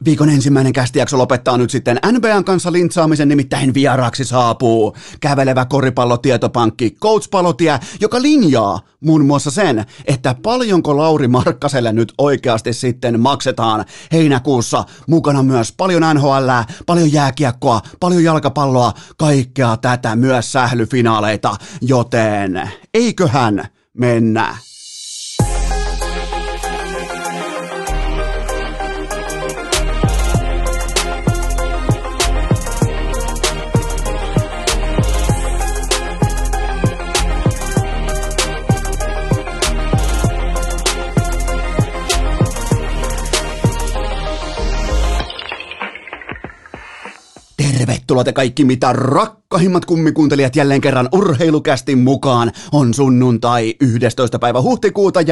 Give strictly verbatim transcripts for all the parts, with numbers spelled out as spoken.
Viikon ensimmäinen kästijakso lopettaa nyt sitten N B A:n kanssa lintsaamisen, nimittäin vieraaksi saapuu kävelevä koripallotietopankki Coach Palotie, joka linjaa muun muassa sen, että paljonko Lauri Markkaselle nyt oikeasti sitten maksetaan heinäkuussa. Mukana myös paljon N H L:ää, paljon jääkiekkoa, paljon jalkapalloa, kaikkea tätä, myös sählyfinaaleita, joten eiköhän mennä. Tervetuloa te kaikki mitä rakkahimmat kummikuuntelijat jälleen kerran urheilukästin mukaan. On sunnuntai yhdestoista päivä huhtikuuta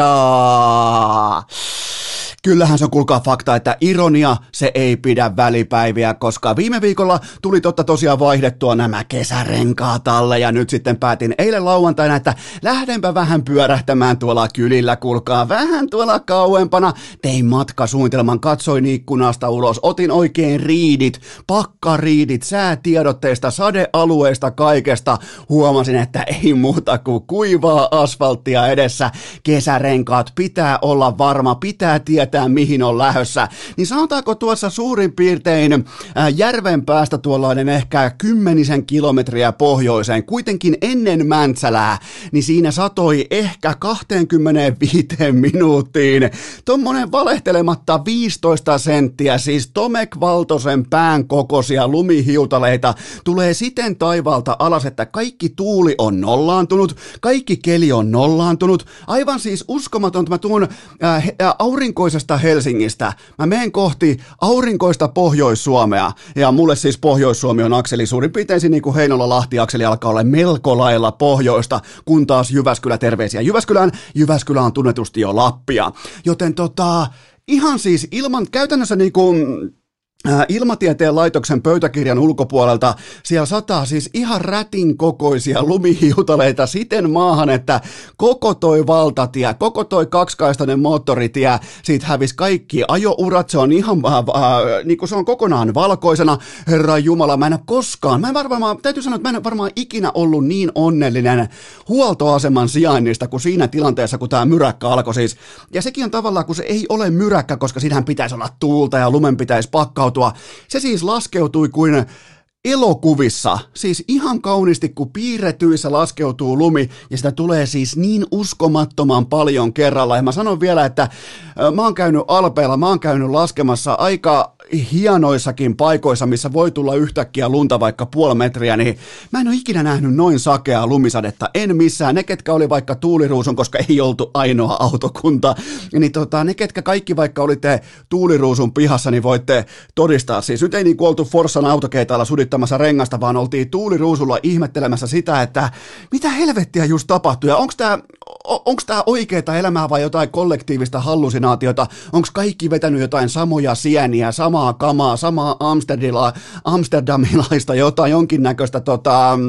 ja... Kyllähän se on kuulkaa fakta, että ironia se ei pidä välipäiviä, koska viime viikolla tuli totta tosiaan vaihdettua nämä kesärenkaat alle ja nyt sitten päätin eilen lauantaina, että lähdenpä vähän pyörähtämään tuolla kylillä, kuulkaa vähän tuolla kauempana. Tein matkasuunnitelman, katsoin ikkunasta ulos, otin oikein riidit, pakkariidit, säätiedotteista, sadealueista, kaikesta. Huomasin, että ei muuta kuin kuivaa asfalttia edessä, kesärenkaat, pitää olla varma, pitää tietää, mihin on lähdössä, niin sanotaanko tuossa suurin piirtein järven päästä tuollainen ehkä kymmenisen kilometriä pohjoiseen, kuitenkin ennen Mäntsälää, niin siinä satoi ehkä kaksikymmentäviisi minuuttiin. Tuommoinen valehtelematta viisitoista senttiä, siis Tomek Valtosen pään kokoisia lumihiutaleita tulee siten taivaalta alas, että kaikki tuuli on nollaantunut, kaikki keli on nollaantunut, aivan siis uskomatonta. Mä tuun äh, aurinkoisesta Helsingistä. Mä menen kohti aurinkoista Pohjois-Suomea, ja mulle siis Pohjois-Suomi on akseli suurin piirtein niin kuin Heinola-Lahti-akseli alkaa olla melko lailla pohjoista, kun taas Jyväskylä, terveisiä Jyväskylään, Jyväskylä on tunnetusti jo Lappia, joten tota, ihan siis ilman, käytännössä niin kuin Ilmatieteen laitoksen pöytäkirjan ulkopuolelta siellä sataa siis ihan rätin kokoisia lumihiutaleita siten maahan, että koko toi valtatie, koko toi kaksikaistainen moottoritie, siitä hävisi kaikki ajourat, se on ihan, äh, äh, niin kuin se on kokonaan valkoisena, herra jumala, mä en ole koskaan, mä en varmaan, täytyy sanoa, että mä en varmaan ikinä ollut niin onnellinen huoltoaseman sijainnista kuin siinä tilanteessa, kun tämä myräkkä alkoi siis, ja sekin on tavallaan, kun se ei ole myräkkä, koska siinähän pitäisi olla tuulta ja lumen pitäisi pakkautua. Se siis laskeutui kuin elokuvissa, siis ihan kauniisti kun piirretyissä laskeutuu lumi ja sitä tulee siis niin uskomattoman paljon kerralla. Ja mä sanon vielä, että mä oon käynyt Alpeilla, mä oon käynyt laskemassa aika hienoissakin paikoissa, missä voi tulla yhtäkkiä lunta vaikka puoli metriä, niin mä en ole ikinä nähnyt noin sakeaa lumisadetta, en missään. Ne, ketkä oli vaikka Tuuliruusun, koska ei oltu ainoa autokunta, niin tota, ne, ketkä kaikki vaikka olitte Tuuliruusun pihassa, niin voitte todistaa. Siis nyt ei niin kuin oltu Forssan autokeitailla sudittamassa rengasta, vaan oltiin Tuuliruusulla ihmettelemässä sitä, että mitä helvettiä just tapahtui, ja onko tämä onko tämä oikeaa elämää vai jotain kollektiivista hallusinaatiota, onko kaikki vetänyt jotain samoja sieniä, samaa kamaa, samaa Amsterdila, amsterdamilaista jotain jonkinnäköistä tota,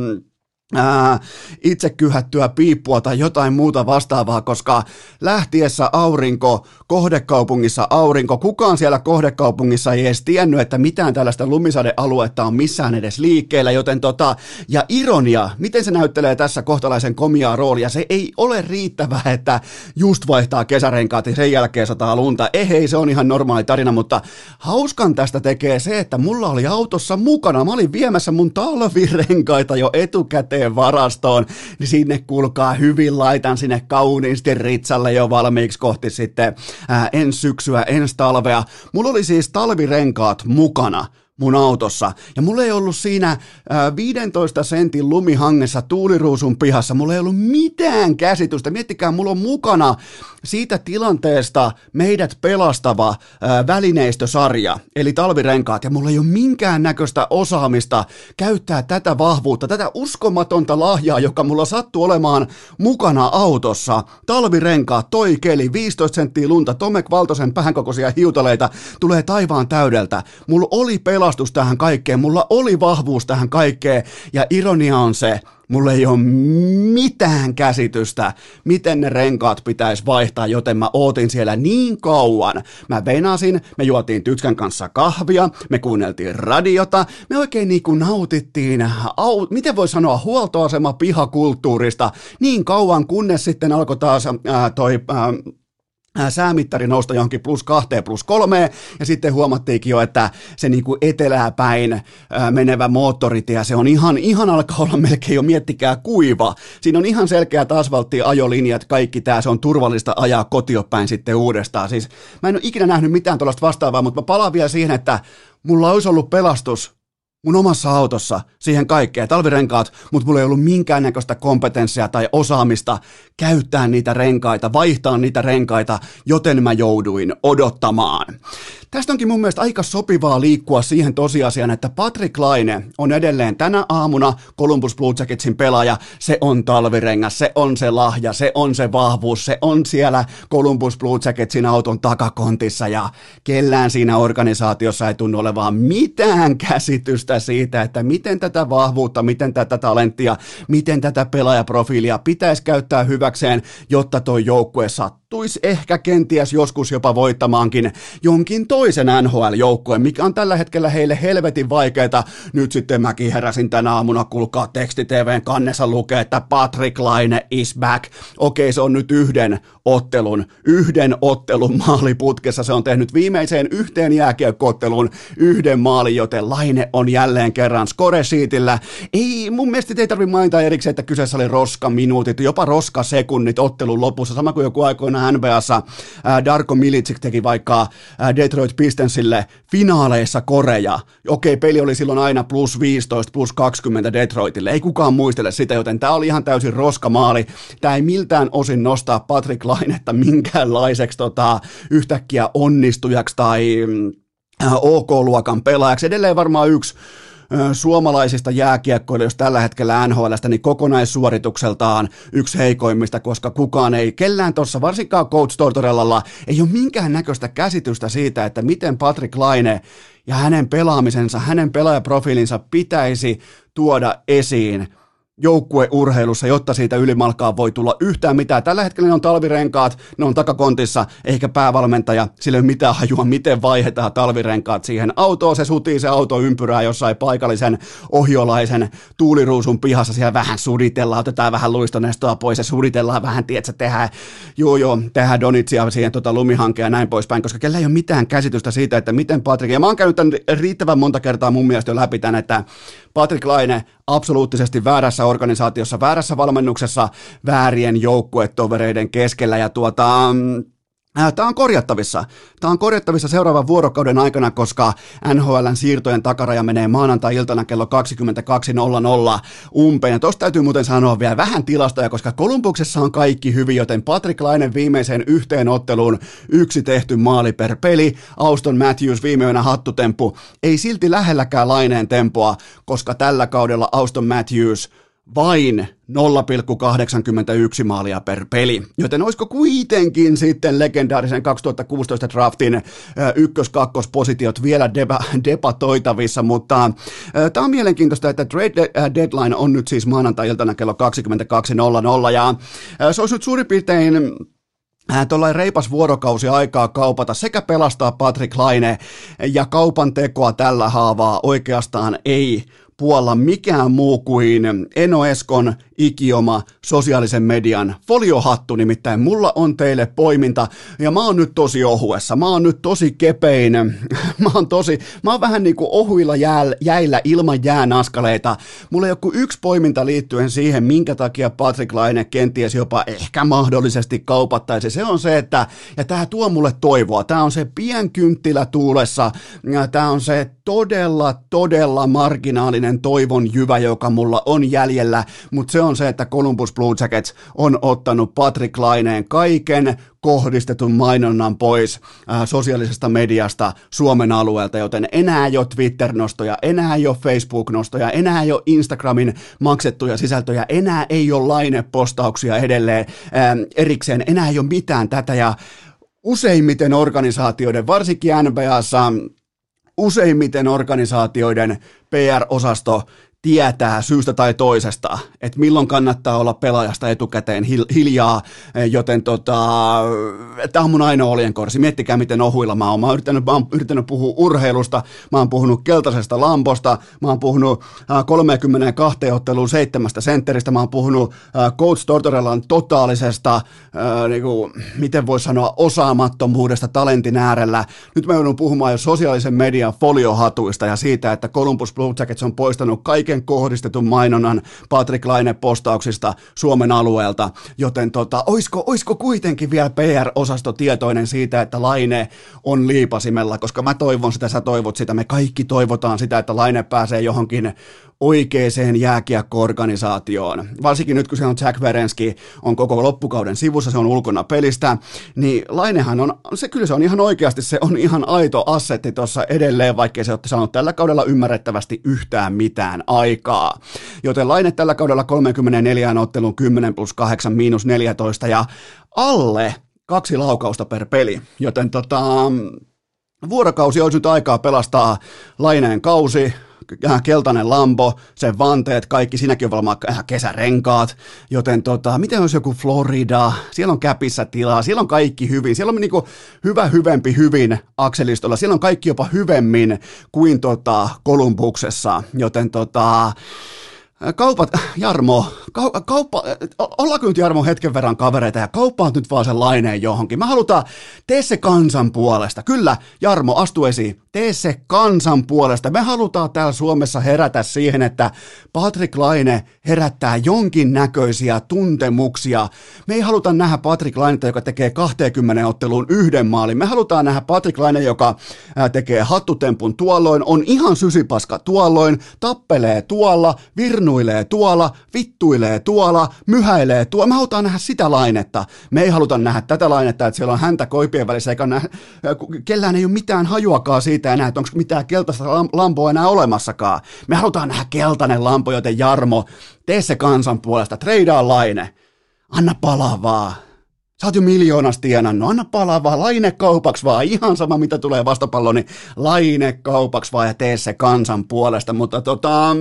ää, itse kyhättyä piippua tai jotain muuta vastaavaa, koska lähtiessä aurinko, kohdekaupungissa aurinko, kukaan siellä kohdekaupungissa ei edes tiennyt, että mitään tällaista lumisadealuetta on missään edes liikkeellä, joten tota, ja ironia, miten se näyttelee tässä kohtalaisen komiaa roolia, se ei ole riittävää, että just vaihtaa kesärenkaat ja sen jälkeen sataa lunta, ehei, se on ihan normaali tarina, mutta hauskan tästä tekee se, että mulla oli autossa mukana, mä olin viemässä mun talvirenkaita jo etukäteen varastoon, niin sinne kuulkaa hyvin laitan sinne kauniisti ritsalle jo valmiiksi kohti sitten ää, ensi syksyä, ensi talvea. Mulla oli siis talvirenkaat mukana mun autossa, ja mulla ei ollut siinä ää, viidentoista sentin lumihangessa Tuuliruusun pihassa, mulla ei ollut mitään käsitystä, miettikää, mulla on mukana siitä tilanteesta meidät pelastava ää, välineistösarja, eli talvirenkaat, ja mulla ei ole minkäännäköistä osaamista käyttää tätä vahvuutta, tätä uskomatonta lahjaa, joka mulla sattuu olemaan mukana autossa, talvirenkaat, toi keli, viisitoista senttiä lunta, Tomek Valtosen päänkokoisia hiutaleita, tulee taivaan täydeltä, mulla oli pelastava pelastus tähän kaikkeen, mulla oli vahvuus tähän kaikkeen, ja ironia on se, mulla ei ole mitään käsitystä, miten ne renkaat pitäisi vaihtaa, joten mä ootin siellä niin kauan. Mä venasin, me juotiin Tytskän kanssa kahvia, me kuunneltiin radiota, me oikein niin kuin nautittiin, au, miten voi sanoa, huoltoasema pihakulttuurista niin kauan, kunnes sitten alkoi taas ää, toi... Ää, säämittari nousta johonkin plus kahteen plus kolmeen, ja sitten huomattiinkin jo, että se niin kuin etelää päin menevä moottoritie, se on ihan, ihan alkaa olla melkein jo, miettikää, kuiva. Siinä on ihan selkeät asfalttiajolinjat, kaikki tämä, se on turvallista ajaa kotiopäin sitten uudestaan. Siis mä en ole ikinä nähnyt mitään tuollaista vastaavaa, mutta mä palaan vielä siihen, että mulla olisi ollut pelastus mun omassa autossa siihen kaikkeen, talvirenkaat, mutta mulla ei ollut minkäännäköistä kompetenssia tai osaamista käyttää niitä renkaita, vaihtaa niitä renkaita, joten mä jouduin odottamaan. Tästä onkin mun mielestä aika sopivaa liikkua siihen tosiasiaan, että Patrick Laine on edelleen tänä aamuna Columbus Blue Jacketsin pelaaja, se on talvirengas, se on se lahja, se on se vahvuus, se on siellä Columbus Blue Jacketsin auton takakontissa, ja kellään siinä organisaatiossa ei tunnu olevaan mitään käsitystä siitä, että miten tätä vahvuutta, miten tätä talenttia, miten tätä pelaajaprofiilia pitäisi käyttää hyväkseen, jotta toi joukkue sattuisi ehkä kenties joskus jopa voittamaankin jonkin toisen N H L-joukkueen, mikä on tällä hetkellä heille helvetin vaikeaa. Nyt sitten mäkin heräsin tänä aamuna, kuulkaa, teksti T V:n kannessa lukee, että Patrick Laine is back. Okei, se on nyt yhden ottelun, yhden ottelun maaliputkessa. Se on tehnyt viimeiseen yhteen jääkiekko-otteluun yhden maalin, joten Laine on jälleen kerran score-sheetillä. Ei, mun mielestä ei tarvitse mainita erikseen, että kyseessä oli roskaminuutit, jopa roskasekunnit ottelun lopussa, sama kuin joku aikoina N B A:ssa ää, Darko Milicic teki vaikka ää, Detroit Pistonsille finaaleissa koreja. Okei, peli oli silloin aina plus viisitoista, plus kaksikymmentä Detroitille, ei kukaan muistele sitä, joten tämä oli ihan täysin roskamaali. Tämä ei miltään osin nostaa Patrick Lainetta minkäänlaiseksi tota, yhtäkkiä onnistujaksi tai ää, OK-luokan pelaajaksi. Edelleen varmaan yksi suomalaisista jääkiekkoilla, jos tällä hetkellä N H L:stä, niin kokonaissuoritukseltaan yksi heikoimmista, koska kukaan ei, kellään tuossa, varsinkaan Coach Tortorellalla, ei ole minkään näköistä käsitystä siitä, että miten Patrick Laine ja hänen pelaamisensa, hänen pelaajaprofiilinsa pitäisi tuoda esiin joukkueurheilussa, jotta siitä ylimalkaan voi tulla yhtään mitään. Tällä hetkellä ne on talvirenkaat, ne on takakontissa, eikä päävalmentaja, sillä ei ole mitään hajua, miten vaihdetaan talvirenkaat siihen autoon. Se sutii se auto ympyrää jossain paikallisen ohiolaisen tuuliruusun pihassa, siellä vähän suditellaan, otetaan vähän luistonestoa pois ja suditellaan vähän, tietsä, tehdään, joo joo, tehdään donitsia siihen tota lumihankea ja näin poispäin, koska kellä ei ole mitään käsitystä siitä, että miten Patrick, ja mä oon käynyt tämän riittävän monta kertaa mun mielestä jo läpi tämän, että Patrick Laine absoluuttisesti väärässä organisaatiossa, väärässä valmennuksessa, väärien joukkuetovereiden keskellä, ja tuota, tämä on korjattavissa. Tämä on korjattavissa seuraavan vuorokauden aikana, koska N H L:n siirtojen takaraja menee maanantai-iltana kello kaksikymmentäkaksi nolla nolla umpeen. Ja tuosta täytyy muuten sanoa vielä vähän tilastoja, koska Kolumbuksessa on kaikki hyvin, joten Patrick Laine viimeiseen yhteen otteluun yksi tehty maali per peli. Auston Matthews viimeinen hattutemppu ei silti lähelläkään Laineen tempoa, koska tällä kaudella Auston Matthews vain nolla pilkku kahdeksankymmentäyksi maalia per peli, joten olisiko kuitenkin sitten legendaarisen kaksituhattakuusitoista draftin ykkös-kakkospositiot vielä deba- debatoitavissa, mutta tämä on mielenkiintoista, että trade deadline on nyt siis maanantai-iltana kello kaksikymmentäkaksi nolla nolla, ja se olisi nyt suurin piirtein tuollainen reipas vuorokausi aikaa kaupata sekä pelastaa Patrick Laine, ja kaupan tekoa tällä haavaa oikeastaan ei puolla mikään muu kuin Eno Eskon ikioma sosiaalisen median foliohattu, nimittäin mulla on teille poiminta, ja mä oon nyt tosi ohuessa, mä oon nyt tosi kepein, mä oon tosi, mä oon vähän niinku ohuilla jää, jäillä ilman jäänaskaleita, mulla ei ole kuin yksi poiminta liittyen siihen, minkä takia Patrick Laine kenties jopa ehkä mahdollisesti kaupattaisi, se on se, että, ja tää tuo mulle toivoa, tää on se pienkynttilä tuulessa, ja tää on se todella, todella marginaalinen toivon jyvä, joka mulla on jäljellä, mutta se on se, että Columbus Blue Jackets on ottanut Patrick Laineen kaiken kohdistetun mainonnan pois ää, sosiaalisesta mediasta Suomen alueelta, joten enää ei ole Twitter-nostoja, enää ei ole Facebook-nostoja, enää ei ole Instagramin maksettuja sisältöjä, enää ei ole Laine-postauksia edelleen ää, erikseen, enää ei ole mitään tätä, ja useimmiten organisaatioiden, varsinkin N B A:ssa, useimmiten organisaatioiden P R-osasto tietää syystä tai toisesta, että milloin kannattaa olla pelaajasta etukäteen hiljaa, joten tota, tämä on mun ainoa oljenkorsi. Miettikää, miten ohuilla mä oon. Mä oon yrittänyt, mä oon yrittänyt puhua urheilusta, mä oon puhunut keltaisesta lamposta, mä oon puhunut kolmekymmentäkaksi otteluun seitsemästä sentteristä, mä oon puhunut Coach Tortorellan totaalisesta, ää, niinku, miten voisi sanoa, osaamattomuudesta talentin äärellä. Nyt mä joudun puhumaan jo sosiaalisen median foliohatuista ja siitä, että Columbus Blue Jackets on poistanut kaiken kohdistetun mainonnan Patrick Laine-postauksista Suomen alueelta, joten tota, oisko, oisko kuitenkin vielä P R-osasto tietoinen siitä, että Laine on liipasimella, koska mä toivon sitä, sä toivot sitä, me kaikki toivotaan sitä, että Laine pääsee johonkin oikeeseen jääkiekko-organisaatioon. Varsinkin nyt, kun se on Jack Werenski, on koko loppukauden sivussa, se on ulkona pelistä, niin Lainehan on, se kyllä se on ihan oikeasti, se on ihan aito assetti tuossa edelleen, vaikkei se ole saanut tällä kaudella ymmärrettävästi yhtään mitään aikaa. Joten Laine tällä kaudella kolmekymmentäneljä ottelun kymmenen plus kahdeksan miinus neljätoista ja alle kaksi laukausta per peli, joten tota, vuorokausi olisi nyt aikaa pelastaa Laineen kausi, keltainen lampo, sen vanteet, kaikki, siinäkin on varmaan kesärenkaat, joten tota, miten olisi joku Florida, siellä on käpissä tilaa, siellä on kaikki hyvin, siellä on niinku hyvä, hyvempi, hyvin akselistolla, siellä on kaikki jopa hyvemmin kuin tota Kolumbuksessa, joten tota, kaupat, Jarmo, kau, kauppa, ollaanko nyt Jarmo hetken verran kavereita ja kauppaat nyt vaan sen Laineen johonkin. Me halutaan, tee se kansan puolesta. Kyllä, Jarmo, astu esiin. Tee se kansan puolesta. Me halutaan täällä Suomessa herätä siihen, että Patrick Laine herättää jonkin näköisiä tuntemuksia. Me ei haluta nähdä Patrick Lainetta, joka tekee kaksikymmentä otteluun yhden maalin. Me halutaan nähdä Patrick Laine, joka tekee hattutempun tuolloin, on ihan sysipaska tuolloin, tappelee tuolla, virnuilee tuolla, vittuilee tuolla, myhäilee tuolla. Me halutaan nähdä sitä Lainetta. Me ei haluta nähdä tätä Lainetta, että siellä on häntä koipien välissä, eikä nähdä, kellään ei ole mitään hajuakaan siitä enää, että onko mitään keltaista lampoa enää olemassakaan. Me halutaan nähdä keltainen lampo, joten Jarmo, tee se kansan puolesta, treidaa Laine. Anna palaa vaan. Sä oot jo miljoonasta tienannut, anna palaa vaan, Laine kaupaksi vaan, ihan sama mitä tulee vastapallo, niin Laine kaupaksi vaan ja tee se kansan puolesta, mutta tota...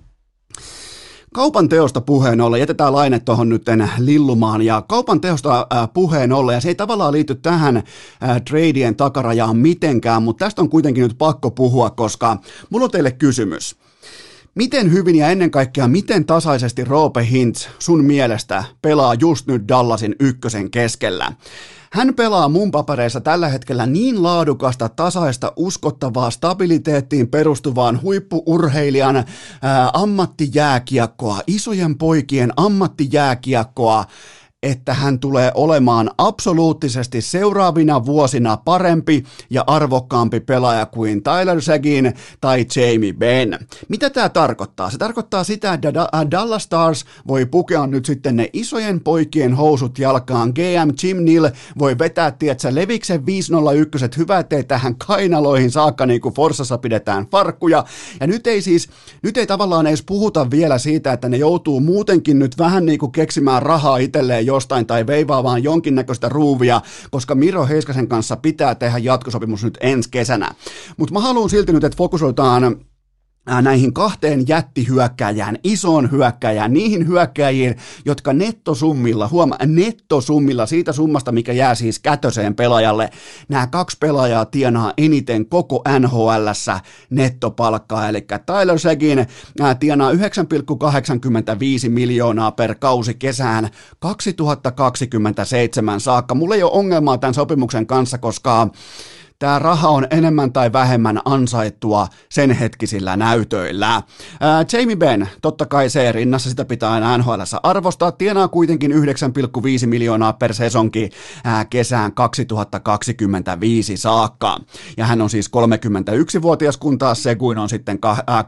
Kaupan teosta puheen ollen, jätetään Laine tuohon nyt lillumaan, ja kaupan teosta äh, puheen ollen, ja se ei tavallaan liity tähän äh, tradien takarajaan mitenkään, mutta tästä on kuitenkin nyt pakko puhua, koska mulla on teille kysymys. Miten hyvin ja ennen kaikkea miten tasaisesti Roope Hintz sun mielestä pelaa just nyt Dallasin ykkösen keskellä? Hän pelaa mun papereissa tällä hetkellä niin laadukasta, tasaista, uskottavaa, stabiliteettiin perustuvaan huippu-urheilijan ää, ammattijääkiekkoa, isojen poikien ammattijääkiekkoa, että hän tulee olemaan absoluuttisesti seuraavina vuosina parempi ja arvokkaampi pelaaja kuin Tyler Seguin tai Jamie Benn. Mitä tämä tarkoittaa? Se tarkoittaa sitä, että Dallas Stars voi pukea nyt sitten ne isojen poikien housut jalkaan. G M Jim Nill voi vetää, tietsä, Leviksen viisi nolla yksi, hyvä, ettei tähän kainaloihin saakka, niin kuin Forssassa pidetään farkkuja. Ja nyt ei siis, nyt ei tavallaan edes puhuta vielä siitä, että ne joutuu muutenkin nyt vähän niin kuin keksimään rahaa itselleen jostain tai veivaamaan jonkinnäköistä ruuvia, koska Miro Heiskasen kanssa pitää tehdä jatkosopimus nyt ensi kesänä. Mutta mä haluan silti nyt, että fokusoitaan näihin kahteen jättihyökkäjään, isoon hyökkäjään, niihin hyökkäjiin, jotka nettosummilla, huomaa, nettosummilla siitä summasta, mikä jää siis kätöseen pelaajalle, nämä kaksi pelaajaa tienaa eniten koko N H L:ssä nettopalkkaa, eli Tyler Seguin tienaa yhdeksän pilkku kahdeksankymmentäviisi miljoonaa per kausi kesään kaksituhattakaksikymmentäseitsemän saakka. Mulla ei ole ongelmaa tämän sopimuksen kanssa, koska tämä raha on enemmän tai vähemmän ansaittua sen hetkisillä näytöillä. Ää, Jamie Benn, totta kai se rinnassa, sitä pitää aina N H L:ssä arvostaa, tienaa kuitenkin yhdeksän pilkku viisi miljoonaa per sesonki ää, kesään kaksituhattakaksikymmentäviisi saakka. Ja hän on siis kolmekymmentäyksivuotias, kun taas Seguin on sitten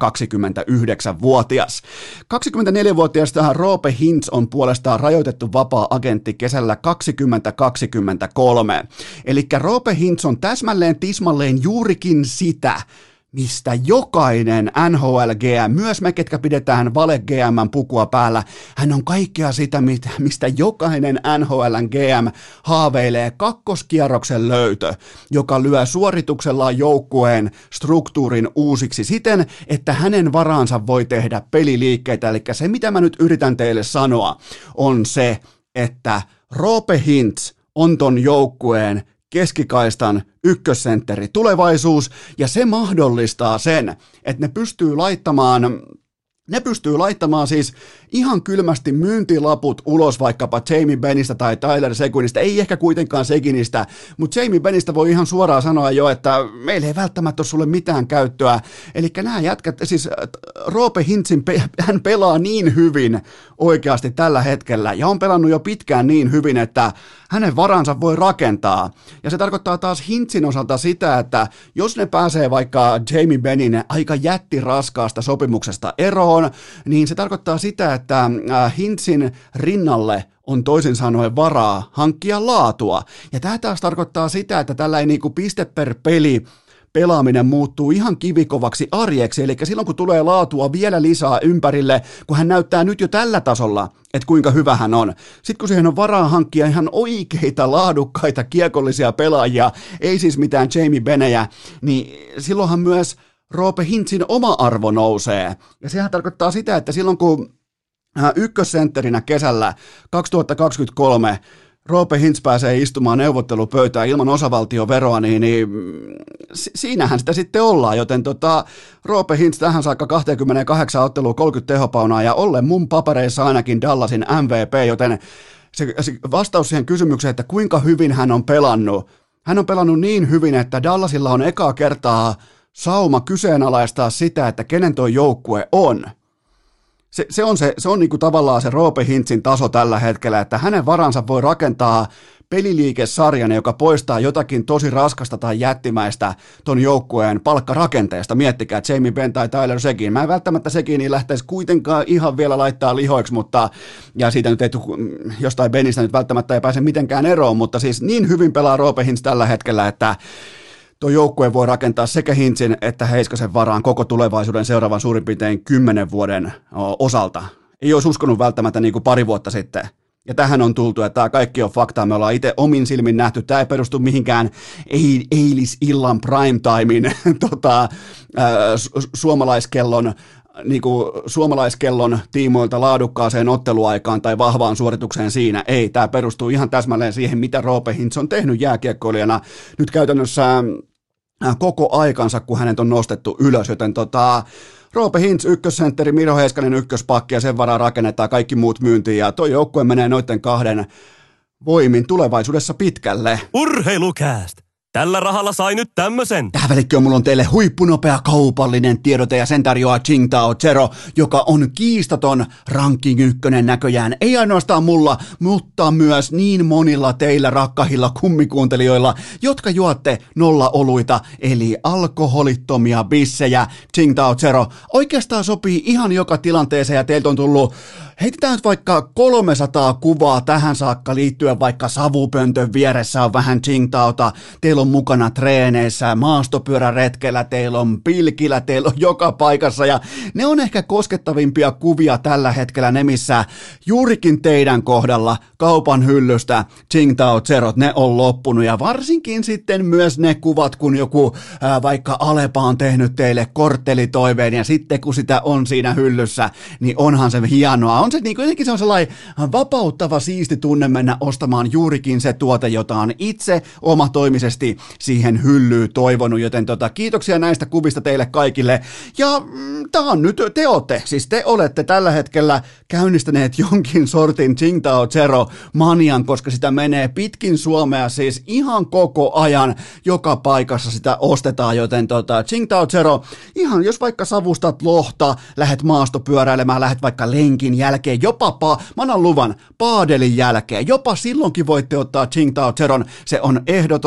kaksikymmentäyhdeksänvuotias. kaksikymmentäneljävuotias Roope Hintz on puolestaan rajoitettu vapaa-agentti kesällä kaksituhattakaksikymmentäkolme. Eli Roope Hintz on täsmälleen tismalleen juurikin sitä, mistä jokainen N H L G M, myös me, ketkä pidetään vale G M:n pukua päällä, hän on kaikkea sitä, mistä jokainen N H L:n G M haaveilee, kakkoskierroksen löytö, joka lyö suorituksellaan joukkueen struktuurin uusiksi siten, että hänen varaansa voi tehdä peliliikkeitä. Eli se, mitä mä nyt yritän teille sanoa, on se, että Roope Hintz on ton joukkueen keskikaistan ykkössentteri tulevaisuus, ja se mahdollistaa sen, että ne pystyy laittamaan Ne pystyy laittamaan siis ihan kylmästi myyntilaput ulos vaikkapa Jamie Bennistä tai Tyler Seguinista, ei ehkä kuitenkaan Seginistä, mutta Jamie Bennistä voi ihan suoraan sanoa jo, että meillä ei välttämättä ole sulle mitään käyttöä. Eli nämä jätkät, siis Roope Hintzin, hän pelaa niin hyvin oikeasti tällä hetkellä ja on pelannut jo pitkään niin hyvin, että hänen varansa voi rakentaa. Ja se tarkoittaa taas Hintzin osalta sitä, että jos ne pääsee vaikka Jamie Bennin aika jättiraskaasta sopimuksesta eroon, niin se tarkoittaa sitä, että Hintzin rinnalle on toisin sanoen varaa hankkia laatua. Ja tämä taas tarkoittaa sitä, että tällä ei niinku piste per peli pelaaminen muuttuu ihan kivikovaksi arjeksi, eli silloin kun tulee laatua vielä lisää ympärille, kun hän näyttää nyt jo tällä tasolla, että kuinka hyvä hän on. Sitten kun siihen on varaa hankkia ihan oikeita, laadukkaita, kiekollisia pelaajia, ei siis mitään Jamie Bennejä, niin silloinhan myös Roope Hintzin oma arvo nousee. Ja sehän tarkoittaa sitä, että silloin kun ykkössentterinä kesällä kaksituhattakaksikymmentäkolme Roope Hintz pääsee istumaan neuvottelupöytään ilman osavaltioveroa, niin, niin siinähän sitä sitten ollaan, joten tota, Roope Hintz tähän saakka kaksikymmentäkahdeksan ottelua kolmekymmentä tehopaunaa ja ollen mun papereissa ainakin Dallasin M V P, joten se, se vastaus siihen kysymykseen, että kuinka hyvin hän on pelannut, hän on pelannut niin hyvin, että Dallasilla on ekaa kertaa sauma kyseenalaistaa sitä, että kenen toi joukkue on. Se, se on, se, se on niinku tavallaan se Roope Hintzin taso tällä hetkellä, että hänen varansa voi rakentaa peliliikesarjan, joka poistaa jotakin tosi raskasta tai jättimäistä ton joukkueen palkkarakenteesta. Miettikää, Jamie Benn tai Tyler Seguin. Mä en välttämättä Seguiniin lähteisi kuitenkaan ihan vielä laittaa lihoiksi, mutta ja siitä nyt ei tule, jostain Bennistä nyt välttämättä ei pääse mitenkään eroon, mutta siis niin hyvin pelaa Roope Hintz tällä hetkellä, että tuo joukkue voi rakentaa sekä Hintzin että Heiskasen varaan koko tulevaisuuden seuraavan suurin piirtein kymmenen vuoden osalta. Ei olisi uskonut välttämättä niin kuin pari vuotta sitten. Ja tähän on tultu, että tämä kaikki on faktaa. Me ollaan itse omin silmin nähty. Tämä ei perustu mihinkään eilisillan primetimein tota, äh, su- suomalaiskellon niin kuin suomalaiskellon tiimoilta laadukkaaseen otteluaikaan tai vahvaan suoritukseen siinä. Ei, tämä perustuu ihan täsmälleen siihen, mitä Roope Hintz on tehnyt jääkiekkoilijana nyt käytännössä koko aikansa, kun hänet on nostettu ylös, joten tota, Roope Hintz ykkössentteri, Miro Heiskanen ykköspakki ja sen varaan rakennetaan kaikki muut myyntiin ja tuo joukkue menee noiden kahden voimin tulevaisuudessa pitkälle. Urheilukääst! Tällä rahalla sai nyt tämmösen. Tähän välikköön mulla on teille huippunopea kaupallinen tiedote ja sen tarjoaa Tsingtao Zero, joka on kiistaton ranking ykkönen näköjään. Ei ainoastaan mulla, mutta myös niin monilla teillä rakkahilla kummikuuntelijoilla, jotka juotte nolla-oluita, eli alkoholittomia bissejä. Tsingtao Zero oikeastaan sopii ihan joka tilanteeseen ja teiltä on tullut, heitetään nyt vaikka kolmesataa kuvaa tähän saakka liittyen vaikka savupöntön vieressä on vähän Tsingtaota, teillä on mukana treeneissä, maastopyöräretkellä, teillä on pilkillä, teillä on joka paikassa ja ne on ehkä koskettavimpia kuvia tällä hetkellä ne, missä juurikin teidän kohdalla kaupan hyllystä Tsingtao Zerot, ne on loppunut ja varsinkin sitten myös ne kuvat, kun joku ää, vaikka Alepa on tehnyt teille korttelitoiveen ja sitten kun sitä on siinä hyllyssä, niin onhan se hienoa. On se niin jotenkin se on sellainen vapauttava siisti tunne mennä ostamaan juurikin se tuote, jota on itse omatoimisesti siihen hyllyyn toivonut, joten tota, kiitoksia näistä kuvista teille kaikille. Ja mm, tämä on nyt, te olette, siis te olette tällä hetkellä käynnistäneet jonkin sortin Tsingtao Zero manian, koska sitä menee pitkin Suomea, siis ihan koko ajan, joka paikassa sitä ostetaan, joten tota, Tsingtao Zero, ihan jos vaikka savustat lohta, lähet maastopyöräilemään, lähet vaikka lenkin jälkeen, jopa, pa- mä annan luvan, paadelin jälkeen, jopa silloinkin voitte ottaa Tsingtao Zeron, se on ehdoton ur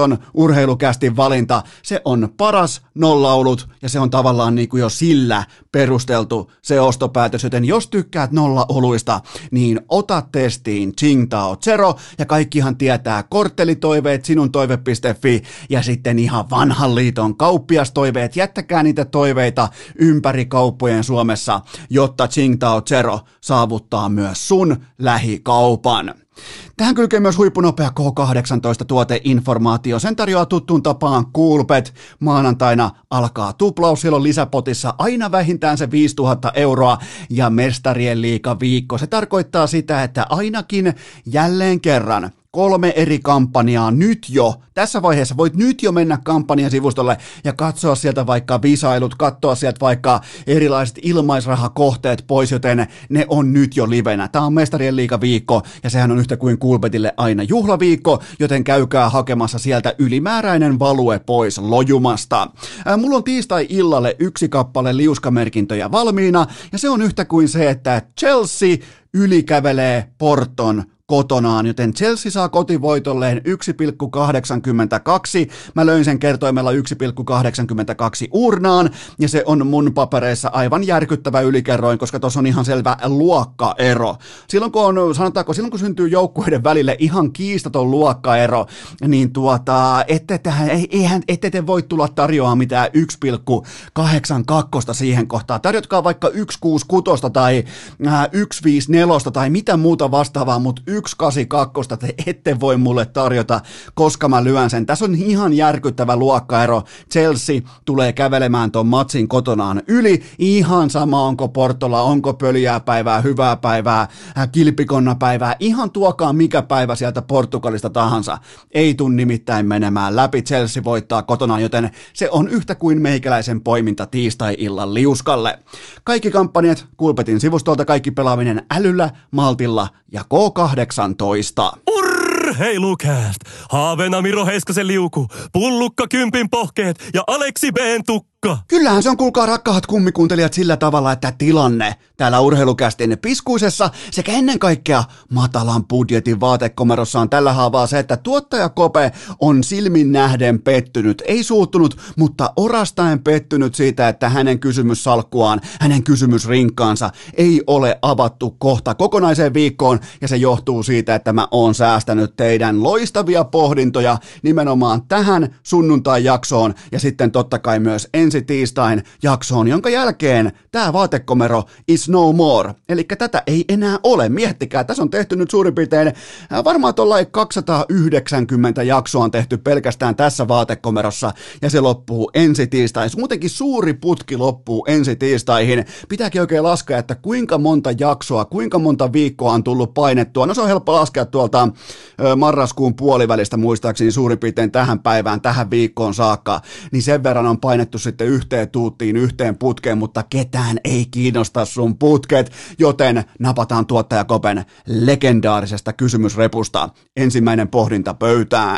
urheilukästin valinta. Se on paras nollaolut ja se on tavallaan niin kuin jo sillä perusteltu se ostopäätös, joten jos tykkäät nollaoluista, niin ota testiin Tsingtao Zero ja kaikkihan tietää korttelitoiveet sinuntoive piste fi ja sitten ihan vanhan liiton kauppiastoiveet. Jättäkää niitä toiveita ympäri kauppojen Suomessa, jotta Tsingtao Zero saavuttaa myös sun lähikaupan. Tähän kylkee myös huippunopea K kahdeksantoista tuoteinformaatio. Sen tarjoaa tuttuun tapaan Coolbet. Maanantaina alkaa tuplaus, siellä on lisäpotissa aina vähintään se viisituhatta euroa ja mestarien liiga viikko. Se tarkoittaa sitä, että ainakin jälleen kerran kolme eri kampanjaa nyt jo. Tässä vaiheessa voit nyt jo mennä kampanjan sivustolle ja katsoa sieltä vaikka visailut, katsoa sieltä vaikka erilaiset ilmaisrahakohteet pois, joten ne on nyt jo livenä. Tämä on mestarien liiga viikko ja sehän on yhtä kuin Coolbetille aina juhlaviikko, joten käykää hakemassa sieltä ylimääräinen value pois lojumasta. Ää, mulla on tiistai-illalle yksi kappale liuskamerkintöjä valmiina ja se on yhtä kuin se, että Chelsea ylikävelee Porton kotonaan, joten Chelsea saa kotivoitolleen yksi pilkku kahdeksankymmentäkaksi. Mä löin sen kertoimella yksi pilkku kahdeksankymmentäkaksi urnaan, ja se on mun papereissa aivan järkyttävä ylikerroin, koska tuossa on ihan selvä luokkaero. Silloin kun on, sanotaanko, silloin kun syntyy joukkueiden välille ihan kiistaton luokkaero, niin tuota, ette, tähän, eihän, ette te voi tulla tarjoamaan mitään yksi pilkku kahdeksankymmentäkaksi siihen kohtaan. Tarjotkaa vaikka yksi pilkku kuusikymmentäkuusi tai äh, yksi pilkku viisikymmentäneljä tai mitä muuta vastaavaa, mutta yksi pilkku kahdeksankymmentäkaksi te ette voi mulle tarjota, koska mä lyön sen. Tässä on ihan järkyttävä luokkaero. Chelsea tulee kävelemään ton matsin kotonaan yli. Ihan sama onko Portolla, onko pöljää päivää, hyvää päivää, kilpikonna päivää. Ihan tuokaa mikä päivä sieltä Portugalista tahansa. Ei tule nimittäin menemään läpi. Chelsea voittaa kotonaan, joten se on yhtä kuin meikäläisen poiminta tiistai-illan liuskalle. Kaikki kampanjat Coolbetin sivustolta, kaikki pelaaminen älyllä, maltilla ja K kahdeksantoista. Urheilukääst! Haaveena Miro Heiskasen liuku, Pullukka Kympin pohkeet ja Aleksi B:n tukka. Kyllähän se on, kuulkaa rakkaat kummikuuntelijat, sillä tavalla, että tilanne täällä Urheilukästin piskuisessa sekä ennen kaikkea matalan budjetin vaatekomerossa on tällä haavaa se, että tuottaja Kope on silmin nähden pettynyt, ei suuttunut, mutta orastaen pettynyt siitä, että hänen kysymyssalkkuaan, hänen kysymysrinkkaansa ei ole avattu kohta kokonaiseen viikkoon, ja se johtuu siitä, että mä oon säästänyt teidän loistavia pohdintoja nimenomaan tähän sunnuntai-jaksoon ja sitten totta kai myös ensi tiistain jaksoon, jonka jälkeen tämä vaatekomero is no more. Eli tätä ei enää ole. Miettikää, tässä on tehty nyt suurin piirtein varmaan tuollain kaksisataayhdeksänkymmentä jaksoa on tehty pelkästään tässä vaatekomerossa ja se loppuu ensi tiistaihin. Muutenkin suuri putki loppuu ensi tiistaihin. Pitääkin oikein laskea, että kuinka monta jaksoa, kuinka monta viikkoa on tullut painettua. No se on helppo laskea tuolta marraskuun puolivälistä muistaakseni suurin piirtein tähän päivään, tähän viikkoon saakka, niin sen verran on painettu sitten yhteen tuuttiin, yhteen putkeen, mutta ketään ei kiinnosta sun putket, joten napataan tuottaja Kopen legendaarisesta kysymysrepusta ensimmäinen pohdinta pöytään.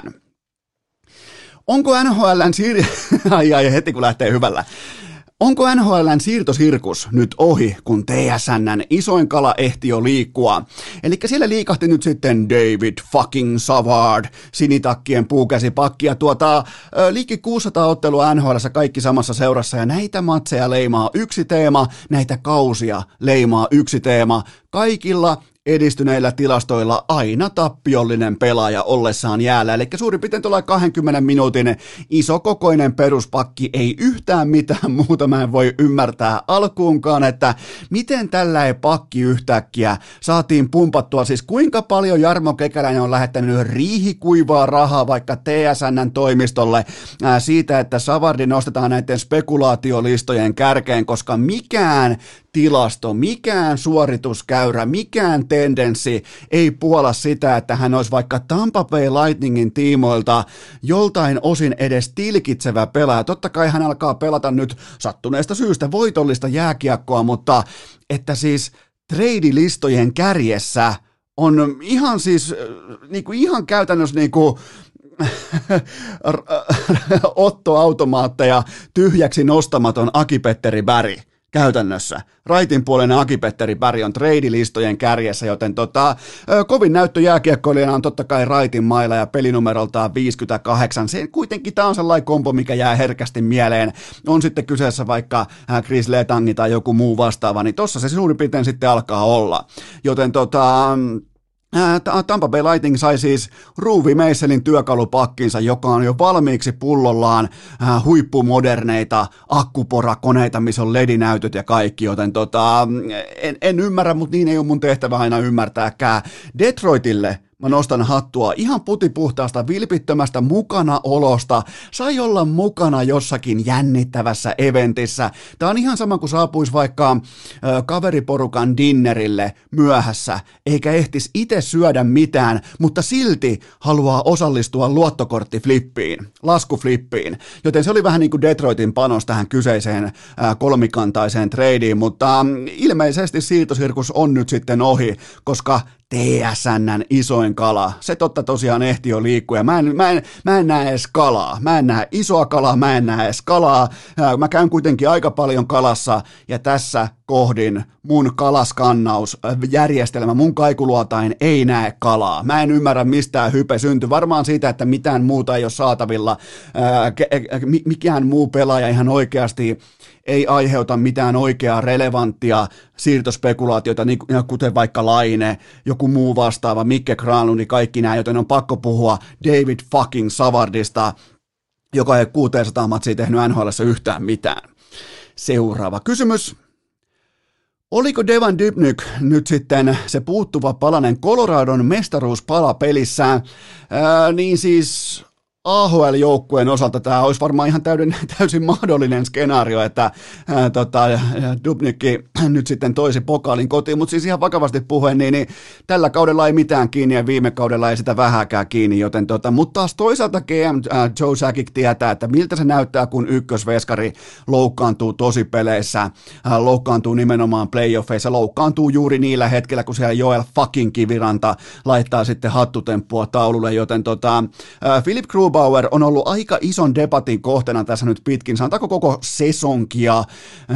Onko N H L:n siir... ai, ai, heti kun lähtee hyvällä. Onko N H L:n siirtosirkus nyt ohi, kun T S N:n isoin kala ehti jo liikkua? Eli siellä liikahti nyt sitten David fucking Savard, sinitakkien puukäsipakki ja tuota, liikki kuusisataa ottelua N H L:ssä kaikki samassa seurassa ja näitä matseja leimaa yksi teema, näitä kausia leimaa yksi teema. Kaikilla edistyneillä tilastoilla aina tappiollinen pelaaja ollessaan jäällä, eli suurin piirtein tuolla kahdenkymmenen minuutin isokokoinen peruspakki, ei yhtään mitään muuta mä en voi ymmärtää alkuunkaan, että miten tällä pakki yhtäkkiä saatiin pumpattua, siis kuinka paljon Jarmo Kekäläinen on lähettänyt riihikuivaa rahaa vaikka T S N:n toimistolle ää, siitä, että Savardi nostetaan näiden spekulaatiolistojen kärkeen, koska mikään tilasto, mikään suorituskäyrä, mikään tendenssi ei puola sitä, että hän olisi vaikka Tampa Bay Lightningin tiimoilta joltain osin edes tilkitsevä pelaaja. Totta kai hän alkaa pelata nyt sattuneesta syystä voitollista jääkiekkoa, mutta että siis treidilistojen kärjessä on ihan siis niin kuin ihan käytännössä niin kuin Otto-automaatteja tyhjäksi nostamaton Aki-Petteri Berg. käytännössä. Raitin puolinen Aki-Petteri Berg on treidilistojen kärjessä, joten tota, kovin näyttö jääkiekkoilijana on totta kai Raitin mailla ja pelinumeroltaan viisikymmentäkahdeksan. Se kuitenkin tämä on sellainen kompo, mikä jää herkästi mieleen. On sitten kyseessä vaikka Chris Letang tai joku muu vastaava, niin tossa se suurin piirtein sitten alkaa olla. Joten tota... Tampa Bay Lightning sai siis Ruuvi Meisselin työkalupakkinsa, joka on jo valmiiksi pullollaan äh, huippumoderneita akkuporakoneita, missä on ledinäytöt ja kaikki, joten tota, en, en ymmärrä, mutta niin ei ole mun tehtävä aina ymmärtääkään. Detroitille mä nostan hattua ihan putipuhtaasta, vilpittömästä mukanaolosta. Sai olla mukana jossakin jännittävässä eventissä. Tää on ihan sama kuin saapuisi vaikka ö, kaveriporukan dinnerille myöhässä, eikä ehtis itse syödä mitään, mutta silti haluaa osallistua luottokorttiflippiin, laskuflippiin. Joten se oli vähän niin kuin Detroitin panos tähän kyseiseen ö, kolmikantaiseen treidiin, mutta ö, ilmeisesti siirtosirkus on nyt sitten ohi, koska T S N:n isoin kala, se totta tosiaan ehti jo liikkua, ja mä en, mä, en, mä en näe edes kalaa, mä en näe isoa kalaa, mä en näe edes kalaa, mä käyn kuitenkin aika paljon kalassa, ja tässä kohdin mun kalaskannausjärjestelmä, mun kaikuluotain ei näe kalaa. Mä en ymmärrä mistään hype syntyi, varmaan siitä, että mitään muuta ei ole saatavilla, mikään muu pelaaja ihan oikeasti ei aiheuta mitään oikeaa relevanttia siirtospekulaatiota, niin kuten vaikka Laine, joku muu vastaava, Mikke Granlundi, kaikki nämä, joten on pakko puhua David fucking Savardista, joka ei kuusisataa matsia tehnyt N H L:ssä yhtään mitään. Seuraava kysymys. Oliko Devan Dubnyk nyt sitten se puuttuva palanen Coloradon mestaruuspala pelissä? Ää, niin siis A H L-joukkueen osalta tämä olisi varmaan ihan täyden, täysin mahdollinen skenaario, että ää, tota, Dubnykki nyt sitten toisi pokaalin kotiin, mutta siis ihan vakavasti puhuen, niin, niin tällä kaudella ei mitään kiinni ja viime kaudella ei sitä vähääkään kiinni, joten tota, mutta taas toisaalta G M ää, Joe Sakic tietää, että miltä se näyttää, kun ykkösveskari loukkaantuu tosipeleissä, ää, loukkaantuu nimenomaan playoffeissa, loukkaantuu juuri niillä hetkellä, kun siellä Joel fucking Kiviranta laittaa sitten hattutemppua taululle, joten tota, ää, Philip Krug Bauer on ollut aika ison debatin kohteena tässä nyt pitkin, sanotaanko koko sesonkia,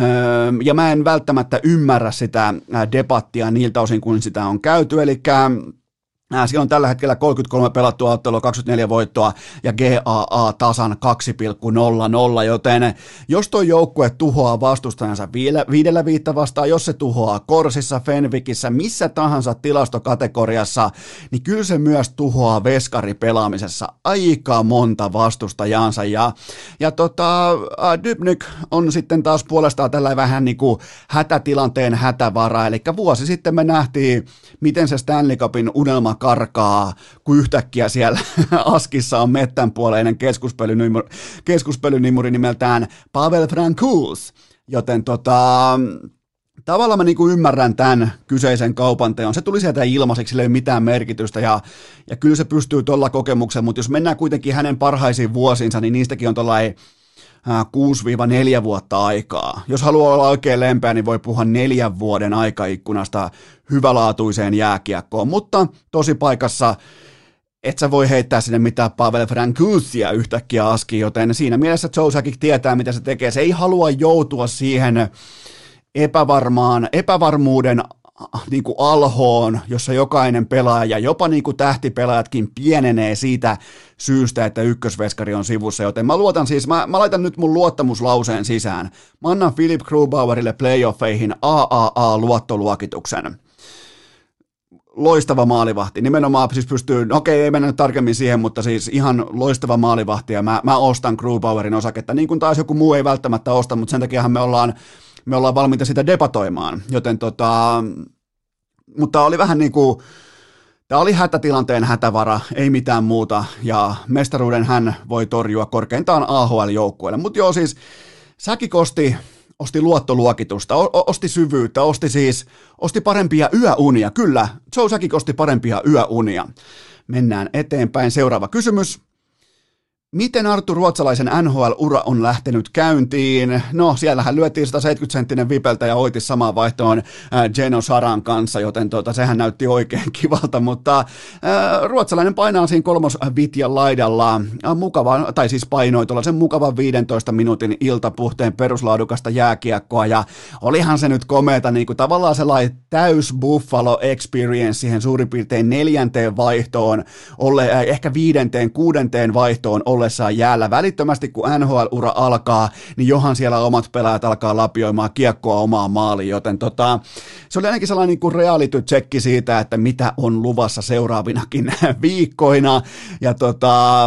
ja mä en välttämättä ymmärrä sitä debattia niiltä osin, kun sitä on käyty, eli siellä on tällä hetkellä kolmekymmentäkolme pelattua ottelua, kaksikymmentäneljä voittoa ja G A A tasan kaksi pilkku nolla nolla, joten jos tuo joukkue tuhoaa vastustajansa viidellä viittä vastaan, jos se tuhoaa Corsissa, Fenwickissä, missä tahansa tilastokategoriassa, niin kyllä se myös tuhoaa veskaripelaamisessa aika monta vastustajansa, ja, ja tota, Dubnyk on sitten taas puolestaan tällä vähän niin kuin hätätilanteen hätävara, eli vuosi sitten me nähtiin, miten se Stanley Cupin unelma karkaa, kun yhtäkkiä siellä askissa on mettänpuoleinen keskuspelynimuri, keskuspelynimuri nimeltään Pavel Francouz, joten tota, tavallaan mä niinku ymmärrän tämän kyseisen kaupanteon. Se tuli sieltä ilmaiseksi, sillä ei ole mitään merkitystä, ja, ja kyllä se pystyy tuolla kokemuksella, mutta jos mennään kuitenkin hänen parhaisiin vuosiinsa, niin niistäkin on tuollainen kuusi neljä vuotta aikaa. Jos haluaa olla oikein lempeä, niin voi puhua neljän vuoden aikaikkunasta hyvälaatuiseen jääkiekkoon, mutta tosi paikassa et sä voi heittää sinne mitään Pavel Francouzia yhtäkkiä askiin, joten siinä mielessä Joe Sakic tietää, mitä se tekee. Se ei halua joutua siihen epävarmaan, epävarmuuden niin kuin alhoon, jossa jokainen pelaaja, jopa niin kuin tähtipelaajatkin pienenee siitä syystä, että ykkösveskari on sivussa, joten mä luotan siis, mä, mä laitan nyt mun luottamuslauseen sisään. Mä annan Philip Grubauerille playoffeihin A A A-luottoluokituksen. Loistava maalivahti, nimenomaan siis pystyy, no okei, ei mennä nyt tarkemmin siihen, mutta siis ihan loistava maalivahti, ja mä, mä ostan Grubauerin osaketta, niin kuin taas joku muu ei välttämättä osta, mutta sen takiahan me ollaan Me ollaan valmiita sitä debatoimaan, joten tota, mutta oli vähän niin kuin, tämä oli hätätilanteen hätävara, ei mitään muuta, ja mestaruuden hän voi torjua korkeintaan A H L-joukkueelle. Mutta joo, siis Sakic osti, osti luottoluokitusta, osti syvyyttä, osti siis, osti parempia yöunia, kyllä, Joe Sakic osti parempia yöunia. Mennään eteenpäin, seuraava kysymys. Miten Arttu Ruotsalaisen N H L-ura on lähtenyt käyntiin? No, siellähän lyötiin sata seitsemänkymmentä senttinen Vipeltä ja Oitis samaan vaihtoon Geno Saran kanssa, joten tuota, sehän näytti oikein kivalta, mutta ää, ruotsalainen painaa siinä kolmosvitjan laidalla, mukava, tai siis painoi tuollaisen mukavan viidentoista minuutin iltapuhteen peruslaadukasta jääkiekkoa, ja olihan se nyt komeeta, niin kuin tavallaan sellainen täys Buffalo experience siihen suurin piirtein neljänteen vaihtoon, olle, äh, ehkä viidenteen, kuudenteen vaihtoon ollessaan jäällä välittömästi, kun N H L-ura alkaa, niin johan siellä omat pelaajat alkaa lapioimaan kiekkoa omaan maaliin, joten tota, se oli ainakin sellainen niin kuin reality-tsekki siitä, että mitä on luvassa seuraavinakin viikkoina, ja tota,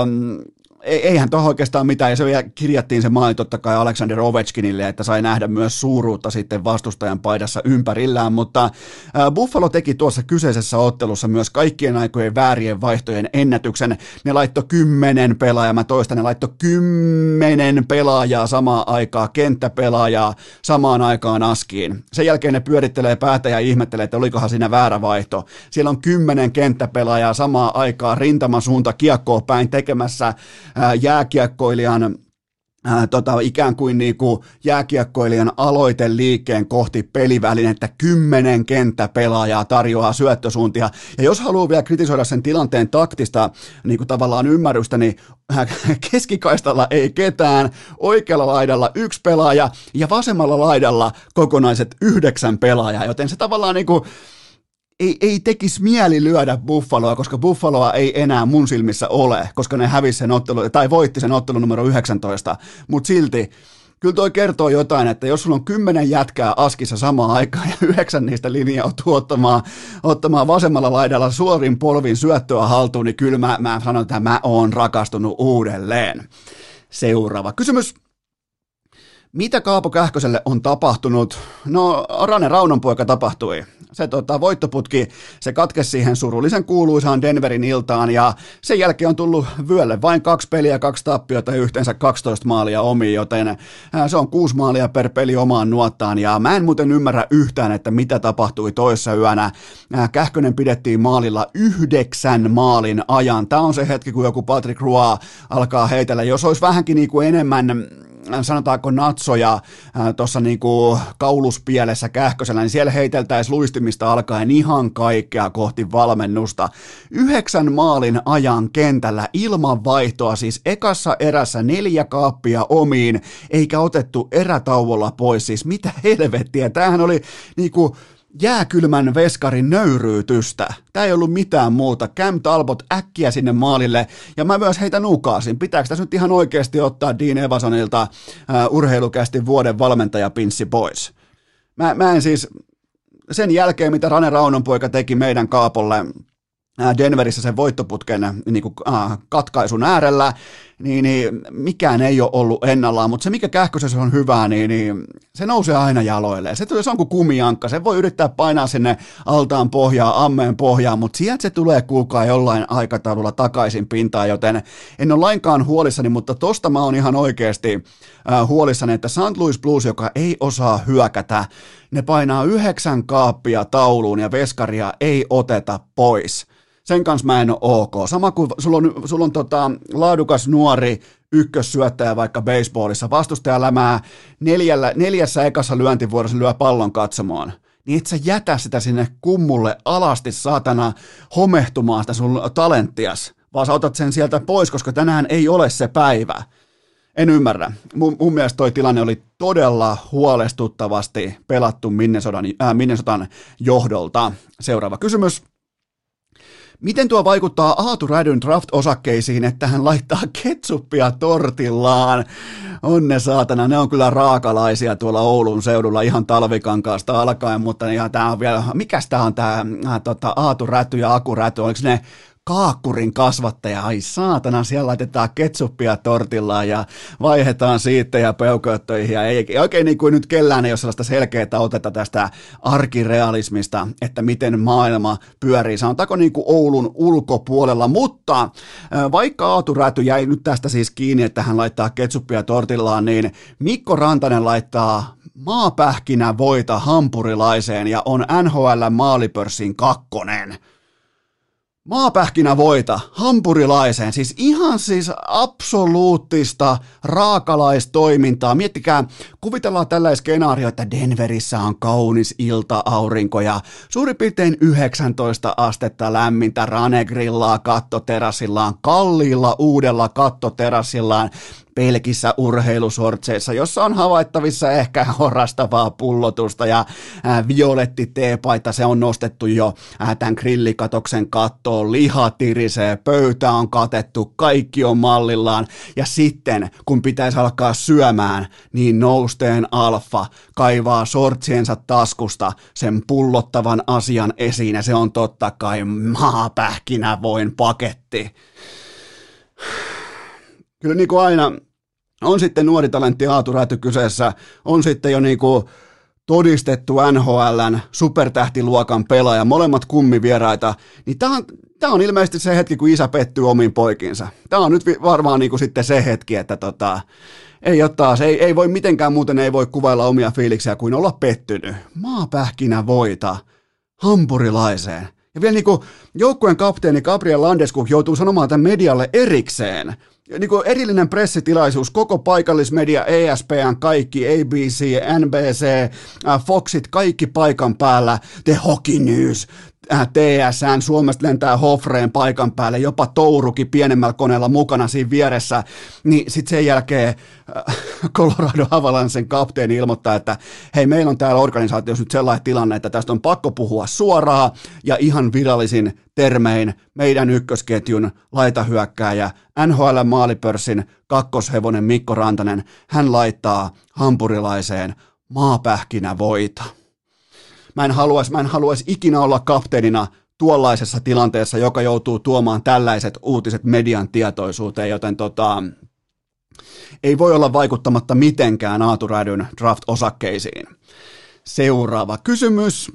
eihän tuohon oikeastaan mitään, ja se vielä kirjattiin se maali totta kai Alexander Ovechkinille, että sai nähdä myös suuruutta sitten vastustajan paidassa ympärillään, mutta Buffalo teki tuossa kyseisessä ottelussa myös kaikkien aikojen väärien vaihtojen ennätyksen. Ne laittoi kymmenen pelaajaa, mä toistan, ne laittoi kymmenen pelaajaa samaan aikaan, kenttäpelaajaa samaan aikaan askiin. Sen jälkeen ne pyörittelee päätä ja ihmettelee, että olikohan siinä väärä vaihto. Siellä on kymmenen kenttäpelaajaa samaan aikaan rintamasuunta kiekkoa päin tekemässä jääkiekkoilijan ää, tota, ikään kuin niinku jääkiekkoilijan aloiteliikkeen kohti pelivälinettä, kymmenen kenttäpelaajaa tarjoaa syöttösuuntia, ja jos haluaa vielä kritisoida sen tilanteen taktista niinku tavallaan ymmärrystä, niin keskikaistalla ei ketään, oikealla laidalla yksi pelaaja ja vasemmalla laidalla kokonaiset yhdeksän pelaajaa, joten se tavallaan niinku Ei, ei tekisi mieli lyödä Buffaloa, koska Buffaloa ei enää mun silmissä ole, koska ne hävisi sen ottelu, tai voitti sen ottelun numero yhdeksäntoista, mutta silti, kyllä toi kertoo jotain, että jos sulla on kymmenen jätkää askissa samaan aikaan ja yhdeksän niistä linjautuu ottamaan, ottamaan vasemmalla laidalla suorin polvin syöttöä haltuun, niin kyllä mä, mä sanon, että mä oon rakastunut uudelleen. Seuraava kysymys. Mitä Kaapo Kähköselle on tapahtunut? No, Rane Raunonpoika tapahtui. Se tota, voittoputki, se katkesi siihen surullisen kuuluisaan Denverin iltaan, ja sen jälkeen on tullut vyölle vain kaksi peliä, kaksi tappiota ja yhteensä kaksitoista maalia omiin, joten se on kuusi maalia per peli omaan nuottaan, ja mä en muuten ymmärrä yhtään, että mitä tapahtui toissa yönä. Kähkönen pidettiin maalilla yhdeksän maalin ajan. Tämä on se hetki, kun joku Patrick Roy alkaa heitellä. Jos olisi vähänkin niin kuin enemmän, sanotaanko natsoja tuossa niinku kauluspielessä Kähkösellä, niin siellä heiteltäisiin luistimista alkaen ihan kaikkea kohti valmennusta. Yhdeksän maalin ajan kentällä ilman vaihtoa, siis ekassa erässä neljä kaappia omiin, eikä otettu erätauolla pois, siis mitä helvettiä, tämähän oli niinku jääkylmän veskarin nöyryytystä. Tämä ei ollut mitään muuta. Cam Talbot äkkiä sinne maalille, ja mä myös heitä nukaasin. Pitääkö tässä nyt ihan oikeasti ottaa Dean Evasonilta uh, urheilukästi vuoden valmentajapinssi pois? Mä, mä en siis, sen jälkeen mitä Rane Raunonpoika teki meidän Kaapolle Denverissä sen voittoputken niin kuin, äh, katkaisun äärellä, niin, niin mikään ei ole ollut ennallaan, mutta se mikä Kähkösessä on hyvää, niin, niin se nousee aina jaloilleen. Se, se on kuin kumiankka, se voi yrittää painaa sinne altaan pohjaan, ammeen pohjaan, mutta sieltä se tulee kuulkaa jollain aikataululla takaisin pintaan, joten en ole lainkaan huolissani, mutta tosta mä oon ihan oikeasti äh, huolissani, että Saint Louis Blues, joka ei osaa hyökätä, ne painaa yhdeksän kaappia tauluun ja veskaria ei oteta pois. Sen kanssa mä en ole ok. Sama kuin sulla on, sulla on tota, laadukas nuori ykkössyöttäjä vaikka baseballissa, vastustaja lämää neljällä, neljässä ekassa lyöntivuorossa lyö pallon katsomaan, niin et sä jätä sitä sinne kummulle alasti saatana homehtumaan sitä sun talenttias, vaan sä otat sen sieltä pois, koska tänään ei ole se päivä. En ymmärrä. Mun, mun mielestä toi tilanne oli todella huolestuttavasti pelattu Minnesotan, äh, Minnesotan johdolta. Seuraava kysymys. Miten tuo vaikuttaa Aatu Rädyn draft-osakkeisiin, että hän laittaa ketsuppia tortillaan? On ne saatana, ne on kyllä raakalaisia tuolla Oulun seudulla ihan Talvikankaasta alkaen, mutta ihan tää on vielä, mikäs tää on tää äh, tota, Aatu Räty ja Aku Räty, oliko ne kaakkurin kasvattaja, ai saatana, siellä laitetaan ketsuppia tortillaan ja vaihdetaan siittejä peukööttöihin ja ei, oikein niin kuin nyt kellään ei ole sellaista selkeää otetta tästä arkirealismista, että miten maailma pyörii, sanotaanko niin kuin Oulun ulkopuolella, mutta vaikka Aatu Räty jäi nyt tästä siis kiinni, että hän laittaa ketsuppia tortillaan, niin Mikko Rantanen laittaa maapähkinä voita hampurilaiseen ja on N H L maalipörssin kakkonen. Maapähkinä voita, hampurilaiseen, siis ihan siis absoluuttista raakalaistoimintaa. Miettikää, kuvitellaan tällainen skenaario, että Denverissä on kaunis ilta-aurinko ja suurin piirtein yhdeksäntoista astetta lämmintä, Rane grillaa kattoterassillaan, kalliilla uudella kattoterassillaan, pelkissä urheilusortseissa, jossa on havaittavissa ehkä orastavaa pullotusta ja ää, violetti teepaita, se on nostettu jo ää, tämän grillikatoksen kattoon, liha tirisee, pöytä on katettu, kaikki on mallillaan ja sitten kun pitäisi alkaa syömään, niin nousteen alfa kaivaa sortsiensa taskusta sen pullottavan asian esiin ja se on totta kai maapähkinävoin paketti. Kyllä niin kuin aina, on sitten nuori talentti Aatu Räty kyseessä, on sitten jo niin kuin todistettu N H L:n supertähtiluokan pelaaja, molemmat kummivieraita, niin tämä on, tämä on ilmeisesti se hetki, kun isä pettyy omiin poikinsa. Tämä on nyt varmaan niin kuin sitten se hetki, että tota, ei ole taas, ei, ei voi mitenkään muuten, ei voi kuvailla omia fiiliksiä kuin olla pettynyt. Maapähkinä voita hampurilaiseen. Ja vielä niin kuin joukkueen kapteeni Gabriel Landeskog joutuu sanomaan tämän medialle erikseen. Niin kuin erillinen pressitilaisuus, koko paikallismedia, E S P N, kaikki, A B C, N B C, Foxit, kaikki paikan päällä, The Hockey News, T S N, Suomesta lentää Hofreen paikan päälle, jopa Touruki pienemmällä koneella mukana siinä vieressä, niin sitten sen jälkeen Colorado Avalancen kapteeni ilmoittaa, että hei, meillä on täällä organisaatiossa nyt sellainen tilanne, että tästä on pakko puhua suoraan ja ihan virallisin termein meidän ykkösketjun laitahyökkääjä, N H L-maalipörssin kakkoshevonen Mikko Rantanen, hän laittaa hampurilaiseen maapähkinävoita. Mä en haluaisi, mä en haluaisi ikinä olla kapteenina tuollaisessa tilanteessa, joka joutuu tuomaan tällaiset uutiset median tietoisuuteen, joten tota, ei voi olla vaikuttamatta mitenkään Aatu Rädyn draft-osakkeisiin. Seuraava kysymys.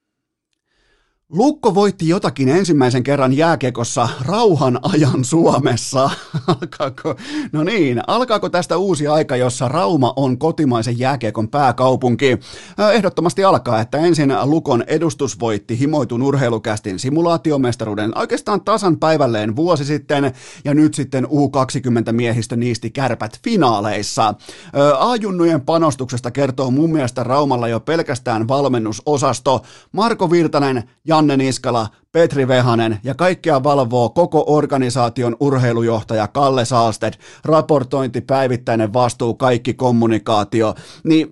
Lukko voitti jotakin ensimmäisen kerran jääkiekossa rauhan ajan Suomessa. Alkaako, no niin, alkaako tästä uusi aika, jossa Rauma on kotimaisen jääkiekon pääkaupunki? Ehdottomasti alkaa, että ensin Lukon edustus voitti himoitun urheilukästin simulaatiomestaruuden oikeastaan tasan päivälleen vuosi sitten, ja nyt sitten U kaksikymmentä miehistö niisti Kärpät finaaleissa. A-junnujen panostuksesta kertoo mun mielestä Raumalla jo pelkästään valmennusosasto. Marko Virtanen, Janne Niskala, Petri Vehanen ja kaikkea valvoo koko organisaation urheilujohtaja Kalle Saalsted, raportointi, päivittäinen vastuu, kaikki kommunikaatio, niin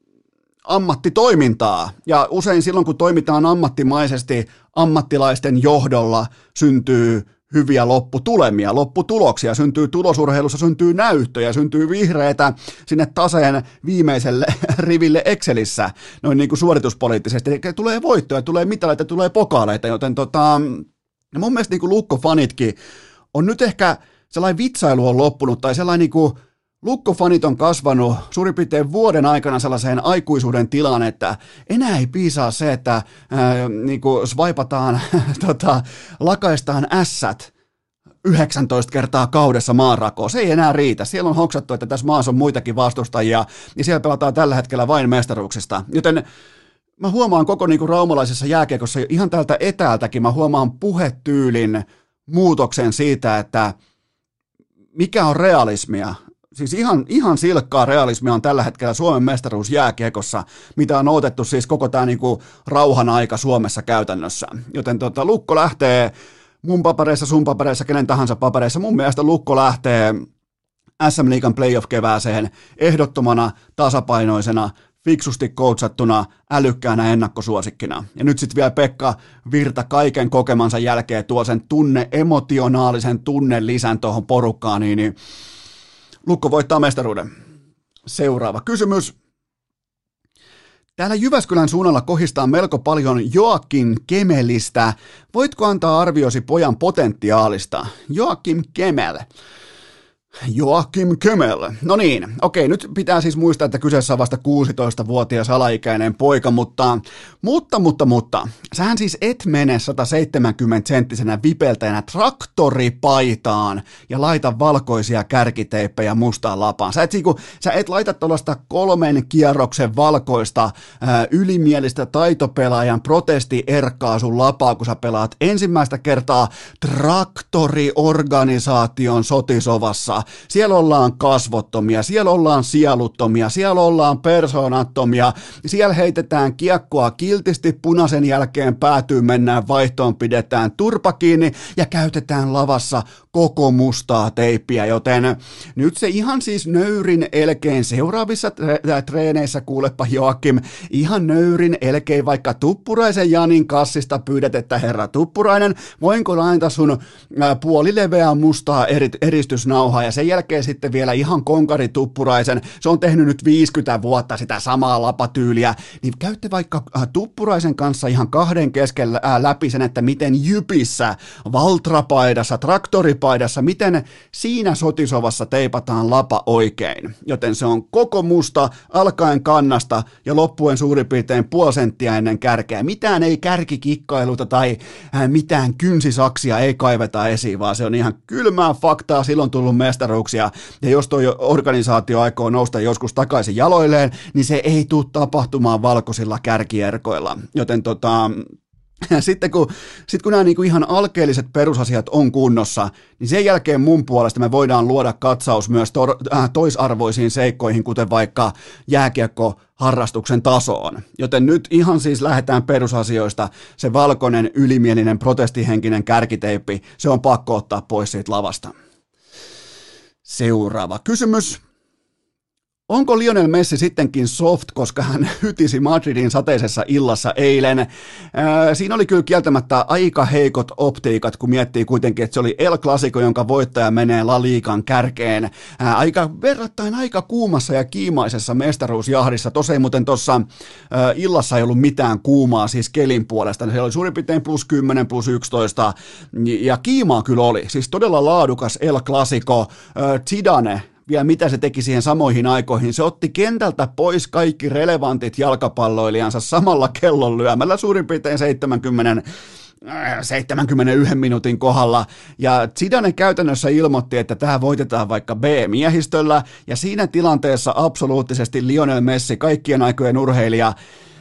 ammattitoimintaa. Ja usein silloin, kun toimitaan ammattimaisesti, ammattilaisten johdolla syntyy hyviä lopputulemia, lopputuloksia, syntyy tulosurheilussa, syntyy näyttöjä, syntyy vihreitä sinne taseen viimeiselle riville Excelissä, noin niin kuin suorituspoliittisesti, eli tulee voittoja, tulee mitaleita, tulee pokaaleita, joten tota, mun mielestä niin kuin Lukko-fanitkin on nyt ehkä sellainen vitsailu on loppunut, tai sellainen niin kuin Lukko-fanit on kasvanut suurin piirtein vuoden aikana sellaiseen aikuisuuden tilaan, että enää ei piisaa se, että ää, niin kuin swipataan, tota, lakaistaan ässät yhdeksäntoista kertaa kaudessa maanrakoon. Se ei enää riitä. Siellä on hoksattu, että tässä maassa on muitakin vastustajia, niin siellä pelataan tällä hetkellä vain mestaruuksista. Joten mä huomaan koko niin kuin raumalaisessa jääkiekossa ihan tältä etäältäkin, mä huomaan puhetyylin muutoksen siitä, että mikä on realismia. Siis ihan, ihan silkkaa realismia on tällä hetkellä Suomen mestaruus jääkiekossa, mitä on odotettu siis koko tämä niinku rauhan aika Suomessa käytännössä. Joten tota, Lukko lähtee mun papereissa, sun papereissa, kenen tahansa papereissa. Mun mielestä Lukko lähtee S M-liigan playoff-kevääseen ehdottomana, tasapainoisena, fiksusti coachattuna, älykkäänä ennakkosuosikkina. Ja nyt sitten vielä Pekka Virta kaiken kokemansa jälkeen tuo sen tunne, emotionaalisen tunnelisän tuohon porukkaan, niin, niin Lukko voittaa mestaruuden. Seuraava kysymys. Täällä Jyväskylän suunnalla kohistaa melko paljon Joakim Kemelistä. Voitko antaa arviosi pojan potentiaalista? Joakim Kemel. Joakim Kemell. No niin, okei, nyt pitää siis muistaa, että kyseessä on vasta kuusitoistavuotias alaikäinen poika, mutta, mutta, mutta, mutta, sähän siis et mene sata seitsemänkymmentä senttisenä vipeltäjänä traktoripaitaan ja laita valkoisia kärkiteippejä mustaan lapaan. Sä et, siku, sä et laita tuollaista kolmen kierroksen valkoista ää, ylimielistä taitopelaajan protesti-erkkaa sun lapaa, kun sä pelaat ensimmäistä kertaa traktoriorganisaation sotisovassa. Siellä ollaan kasvottomia, siellä ollaan sieluttomia, siellä ollaan persoonattomia, siellä heitetään kiekkoa kiltisti, punaisen jälkeen päätyy, mennään vaihtoon, pidetään turpa kiinni ja käytetään lavassa koko mustaa teippiä, joten nyt se ihan siis nöyrin elkein seuraavissa tre- treeneissä, kuulepa Joakim, ihan nöyrin elkein vaikka Tuppuraisen Janin kassista pyydät, että herra Tuppurainen, voinko laittaa sun puolileveää mustaa eri- eristysnauhaa ja sen jälkeen sitten vielä ihan konkari Tuppuraisen, se on tehnyt nyt viisikymmentä vuotta sitä samaa lapatyyliä, niin käytte vaikka Tuppuraisen kanssa ihan kahden keskellä läpi sen, että miten jypissä, valtrapaidassa, traktoripaidassa, miten siinä sotisovassa teipataan lapa oikein, joten se on koko musta, alkaen kannasta ja loppuen suurin piirtein puoli senttiä ennen kärkeä. Mitään ei kärkikikkailuta tai mitään kynsisaksia ei kaiveta esiin, vaan se on ihan kylmää faktaa, silloin tullut mestaruuksia, ja jos tuo organisaatio aikoo nousta joskus takaisin jaloilleen, niin se ei tule tapahtumaan valkoisilla kärkierkoilla, joten tota... Sitten kun, sit kun nämä niinku ihan alkeelliset perusasiat on kunnossa, niin sen jälkeen mun puolesta me voidaan luoda katsaus myös tor, äh, toisarvoisiin seikkoihin, kuten vaikka jääkiekkoharrastuksen tasoon. Joten nyt ihan siis lähdetään perusasioista. Se valkoinen, ylimielinen, protestihenkinen kärkiteippi, se on pakko ottaa pois siitä lavasta. Seuraava kysymys. Onko Lionel Messi sittenkin soft, koska hän hytisi Madridin sateisessa illassa eilen? Ää, siinä oli kyllä kieltämättä aika heikot optiikat, kun miettii kuitenkin, että se oli El Clasico, jonka voittaja menee La Ligan kärkeen. Ää, aika verrattain aika kuumassa ja kiimaisessa mestaruusjahdissa. Tosi muuten tuossa illassa ei ollut mitään kuumaa, siis kelin puolesta. Se oli suurin piirtein plus kymmenen, plus yksitoista, ja kiimaa kyllä oli. Siis todella laadukas El Clasico. Ää, Zidane. Vielä mitä se teki siihen samoihin aikoihin, se otti kentältä pois kaikki relevantit jalkapalloilijansa samalla kellon lyömällä suurin piirtein seitsemänkymmentä, seitsemänkymmentäyksi minuutin kohdalla, ja Zidane käytännössä ilmoitti, että tähän voitetaan vaikka B-miehistöllä, ja siinä tilanteessa absoluuttisesti Lionel Messi, kaikkien aikojen urheilija,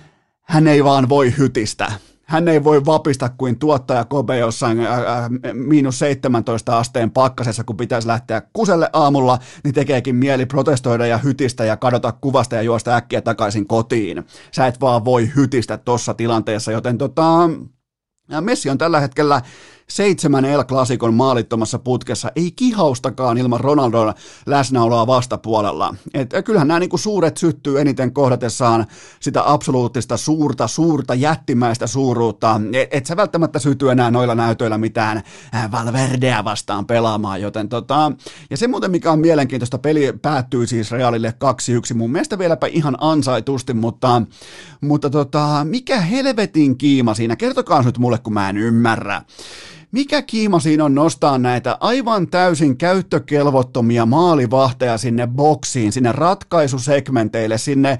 hän ei vaan voi hytistä. Hän ei voi vapista kuin tuottaja Kobe jossain äh, äh, miinus seitsemäntoista asteen pakkasessa, kun pitäisi lähteä kuselle aamulla, niin tekeekin mieli protestoida ja hytistä ja kadota kuvasta ja juosta äkkiä takaisin kotiin. Sä et vaan voi hytistä tossa tilanteessa, joten tota, Messi on tällä hetkellä seitsemän El Clasicon maalittomassa putkessa, ei kihaustakaan ilman Ronaldon läsnäoloa vastapuolella. Et kyllähän nämä niinku suuret syttyy eniten kohdatessaan sitä absoluuttista suurta, suurta, jättimäistä suuruutta. Et, et sä välttämättä syty enää noilla näytöillä mitään Valverdeä vastaan pelaamaan, joten tota, ja se muuten mikä on mielenkiintoista, peli päättyy siis Realille kaksi yksi, mun mielestä vieläpä ihan ansaitusti, mutta, mutta tota, mikä helvetin kiima siinä, kertokaa nyt mulle, kun mä en ymmärrä. Mikä kiima siinä on nostaa näitä aivan täysin käyttökelvottomia maalivahteja sinne boksiin, sinne ratkaisusegmenteille, sinne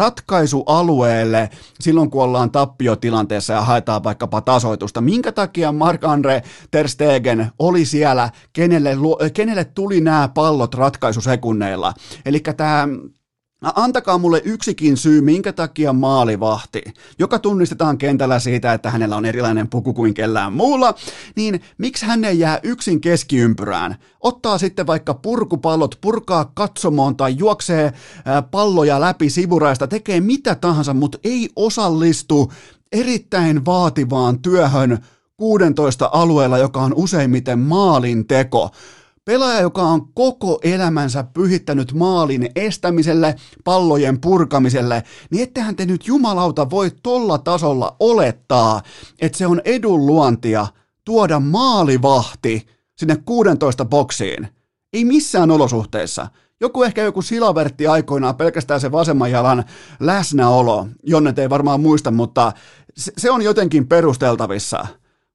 ratkaisualueelle silloin, kun ollaan tappiotilanteessa ja haetaan vaikkapa tasoitusta. Minkä takia Marc-André ter Stegen oli siellä, kenelle, kenelle tuli nämä pallot ratkaisusekunneilla? Eli tämä... Antakaa mulle yksikin syy, minkä takia maalivahti, joka tunnistetaan kentällä siitä, että hänellä on erilainen puku kuin kellään muulla, niin miksi hän ei jää yksin keskiympyrään? Ottaa sitten vaikka purkupallot, purkaa katsomoon tai juoksee palloja läpi sivuraista, tekee mitä tahansa, mutta ei osallistu erittäin vaativaan työhön kuusitoista alueella, joka on useimmiten maalin teko. Pelaaja, joka on koko elämänsä pyhittänyt maalin estämiselle, pallojen purkamiselle, niin ettehän te nyt jumalauta voi tolla tasolla olettaa, että se on edunluontia tuoda maalivahti sinne kuusitoista boksiin. Ei missään olosuhteissa. Joku ehkä joku Silavertti aikoinaan, pelkästään se vasemman jalan läsnäolo, Jonnet ei varmaan muista, mutta se, se on jotenkin perusteltavissa.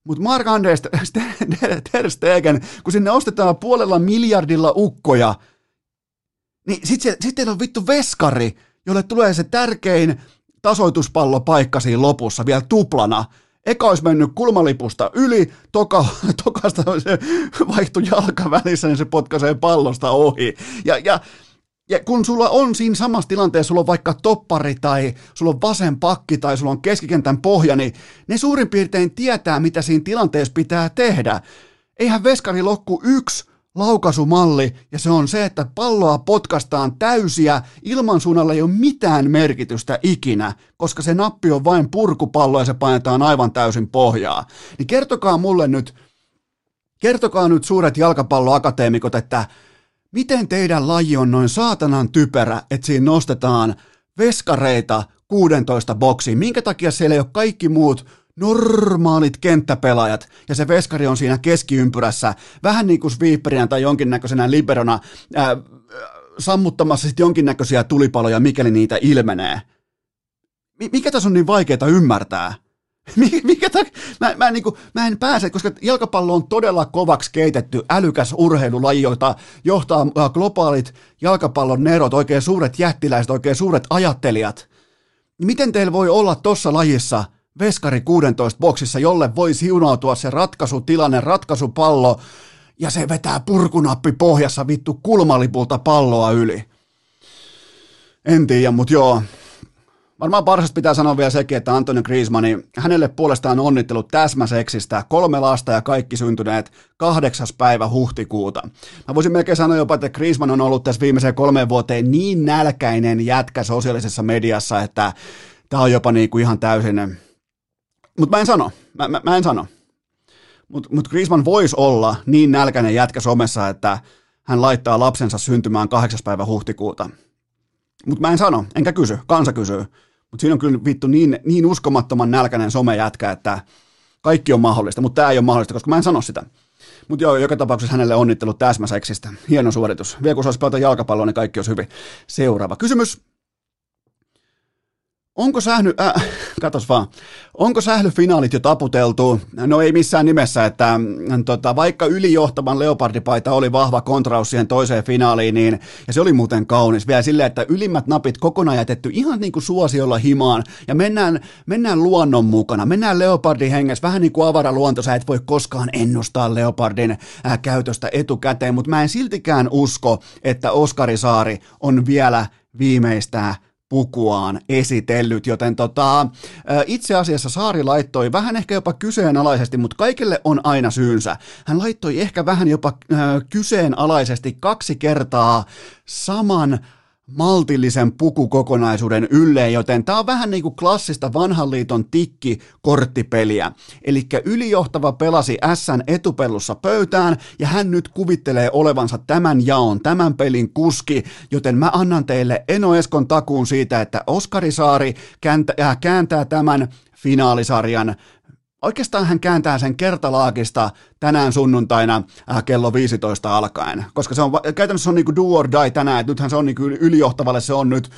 Mutta Marc-André ter Stegen, kun sinne ostetaan puolella miljardilla ukkoja, niin sitten sit teillä on vittu veskari, jolle tulee se tärkein tasoituspallopaikka siinä lopussa vielä tuplana. Eka olisi mennyt kulmalipusta yli, toka, tokasta se vaihtui jalka välissä, niin se potkaisee pallosta ohi. Ja, ja, ja kun sulla on siinä samassa tilanteessa, sulla on vaikka toppari tai sulla on vasen pakki tai sulla on keskikentän pohja, niin ne suurin piirtein tietää, mitä siinä tilanteessa pitää tehdä. Eihän veskari lokku yksi laukaisumalli, ja se on se, että palloa potkastaan täysiä, ilman suunnalla ei ole mitään merkitystä ikinä, koska se nappi on vain purkupallo ja se painetaan aivan täysin pohjaa. Niin kertokaa mulle nyt, kertokaa nyt suuret jalkapalloakateemikot, että miten teidän laji on noin saatanan typerä, että siinä nostetaan veskareita kuusitoista boksiin, minkä takia siellä ei ole kaikki muut normaalit kenttäpelaajat, ja se veskari on siinä keskiympyrässä, vähän niin kuin sweeperinä tai jonkinnäköisenä liberona, ää, sammuttamassa sitten jonkinnäköisiä tulipaloja, mikäli niitä ilmenee. Mikä tässä on niin vaikeaa ymmärtää? Mikä ta- mä, mä, en, niin kuin, mä en pääse, koska jalkapallo on todella kovaksi keitetty, älykäs urheilulaji, jota johtaa globaalit jalkapallon nerot, oikein suuret jättiläiset, oikein suuret ajattelijat. Miten teillä voi olla tossa lajissa veskari kuusitoista boksissa, jolle voi siunautua se ratkaisutilanne, ratkaisupallo, ja se vetää purkunappi pohjassa vittu kulmalipulta palloa yli? En tiedä, mutta joo. Varmaan parhaasti pitää sanoa vielä sekin, että Antonio Griezmann, hänelle puolestaan onnittelut täsmäseksistä, kolme lasta ja kaikki syntyneet kahdeksas päivä huhtikuuta. Mä voisin melkein sanoa jopa, että Griezmann on ollut tässä viimeiseen kolmeen vuoteen niin nälkäinen jätkä sosiaalisessa mediassa, että tää on jopa niinku ihan täysin. Mutta mä en sano, mä, mä, mä en sano. Mutta mut Griezmann voisi olla niin nälkäinen jätkä somessa, että hän laittaa lapsensa syntymään kahdeksas päivä huhtikuuta. Mutta mä en sano, enkä kysy, kansa kysyy. Mutta siinä on kyllä vittu niin, niin uskomattoman nälkäinen somejätkä, että kaikki on mahdollista, mutta tämä ei ole mahdollista, koska mä en sano sitä. Mutta joo, joka tapauksessa hänelle onnittelut täsmäseksistä. Hieno suoritus. Vielä kun saisi pelata jalkapalloa, niin kaikki olisi hyvin. Seuraava kysymys. Onko sähly, äh, katos vaan, onko sählyfinaalit jo taputeltu? No ei missään nimessä, että tota, vaikka ylijohtavan leopardipaita oli vahva kontraus siihen toiseen finaaliin, niin, ja se oli muuten kaunis vielä silleen, että ylimmät napit kokonaan jätetty ihan niin kuin suosiolla himaan, ja mennään, mennään luonnon mukana, mennään leopardin hengessä, vähän niin kuin avaraluonto, sä et voi koskaan ennustaa leopardin äh, käytöstä etukäteen, mutta mä en siltikään usko, että Oskari Saari on vielä viimeistään pukuaan esitellyt, joten tota, itse asiassa Saari laittoi vähän ehkä jopa kyseenalaisesti, mutta kaikille on aina syynsä. Hän laittoi ehkä vähän jopa äh, kyseenalaisesti kaksi kertaa saman maltillisen pukukokonaisuuden ylleen, joten tämä on vähän niin kuin klassista vanhan liiton tikki-korttipeliä. Eli ylijohtava pelasi S:n etupellussa pöytään, ja hän nyt kuvittelee olevansa tämän jaon, tämän pelin kuski, joten mä annan teille Eno Eskon takuun siitä, että Oskari Saari kääntää, kääntää tämän finaalisarjan. Oikeastaan hän kääntää sen kertalaakista tänään sunnuntaina äh, kello viisitoista alkaen, koska se on, käytännössä se on niin kuin do or die tänään, että nythän se on niin kuin ylijohtavalle, se on nyt,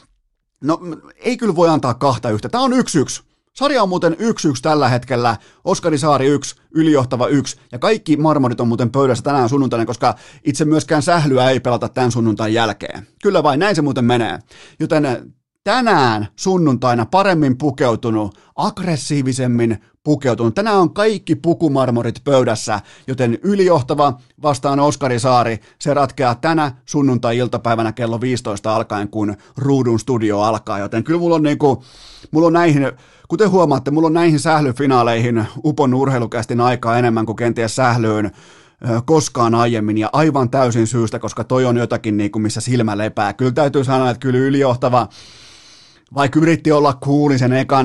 no ei kyllä voi antaa kahta yhtä, tämä on yksi yksi. Sarja on muuten yksi yksi tällä hetkellä, Oskari Saari yksi, ylijohtava yksi, ja kaikki marmorit on muuten pöydässä tänään sunnuntaina, koska itse myöskään sählyä ei pelata tämän sunnuntain jälkeen. Kyllä vain, näin se muuten menee. Joten tänään sunnuntaina paremmin pukeutunut, aggressiivisemmin pukeutunut. Tänään on kaikki pukumarmorit pöydässä, joten ylijohtava vastaan Oskari Saari. Se ratkeaa tänä sunnuntai-iltapäivänä kello viisitoista alkaen, kun Ruudun studio alkaa. Joten kyllä mulla on, niinku, mulla on näihin, kuten huomaatte, mulla on näihin sählyfinaaleihin upon urheilukästin aikaa enemmän kuin kenties sählyyn koskaan aiemmin, ja aivan täysin syystä, koska toi on jotakin, niin kuin missä silmä lepää. Kyllä täytyy sanoa, että kyllä ylijohtava, vaikka yritti olla cooli sen ekan,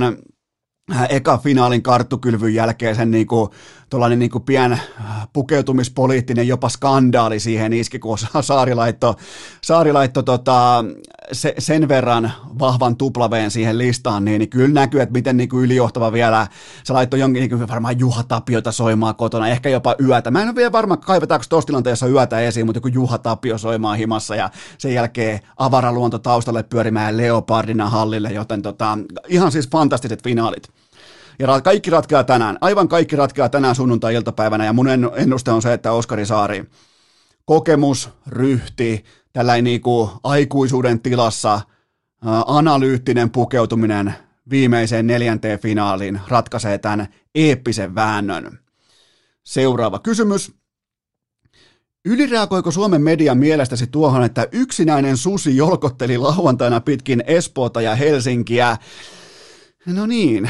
eka finaalin karttukylvyn jälkeen sen niinku, tuollainen niinku pien pukeutumispoliittinen jopa skandaali siihen iski, kun Saari laittoi, Saari laittoi tota, se, sen verran vahvan tuplaveen siihen listaan, niin, niin kyllä näkyy, että miten niinku ylijohtava vielä, se laittoi jonkin niinku varmaan Juha Tapiota soimaan kotona, ehkä jopa yötä. Mä en ole vielä varma, kaivetaanko tuossa tilanteessa yötä esiin, mutta joku Juha Tapio soimaan himassa ja sen jälkeen avaraluonto taustalle pyörimään leopardina hallille, joten tota, ihan siis fantastiset finaalit. Ja ra- kaikki ratkeaa tänään, aivan kaikki ratkeaa tänään sunnuntai-iltapäivänä, ja mun ennuste on se, että Oskari Saari, kokemus, ryhti, tällainen niinku aikuisuuden tilassa, ä, analyyttinen pukeutuminen viimeiseen neljänteen finaaliin ratkaisee tämän eeppisen väännön. Seuraava kysymys. Ylireagoiko Suomen median mielestäsi tuohon, että yksinäinen susi jolkotteli lauantaina pitkin Espoota ja Helsinkiä? No niin.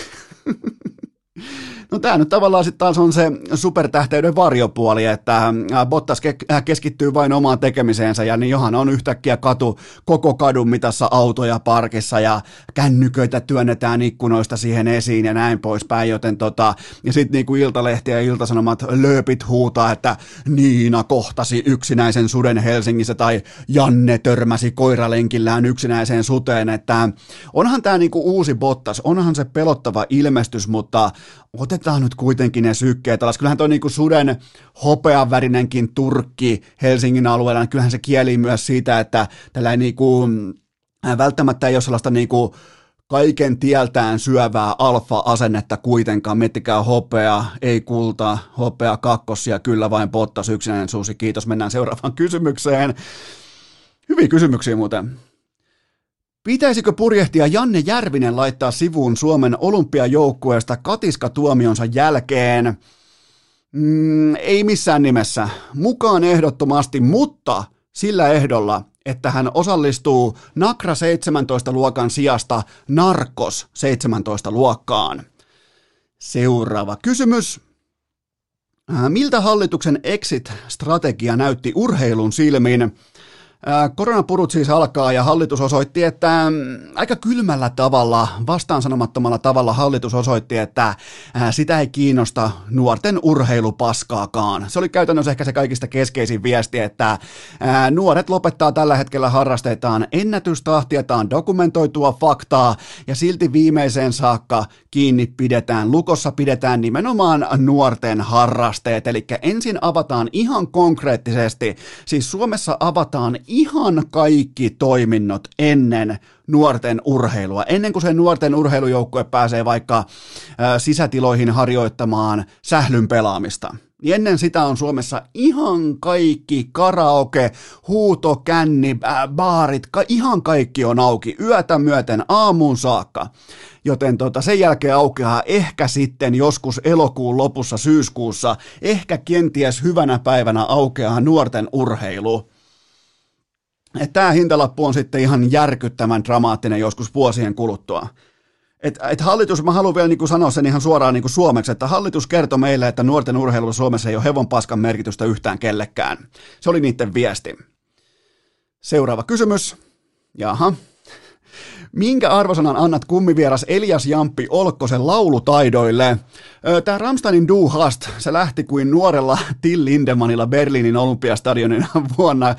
No tämä nyt tavallaan sitten taas on se supertähteyden varjopuoli, että Bottas keskittyy vain omaan tekemiseensä ja niin johan on yhtäkkiä katu, koko kadun mitassa autoja parkissa ja kännyköitä työnnetään ikkunoista siihen esiin ja näin poispäin, joten tota, ja sitten niinku Iltalehti ja Iltasanomat lööpit huutaa, että Niina kohtasi yksinäisen suden Helsingissä tai Janne törmäsi koiralenkillään yksinäiseen suteen, että onhan tämä niinku uusi Bottas, onhan se pelottava ilmestys, mutta otetaan nyt kuitenkin ne sykkeet alas. Kyllähän tuo niinku suden hopeavärinenkin turkki Helsingin alueella, niin kyllähän se kieli myös siitä, että tällainen niinku, välttämättä ei ole sellaista niinku kaiken tieltään syövää alfa-asennetta kuitenkaan. Miettikää hopea, ei kulta, hopea kakkosia, kyllä vain Bottas yksinäinen susi. Kiitos, mennään seuraavaan kysymykseen. Hyviä kysymyksiä muuten. Pitäisikö purjehtia Janne Järvinen laittaa sivuun Suomen olympiajoukkueesta katiskatuomionsa jälkeen? Mm, ei missään nimessä. Mukaan ehdottomasti, mutta sillä ehdolla, että hän osallistuu Nakra seitsemäntoista luokan sijasta Narkos seitsemäntoista luokkaan. Seuraava kysymys. Miltä hallituksen exit-strategia näytti urheilun silmin? Koronapurut siis alkaa ja hallitus osoitti, että aika kylmällä tavalla, vastaansanomattomalla tavalla hallitus osoitti, että sitä ei kiinnosta nuorten urheilupaskaakaan. Se oli käytännössä ehkä se kaikista keskeisin viesti, että nuoret lopettaa tällä hetkellä harrasteitaan ennätystahtia, tämä on dokumentoitua faktaa ja silti viimeiseen saakka kiinni pidetään, lukossa pidetään nimenomaan nuorten harrasteet, eli ensin avataan ihan konkreettisesti, siis Suomessa avataan ihan kaikki toiminnot ennen nuorten urheilua, ennen kuin se nuorten urheilujoukkue pääsee vaikka ä, sisätiloihin harjoittamaan sählyn pelaamista. Niin ennen sitä on Suomessa ihan kaikki karaoke, huutokänni, ä, baarit, ka, ihan kaikki on auki yötä myöten aamuun saakka. Joten tota, sen jälkeen aukeaa ehkä sitten joskus elokuun lopussa, syyskuussa, ehkä kenties hyvänä päivänä aukeaa nuorten urheilu. Tämä hintalappu on sitten ihan järkyttävän dramaattinen joskus vuosien kuluttua. Et, et hallitus, mä haluan vielä niinku sanoa sen ihan suoraan niinku suomeksi, että hallitus kertoi meille, että nuorten urheilulla Suomessa ei ole hevon paskan merkitystä yhtään kellekään. Se oli niiden viesti. Seuraava kysymys. Jaha. Minkä arvosanan annat kummivieras Elias Jamppi Olkkosen laulutaidoille? Tämä Rammsteinin Du hast, se lähti kuin nuorella Till Lindemannilla Berliinin Olympiastadionin vuonna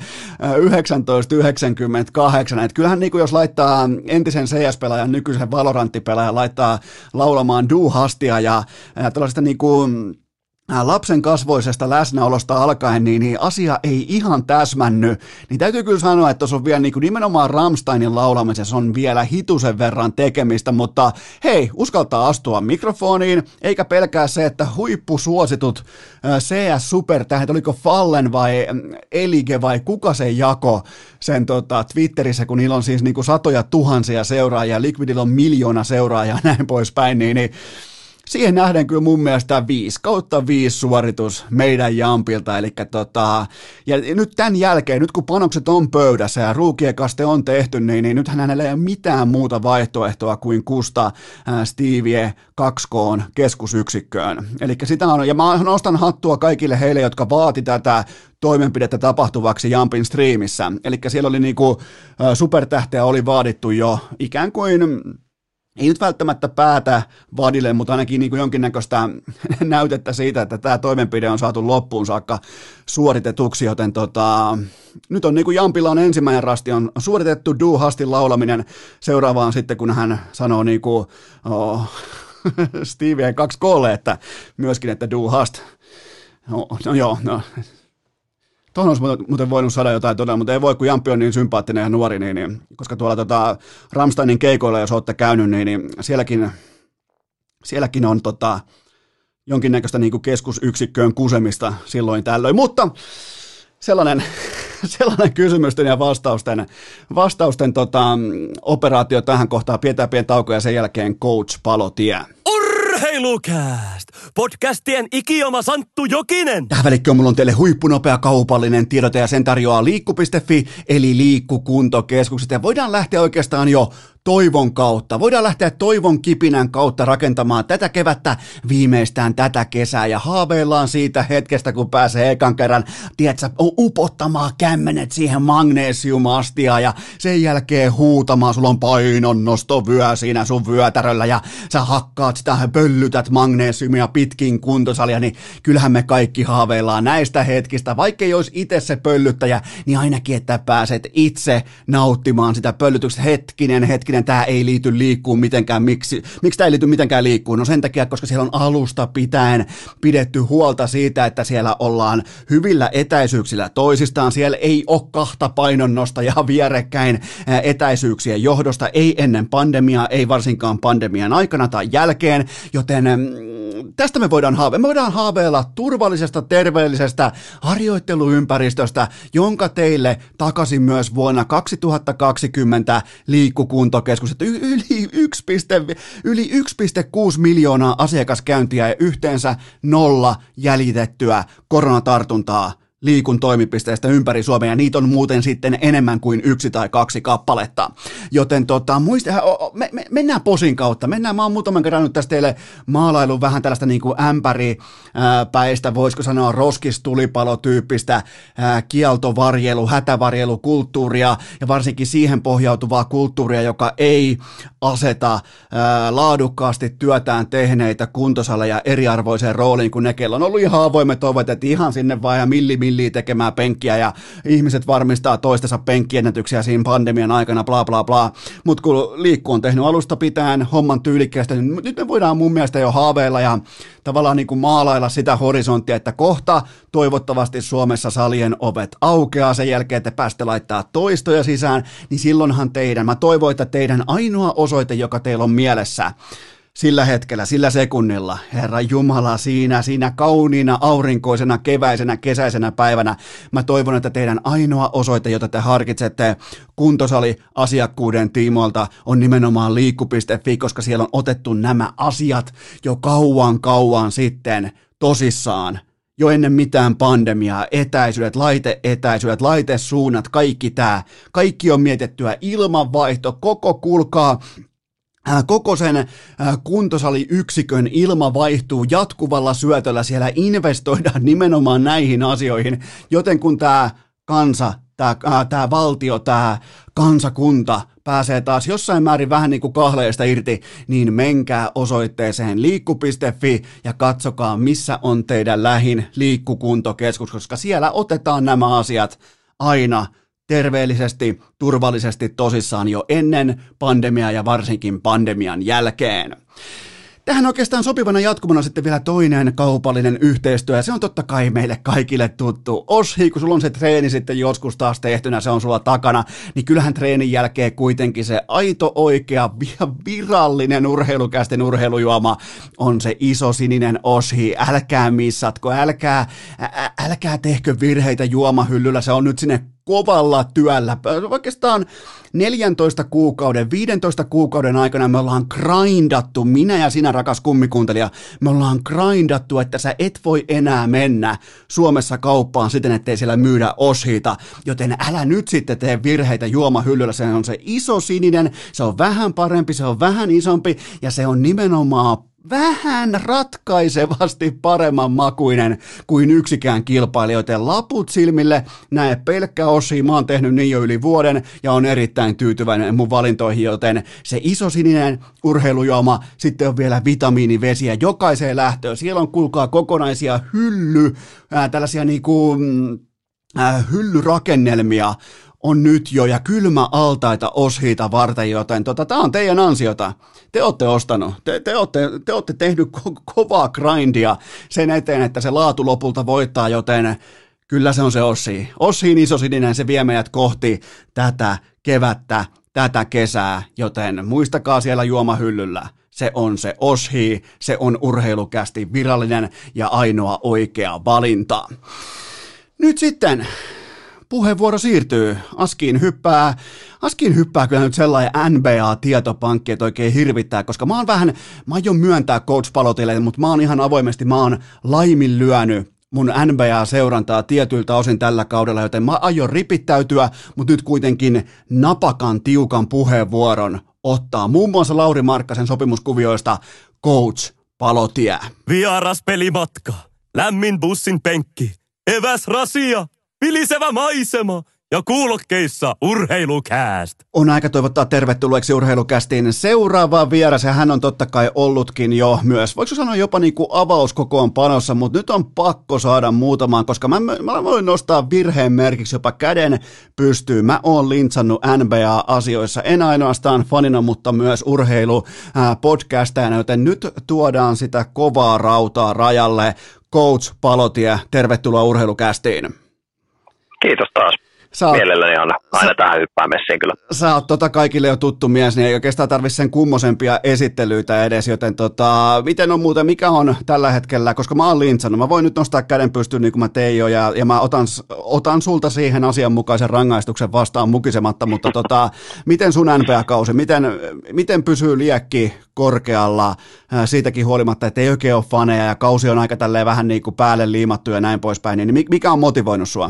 yhdeksäntoistasataayhdeksänkymmentäkahdeksan. Et kyllähän niin kuin jos laittaa entisen C S-pelaajan, nykyisen Valorant-pelaajan, laittaa laulamaan Du hastia ja, ja tällaisesta niin kuin lapsen kasvoisesta läsnäolosta alkaen, niin, niin asia ei ihan täsmänny, niin täytyy kyllä sanoa, että tuossa on vielä niin kuin nimenomaan Rammsteinin laulamisessa on vielä hitusen verran tekemistä, mutta hei, uskaltaa astua mikrofoniin, eikä pelkää se, että huippusuositut C S-supertähdet, oliko Fallen vai Elige vai kuka se jako sen tota, Twitterissä, kun niillä on siis niin kuin satoja tuhansia seuraajia, Liquidilla on miljoona seuraajaa ja näin poispäin, niin, niin siihen nähden kyllä mun mielestä viisi kautta viisi suoritus meidän Jampilta, eli tota, ja nyt tämän jälkeen, nyt kun panokset on pöydässä ja ruukiekaste on tehty, niin, niin nythän hänellä ei ole mitään muuta vaihtoehtoa kuin kusta äh, Stevie kaksi K:n keskusyksikköön. Eli sitä on, ja mä nostan hattua kaikille heille, jotka vaati tätä toimenpidettä tapahtuvaksi Jampin striimissä, eli siellä oli niinku äh, supertähteä oli vaadittu jo ikään kuin ei nyt välttämättä päätä vadille, mutta ainakin niin kuin jonkinnäköistä näytettä siitä, että tämä toimenpide on saatu loppuun saakka suoritetuksi, joten tota, nyt on niin kuin Jampilla on ensimmäinen rasti on suoritettu Du hastin laulaminen, seuraavaan sitten kun hän sanoo niin kuin oh, Stevie kaksi K:lle, että myöskin, että Du hast, no, no joo, no. Tuohon olisi muuten voinut saada jotain todella, mutta ei voi, kun Jampi on niin sympaattinen ja nuori, niin, niin, koska tuolla tota, Rammsteinin keikoilla, jos olette käynyt, niin, niin sielläkin, sielläkin on tota, jonkinnäköistä niin kuin keskusyksikköön kusemista silloin tällöin, mutta sellainen, sellainen kysymysten ja vastausten, vastausten tota, operaatio tähän kohtaan, pidetään pieni tauko ja sen jälkeen Coach Palotie. Urheilukääst! Podcastien ikioma Santtu Jokinen! Tähän välikköön mulla on teille huippunopea kaupallinen tiedote ja sen tarjoaa liikku piste fi eli liikkukuntokeskukset ja voidaan lähteä oikeastaan jo toivon kautta. Voidaan lähteä toivon kipinän kautta rakentamaan tätä kevättä viimeistään tätä kesää ja haaveillaan siitä hetkestä, kun pääsee ekan kerran, tiedätkö, upottamaan kämmenet siihen magnesiumastiaan ja sen jälkeen huutamaan, sulla on painonnostovyö siinä sun vyötäröllä ja sä hakkaat sitä, pöllytät magnesiumia pitkin kuntosalia, niin kyllähän me kaikki haaveillaan näistä hetkistä, vaikka ei olisi itse se pöllyttäjä, niin ainakin, että pääset itse nauttimaan sitä pöllytyksestä. Hetkinen, hetkinen, tämä ei liity liikkuun mitenkään. Miksi, miksi tämä ei liity mitenkään liikkuun? No sen takia, koska siellä on alusta pitäen pidetty huolta siitä, että siellä ollaan hyvillä etäisyyksillä toisistaan. Siellä ei ole kahta painonnostajaa vierekkäin etäisyyksien johdosta, ei ennen pandemiaa, ei varsinkaan pandemian aikana tai jälkeen, joten tästä me voidaan haaveilla. Me voidaan haaveilla turvallisesta, terveellisestä harjoitteluympäristöstä, jonka teille takaisin myös vuonna kaksituhattakaksikymmentä liikkukuntokeskus. Yli yksi pilkku kuusi miljoonaa asiakaskäyntiä ja yhteensä nolla jäljitettyä koronatartuntaa liikun toimipisteistä ympäri Suomea, ja niitä on muuten sitten enemmän kuin yksi tai kaksi kappaletta. Joten tota, muista, me, me, mennään posin kautta, mennään, mä oon muutaman kerran nyt tästä teille maalailun vähän tällaista niin kuin ämpäripäistä, voisiko sanoa roskistulipalotyyppistä ää, kieltovarjelu, hätävarjelukulttuuria, ja varsinkin siihen pohjautuvaa kulttuuria, joka ei aseta ää, laadukkaasti työtään tehneitä kuntosaleja eriarvoiseen rooliin, kun ne, kello on ollut ihan avoimet ovet, että ihan sinne vaan ja milli milliä tekemään penkkiä ja ihmiset varmistaa toistensa penkkiennätyksiä siinä pandemian aikana, bla bla bla, mutta kun liikku on tehnyt alusta pitäen homman tyylikkäästi, niin nyt me voidaan mun mielestä jo haaveilla ja tavallaan niin kuin maalailla sitä horisonttia, että kohta toivottavasti Suomessa salien ovet aukeaa sen jälkeen, että päästä laittaa toistoja sisään, niin silloinhan teidän, mä toivon, että teidän ainoa osoite, joka teillä on mielessä, sillä hetkellä, sillä sekunnilla, Herra Jumala, siinä, siinä kauniina, aurinkoisena, keväisenä, kesäisenä päivänä, mä toivon, että teidän ainoa osoite, jota te harkitsette kuntosaliasiakkuuden tiimoilta, on nimenomaan liikku piste fi, koska siellä on otettu nämä asiat jo kauan, kauan sitten tosissaan. Jo ennen mitään pandemiaa, etäisyydet, laite-etäisyydet, laitesuunnat, kaikki tämä, kaikki on mietittyä, ilmanvaihto, koko kuulkaa, koko sen kuntosaliyyksikön ilma vaihtuu jatkuvalla syötöllä, siellä investoidaan nimenomaan näihin asioihin, joten kun tämä kansa, tämä, tämä valtio, tämä kansakunta pääsee taas jossain määrin vähän niin kuin kahleista irti, niin menkää osoitteeseen liikku piste fi ja katsokaa, missä on teidän lähin liikkukuntokeskus, koska siellä otetaan nämä asiat aina terveellisesti, turvallisesti tosissaan jo ennen pandemiaa ja varsinkin pandemian jälkeen. Tähän oikeastaan sopivana jatkumana sitten vielä toinen kaupallinen yhteistyö, ja se on totta kai meille kaikille tuttu. Oshi, kun sulla on se treeni sitten joskus taas tehtynä, se on sulla takana, niin kyllähän treenin jälkeen kuitenkin se aito, oikea, virallinen urheilukästen urheilujuoma on se iso sininen Oshi. Älkää missatko, älkää, ä, älkää tehkö virheitä juomahyllyllä, se on nyt sinne kovalla työllä. Oikeastaan neljäntoista kuukauden, viidentoista kuukauden aikana me ollaan grindattu, minä ja sinä rakas kummikuuntelija, me ollaan grindattu, että sä et voi enää mennä Suomessa kauppaan siten, ettei siellä myydä Oshita, joten älä nyt sitten tee virheitä juomahyllyllä, se on se iso sininen, se on vähän parempi, se on vähän isompi ja se on nimenomaan vähän ratkaisevasti paremman makuinen kuin yksikään kilpailija, joten laput silmille, näe pelkkä Oshi, mä oon tehnyt niin jo yli vuoden ja on erittäin tyytyväinen mun valintoihin, joten se iso sininen urheilujuoma, sitten on vielä vitamiinivesiä jokaiseen lähtöön, siellä on kuulkaa kokonaisia hylly, ää, tällaisia niinku ää, hyllyrakennelmia, on nyt jo ja kylmäaltaita Oshita varten, joten tota, tämä on teidän ansiota. Te olette ostanut, te, te, olette, te olette tehnyt ko- kovaa grindia sen eteen, että se laatu lopulta voittaa, joten kyllä se on se Oshi. Oshin isosininen, se vie meidät kohti tätä kevättä, tätä kesää, joten muistakaa siellä juomahyllyllä. se on se Oshi, se on Urheilukästin virallinen ja ainoa oikea valinta. Nyt sitten puheenvuoro siirtyy. Askiin hyppää, Askiin hyppää kyllä nyt sellainen N B A-tietopankki, että oikein hirvittää, koska mä oon vähän, mä aion myöntää Coach Palotille, mutta mä oon ihan avoimesti, mä oon laiminlyönyt mun N B A-seurantaa tietyiltä osin tällä kaudella, joten mä aion ripittäytyä, mutta nyt kuitenkin napakan tiukan puheenvuoron ottaa muun muassa Lauri Markkasen sopimuskuvioista Coach Palotie. Vieras pelimatka, lämmin bussin penkki, eväs rasia, vilisevä maisema ja kuulokkeissa Urheilukääst. On aika toivottaa tervetulleeksi Urheilukästiin seuraava vieras, ja hän on totta kai ollutkin jo myös, voiko sanoa jopa niin kuin avauskokoonpanossa, mutta nyt on pakko saada muutamaan, koska mä, mä voin nostaa virheen merkiksi jopa käden pystyyn. Mä oon lintsannut N B A-asioissa, en ainoastaan fanina, mutta myös urheilupodcastajana, joten nyt tuodaan sitä kovaa rautaa rajalle. Coach Palotie, tervetuloa Urheilukästiin. Kiitos taas. Sä oot, Mielelläni aina, aina sä, tähän hyppää messiin kyllä. Sä oot tota kaikille jo tuttu mies, niin ei oikeastaan tarvitse sen kummosempia esittelyitä edes, joten tota, miten on muuten, mikä on tällä hetkellä, koska mä oon lintsannut, mä voin nyt nostaa käden pystyyn niin kuin mä tein jo, ja, ja mä otan, otan sulta siihen asianmukaisen rangaistuksen vastaan mukisematta, mutta tota, miten sun N B A-kausi, miten, miten pysyy liekki korkealla siitäkin huolimatta, että ei oikein ole faneja, ja kausi on aika tälleen vähän niin kuin päälle liimattu ja näin poispäin, niin mikä on motivoinut sua?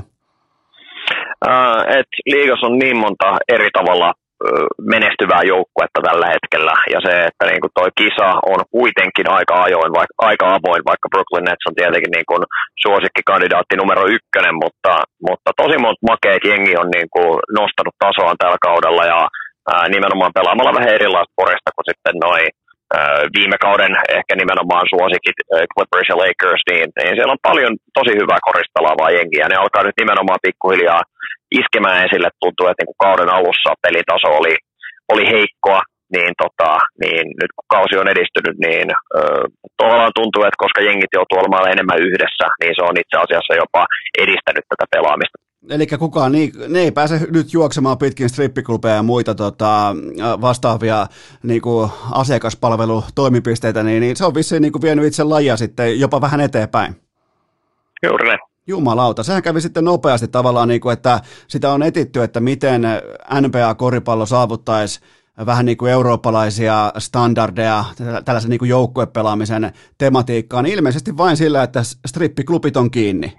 Uh, et liigassa on niin monta eri tavalla uh, menestyvää joukkuetta tällä hetkellä, ja se, että niinku toi kisa on kuitenkin aika ajoin, vaikka, aika avoin, vaikka Brooklyn Nets on tietenkin niinku suosikkikandidaatti numero ykkönen, mutta, mutta tosi monta makeet jengi on niinku nostanut tasoaan tällä kaudella, ja uh, nimenomaan pelaamalla vähän erilaista porista kuin sitten noi uh, viime kauden ehkä nimenomaan suosikit uh, Clippers ja Lakers, niin, niin siellä on paljon tosi hyvää koristalaavaa jengiä, ja ne alkaa nyt nimenomaan pikkuhiljaa iskemään esille. Tuntuu, että niin kuin kauden alussa pelitaso oli, oli heikkoa, niin, tota, niin nyt kun kausi on edistynyt, niin ö, tavallaan tuntuu, että koska jengit joutuu olemaan enemmän yhdessä, niin se on itse asiassa jopa edistänyt tätä pelaamista. Eli kukaan, niin, ne ei pääse nyt juoksemaan pitkin strippiklubeja ja muita tota, vastaavia niin kuin asiakaspalvelutoimipisteitä, niin, niin se on vissiin niin kuin vienyt itse lajia sitten jopa vähän eteenpäin. Juuri ne. Jumalauta, sehän kävi sitten nopeasti tavallaan, niin kuin, että sitä on etitty, että miten N B A-koripallo saavuttaisi vähän niin kuin eurooppalaisia standardeja tällaisen niin kuin joukkuepelaamisen tematiikkaan, ilmeisesti vain sillä, että strippiklubit on kiinni.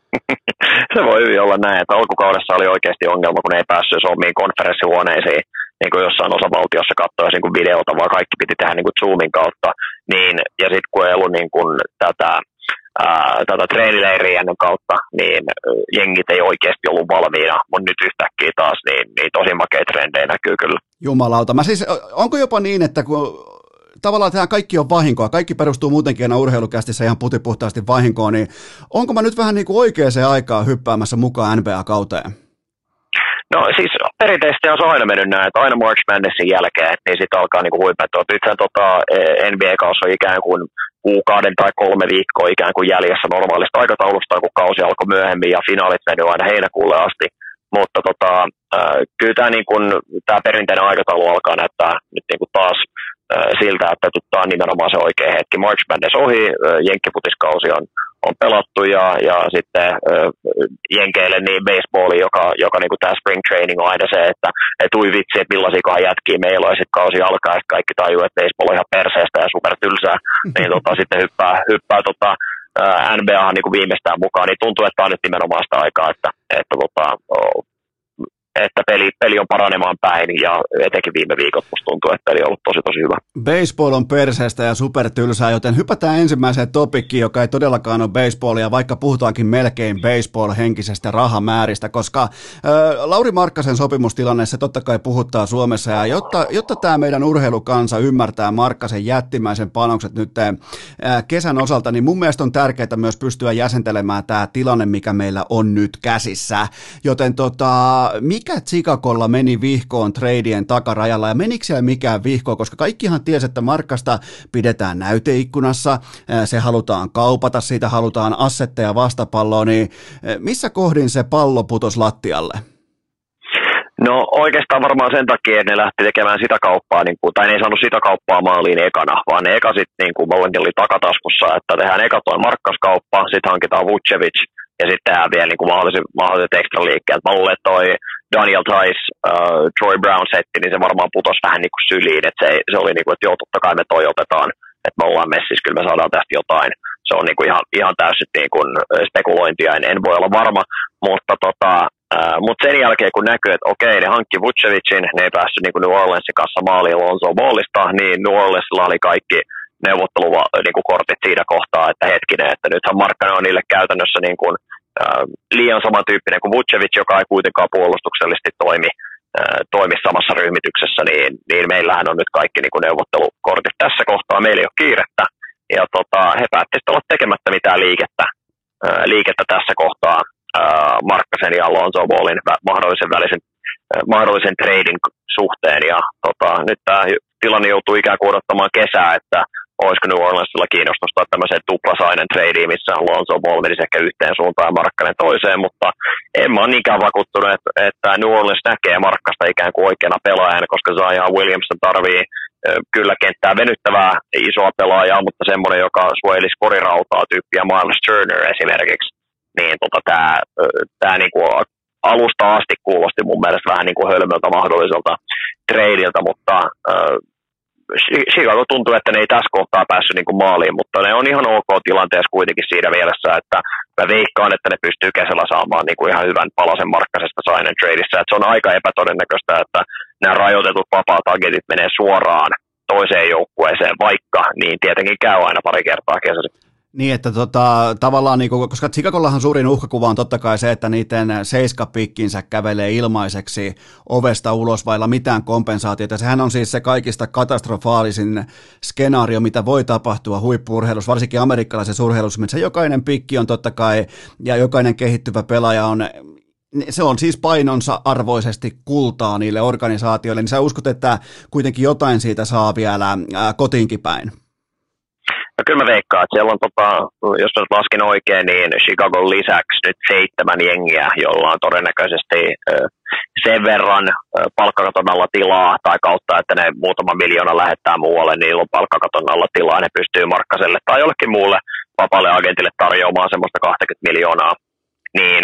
Se voi hyvin olla näin, että alkukaudessa oli oikeasti ongelma, kun ei päässyt omiin konferenssihuoneisiin, niin kuin jossain osavaltiossa katsoisi niin kuin videota, vaan kaikki piti tehdä niin kuin Zoomin kautta, niin, ja sitten kun ei ollut niin kuin tätä Ää, tätä treenileiriä ennen kautta, niin jengit ei oikeasti ollut valmiina, mutta nyt yhtäkkiä taas niin, niin tosi makea trendejä näkyy kyllä. Jumalauta. Mä siis, onko jopa niin, että kun tavallaan tämä kaikki on vahinkoa, kaikki perustuu muutenkin aina urheilukästissä ihan putipuhtaasti vahinkoon, niin onko mä nyt vähän niin kuin oikeaan aikaan hyppäämässä mukaan N B A-kauteen? No siis perinteisesti on se aina mennyt näin, että aina March Madnessin jälkeen, niin sitten alkaa niinku huipentua. Nythän tota, N B A-kausi on ikään kuin kuukauden tai kolme viikkoa ikään kuin jäljessä normaalista aikataulusta, kun kausi alkoi myöhemmin ja finaalit meni aina heinäkuulle asti. Mutta tota, äh, kyllä tämä niin perinteinen aikataulu alkaa näyttää nyt niin kuin taas äh, siltä, että tämä on nimenomaan se oikea hetki. March Madness ohi, äh, jenkkiputiskausi on, on pelattu ja, ja sitten äh, jenkeille niin baseball, joka, joka niin kuin tämä spring training on aina se, että et ui vitsi, että millaisikohan jätkiä meillä on, ja sitten kausi alkaa, että kaikki tajuu, että baseball on ihan perseestä ja supertylsää, niin tota, sitten hyppää, hyppää tota, N B A niin kuin viimeistään mukaan, niin tuntuu, että tämä on nyt nimenomaan sitä aikaa, että, että, tota, että peli, peli on paranemaan päin, ja etenkin viime viikot musta tuntuu, että peli on ollut tosi tosi hyvä. Baseball on perseestä ja supertylsää, joten hypätään ensimmäiseen topikkiin, joka ei todellakaan ole baseballia, vaikka puhutaankin melkein baseball-henkisestä rahamääristä, koska ä, Lauri Markkasen sopimustilanne, se totta kai puhuttaa Suomessa, ja jotta, jotta tämä meidän urheilukansa ymmärtää Markkasen jättimäisen panokset nyt ä, kesän osalta, niin mun mielestä on tärkeää myös pystyä jäsentelemään tämä tilanne, mikä meillä on nyt käsissä, joten tota, mikä Chicagolla meni vihkoon treidien takarajalla, ja menikö siellä mikään vihkoon, koska kaikkihan tiesi, että Markkasta pidetään näyteikkunassa, se halutaan kaupata, siitä halutaan assetteja vastapalloa, niin missä kohdin se pallo putosi lattialle? No oikeastaan varmaan sen takia, että ne lähti tekemään sitä kauppaa, niin kuin, tai ne ei saanut sitä kauppaa maaliin ekana, vaan ne eka sitten niin kuin mollemmin oli takataskussa, että tehdään eka toi Markkaskauppa, sitten hankitaan Vucevic, ja sitten tehdään vielä niin kuin mahdolliset, mahdolliset ekstra liikkeet. Mä luulen, että toi Daniel Tice, uh, Troy Brown setti, niin se varmaan putosi vähän niin kuin syliin, että se, se oli niin kuin, että joo, totta kai me toi otetaan, että me ollaan messissä, kyllä me saadaan tästä jotain. Se on niin kuin ihan, ihan täysin niin kuin spekulointia, en, en voi olla varma, mutta tota, uh, mut sen jälkeen kun näkyy, että okei, ne hankki Vucevicin, ne ei päässyt niin kuin New Orleansin kanssa maaliin Lonzo Ballista, niin New Orleansilla oli kaikki neuvottelukortit siinä kohtaa, että hetkinen, että nythän Markkanen on niille käytännössä niin kuin, äh, liian samantyyppinen kuin Vucevic, joka ei kuitenkaan puolustuksellisesti toimi, äh, toimi samassa ryhmityksessä, niin, niin meillähän on nyt kaikki niin kuin neuvottelukortit tässä kohtaa, meillä ei ole kiirettä, ja tota, he päättivät olla tekemättä mitään liikettä, äh, liikettä tässä kohtaa äh, Markkasen ja Lonzo Ballin mahdollisen välisen äh, mahdollisen treidin suhteen, ja tota, nyt tämä tilanne joutuu ikään kuin odottamaan kesää, että olisiko New Orleansilla kiinnostusta tämmöiseen tuplasainen tradeen, missä Lonzo Ball menisi ehkä yhteen suuntaan ja Markkanen toiseen, mutta en mä ole niinkään vakuuttunut, että New Orleans näkee Markkasta ikään kuin oikeana pelaajana, koska Zion Williamson tarvii kyllä kenttää venyttävää isoa pelaajaa, mutta semmoinen, joka suojelisi korirautaa tyyppiä Miles Turner esimerkiksi, niin tota, tämä tää niinku alusta asti kuulosti mun mielestä vähän niin kuin hölmöltä mahdolliselta tradeilta, mutta äh, Chicago tuntuu, että ne ei tässä kohtaa päässyt niin kuin maaliin, mutta ne on ihan ok tilanteessa kuitenkin siinä mielessä, että mä veikkaan, että ne pystyy kesällä saamaan niin kuin ihan hyvän palasen Markkasesta sign and tradeissa, että se on aika epätodennäköistä, että nämä rajoitetut vapaat agentit menee suoraan toiseen joukkueeseen, vaikka niin tietenkin käy aina pari kertaa kesässä. Niin, että tota, tavallaan, niin kuin, koska Chicagollahan suurin uhkakuva on totta kai se, että niiden seiskapikkinsä kävelee ilmaiseksi ovesta ulos vailla mitään kompensaatiota. Sehän on siis se kaikista katastrofaalisin skenaario, mitä voi tapahtua huippu-urheilussa, varsinkin amerikkalaisessa urheilussa, missä jokainen pikki on totta kai, ja jokainen kehittyvä pelaaja on, se on siis painonsa arvoisesti kultaa niille organisaatioille, niin sä uskot, että kuitenkin jotain siitä saa vielä ää, kotiinkin päin? No kyllä mä veikkaan, että siellä on, tota, jos mä laskin oikein, niin Chicagon lisäksi nyt seitsemän jengiä, jolla on todennäköisesti sen verran palkkakaton alla tilaa tai kautta, että ne muutama miljoona lähettää muualle, niin niillä on palkkakaton alla tilaa, ne pystyy Markkaselle tai jollekin muulle vapaalle agentille tarjoamaan semmoista kaksikymmentä miljoonaa. Niin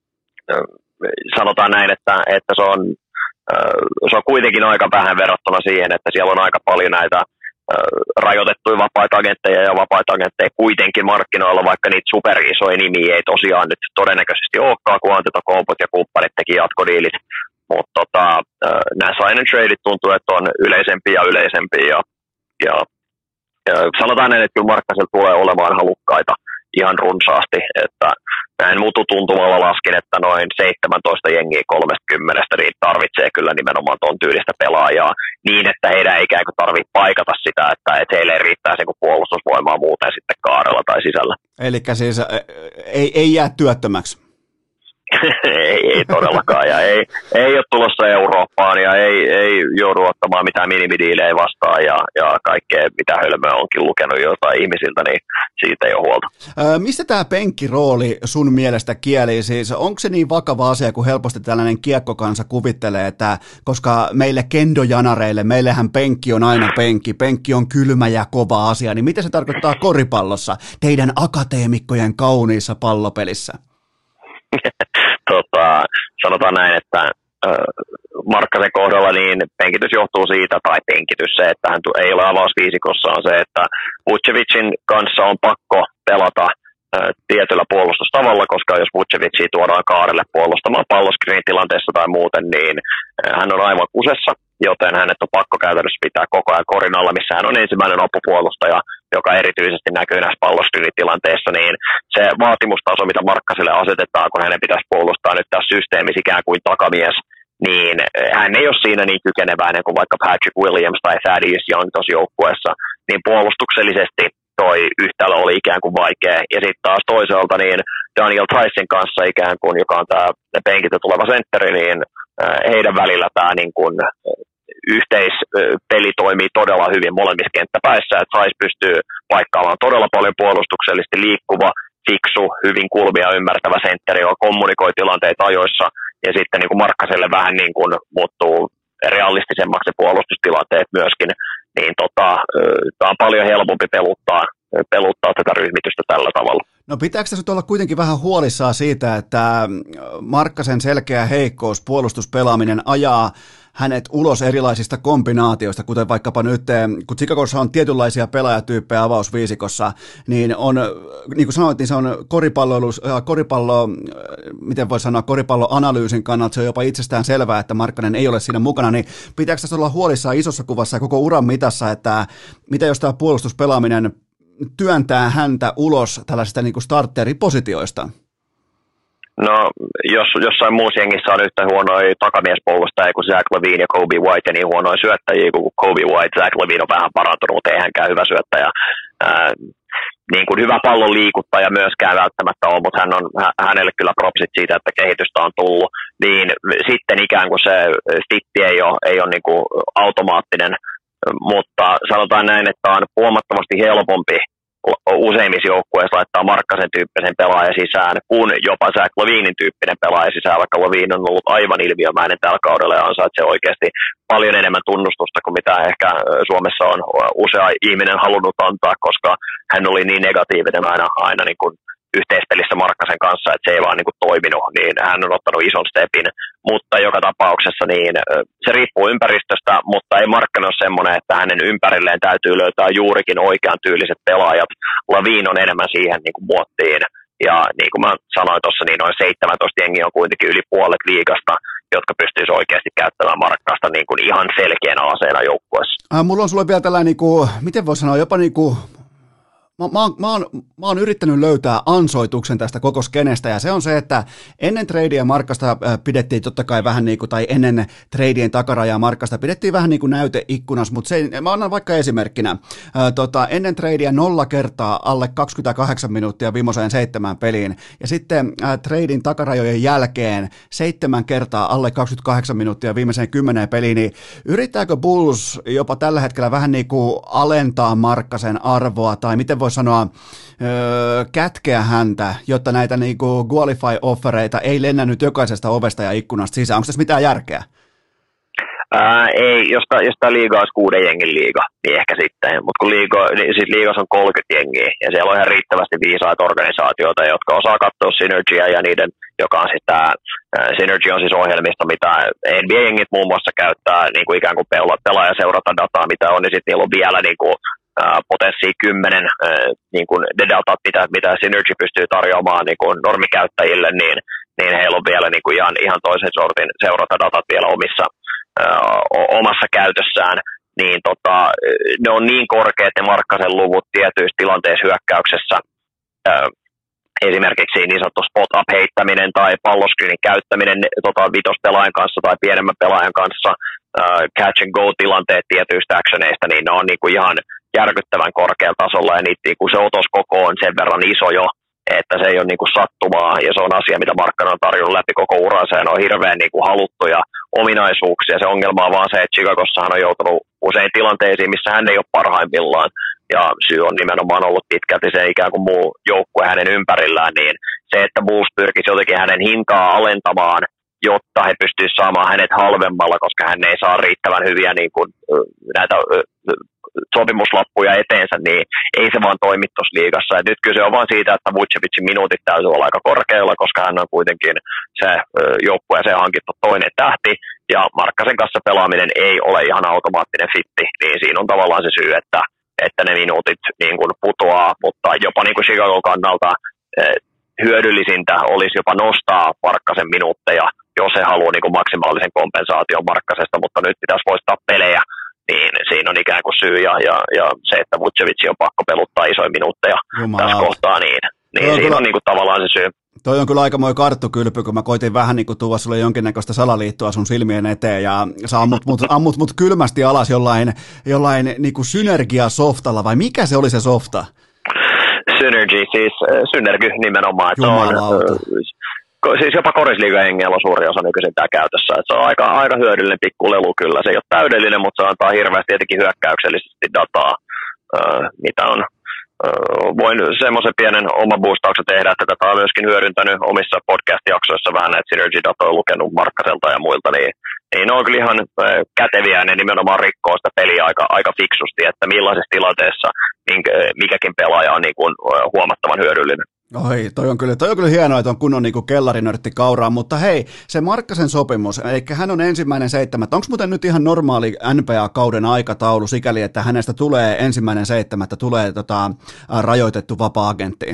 sanotaan näin, että, että se, on, se on kuitenkin aika vähän verrattuna siihen, että siellä on aika paljon näitä rajoitettuja vapaita agentteja ja vapaita agentteja kuitenkin markkinoilla, vaikka niitä superisoja nimiä ei tosiaan nyt todennäköisesti olekaan, kun Antetokounmpot ja kumppanit teki jatkodiilit. Mutta tota, nämä sign and tradeit tuntuu, että on yleisempiä ja yleisempiä. Ja, ja, ja sanotaan näin, että kyllä Markkasella tulee olemaan halukkaita ihan runsaasti, että näin mututuntumalla laskin, että noin seitsemäntoista jengiä kolmekymmentä niin tarvitsee kyllä nimenomaan ton tyylistä pelaajaa niin, että heidän ei ikään kuin tarvitse paikata sitä, että, että heille ei riittää sen kuin puolustusvoimaa muuten sitten kaarella tai sisällä. Eli siis ei, ei jää työttömäksi. ei, ei todellakaan, ja ei, ei ole tulossa Eurooppaan, ja ei, ei joudu ottamaan mitään minimidiilejä vastaan, ja, ja kaikkea, mitä hölmöä onkin lukenut jotain ihmisiltä, niin siitä ei ole huolta. Öö, mistä tämä penkkirooli sun mielestä kieli? Siis onko se niin vakava asia, kun helposti tällainen kiekkokansa kuvittelee, että koska meille kendojanareille, meillähän penkki on aina penkki, penkki on kylmä ja kova asia, niin mitä se tarkoittaa koripallossa, teidän akateemikkojen kauniissa pallopelissä? tota, sanotaan näin, että äh, Markkasen kohdalla niin penkitys johtuu siitä, tai penkitys se, että hän ei ole avausviisikossa, on se, että Vucevicin kanssa on pakko pelata äh, tietyllä puolustustavalla, koska jos Vucevicia tuodaan kaarelle puolustamaan palloskriin tilanteessa tai muuten, niin äh, hän on aivan kusessa, joten hänet on pakko käytännössä pitää koko ajan korin alla, missä hän on ensimmäinen apupuolustaja, joka erityisesti näkyy näissä palloskriinitilanteissa, niin se vaatimustaso, mitä Markkaselle asetetaan, kun hänen pitäisi puolustaa nyt tässä systeemissä ikään kuin takamies, niin hän ei ole siinä niin kykeneväinen kuin vaikka Patrick Williams tai Thaddeus Young tuossa joukkueessa, niin puolustuksellisesti toi yhtälö oli ikään kuin vaikea. Ja sitten taas toisaalta niin Daniel Tyson kanssa ikään kuin, joka on tämä penkiltä tuleva sentteri, niin heidän välillä tämä niin kuin yhteispeli toimii todella hyvin molemmissa kenttäpäissä, että Thais pystyy paikkaamaan todella paljon puolustuksellisesti liikkuva, fiksu, hyvin kulmia ymmärtävä sentteri, joka kommunikoi tilanteita ajoissa, ja sitten niin kuin Markkaselle vähän niin kuin muuttuu realistisemmaksi puolustustilanteet myöskin, niin tota, tämä on paljon helpompi peluttaa, peluttaa tätä ryhmitystä tällä tavalla. No pitääkö tässä nyt olla kuitenkin vähän huolissaan siitä, että Markkasen selkeä heikkous, puolustuspelaaminen ajaa hänet ulos erilaisista kombinaatioista, kuten vaikkapa nyt, kun Chicagossa on tietynlaisia pelaajatyyppejä avausviisikossa, niin on, niin kuin sanoit, niin se on koripallo, koripallo, miten voi sanoa, koripalloanalyysin kannalta, se on jopa itsestään selvää, että Markkanen ei ole siinä mukana, niin pitääkö tässä olla huolissaan isossa kuvassa ja koko uran mitassa, että mitä jos tämä puolustuspelaaminen työntää häntä ulos tällaisista niin kuin starteripositioista? No, jos jossain muussa jengissä on yhtä huonoja takamiespuolustajia kuin Zach LaVine ja Kobe White ja niin huonoja syöttäjiä kuin Kobe White, Zach LaVine on vähän parantunut, mutta ei hänkään hyvä syöttäjä. Ää, niin kuin hyvä pallon liikuttaja myöskään välttämättä on, mutta hän on, hänelle kyllä propsit siitä, että kehitystä on tullut. Niin sitten ikään kuin se stitti ei ole, ei ole niin kuin automaattinen, mutta sanotaan näin, että on huomattavasti helpompi useimmissa joukkueissa laittaa Markkasen tyyppisen pelaajan sisään, kun jopa Zach LaVinen tyyppinen pelaaja sisään, vaikka LaVine on ollut aivan ilmiömäinen tällä kaudella ja ansaitsee oikeasti paljon enemmän tunnustusta kuin mitä ehkä Suomessa on usea ihminen halunnut antaa, koska hän oli niin negatiivinen aina, aina niin kuin yhteispelissä Markkasen kanssa, että se ei vaan niin kuin toiminut, niin hän on ottanut ison stepin, mutta joka tapauksessa niin se riippuu ympäristöstä, mutta ei Markkanen ole semmoinen, että hänen ympärilleen täytyy löytää juurikin oikean tyyliset pelaajat. LaVine on enemmän siihen niin kuin muottiin, ja niin kuin mä sanoin tuossa, niin noin seitsemäntoista jengiä on kuitenkin yli puolet liigasta, jotka pystyisi oikeasti käyttämään Markkasta niin kuin ihan selkeänä aseena joukkueessa. Äh, mulla on sulle vielä tällainen, niin kuin, miten voi sanoa, jopa niin kuin Mä, mä, oon, mä, oon, mä oon yrittänyt löytää ansoituksen tästä koko skenestä, ja se on se, että ennen tradeja Markkasta pidettiin totta kai vähän niin kuin, tai ennen tradeien takarajaa Markkasta pidettiin vähän niin kuin näyteikkunassa, mutta se, mä annan vaikka esimerkkinä. Ää, tota, ennen tradeja nolla kertaa alle kaksikymmentäkahdeksan minuuttia viimeiseen seitsemään peliin, ja sitten ää, tradein takarajojen jälkeen seitsemän kertaa alle kaksikymmentäkahdeksan minuuttia viimeiseen kymmeneen peliin, niin yrittääkö Bulls jopa tällä hetkellä vähän niin kuin alentaa Markkasen arvoa, tai miten voi sanoa, öö, kätkeä häntä, jotta näitä niinku qualify-offereita ei lennä nyt jokaisesta ovesta ja ikkunasta sisään. Onko tässä mitään järkeä? Ää, ei, jos tämä liiga olisi kuuden jengin liiga, niin ehkä sitten. Mutta kun liiga, niin siis liigassa on kolmekymmentä jengiä, ja siellä on ihan riittävästi viisaita organisaatioita, jotka osaa katsoa Synergyä, ja niiden, joka on siis tämä, Synergy on siis ohjelmisto, mitä N B A-jengit muun muassa käyttää niin kuin ikään kuin pelaaja seurata dataa, mitä on, niin sitten niillä on vielä niin kuin potenssi kymmenen niin kuin ne datat, mitä, mitä Synergy pystyy tarjoamaan niin kuin normikäyttäjille, niin, niin heillä on vielä niin kuin ihan, ihan toisen sortin seurantadatat vielä omissa, ö, omassa käytössään. Niin tota, ne on niin korkeat ne Markkasen luvut tietyissä tilanteissa hyökkäyksessä, ö, esimerkiksi niin sanottu spot-up heittäminen tai palloskreenin käyttäminen tota, vitospelaajan kanssa tai pienemmän pelaajan kanssa, ö, catch and go tilanteet tietyistä actioneista, niin ne on niin kuin ihan järkyttävän korkealla tasolla, ja niitä, kun se otoskoko on sen verran iso jo, että se ei ole niin kuin sattumaa, ja se on asia, mitä Markkanen on tarjonnut läpi koko uransa, ja ne on hirveän niin kuin haluttuja ominaisuuksia. Se ongelma on vaan se, että Chicagossa hän on joutunut usein tilanteisiin, missä hän ei ole parhaimmillaan, ja syy on nimenomaan ollut pitkälti se ikään kuin muu joukkue hänen ympärillään, niin se, että Bulls pyrkisi jotenkin hänen hintaa alentamaan, jotta he pystyisivät saamaan hänet halvemmalla, koska hän ei saa riittävän hyviä niin kuin, näitä sopimuslappuja eteensä, niin ei se vaan toimi tuossa liigassa. Et nyt kyse on vaan siitä, että Vucevicin minuutit täytyy olla aika korkealla, koska hän on kuitenkin se joukkueeseen hankittu toinen tähti, ja Markkasen kanssa pelaaminen ei ole ihan automaattinen fitti, niin siinä on tavallaan se syy, että, että ne minuutit niin kuin putoaa, mutta jopa niin kuin Chicagon kannalta hyödyllisintä olisi jopa nostaa Markkasen minuutteja, jos he haluaa niin kuin maksimaalisen kompensaation Markkasesta, mutta nyt pitäisi voittaa pelejä, niin siinä on ikään kuin syy, ja, ja, ja se, että Vucevic on pakko peluttaa isoja minuutteja Jumala. Tässä kohtaa, niin, niin siinä kyllä, on niin kuin tavallaan se syy. Toi on kyllä aikamoinen karttukylpy, kun mä koitin vähän niin kuin tuoda sulle jonkinnäköistä salaliittoa sun silmien eteen, ja sä ammut mut, ammut mut kylmästi alas jollain, jollain niin kuin synergiasoftalla, vai mikä se oli se softa? Synergy, siis äh, Synergy nimenomaan. Että on, äh, siis jopa korisliigan hengellä on suuri osa nykyisin tää käytössä. Että se on aika, aika hyödyllinen pikkulelu kyllä. Se ei ole täydellinen, mutta se antaa hirveästi tietenkin hyökkäyksellisesti dataa, äh, mitä on voin semmoisen pienen oman boostauksen tehdä, että tätä on myöskin hyödyntänyt omissa podcast-jaksoissa vähän näitä synergy-datoja lukenut Markkaselta ja muilta, niin, niin ne on kyllä ihan käteviä ja ne nimenomaan rikkoo sitä peliä aika, aika fiksusti, että millaisessa tilanteessa mikäkin pelaaja on niin kuin huomattavan hyödyllinen. Oi, toi on kyllä, toi on kyllä hienoa, että on kunnon niin kellarinörtti kauraa, mutta hei, se Markkasen sopimus, eli hän on ensimmäinen seitsemättä. Onko muuten nyt ihan normaali N B A-kauden aikataulu sikäli, että hänestä tulee ensimmäinen seitsemättä, tulee tota, rajoitettu vapaa-agentti?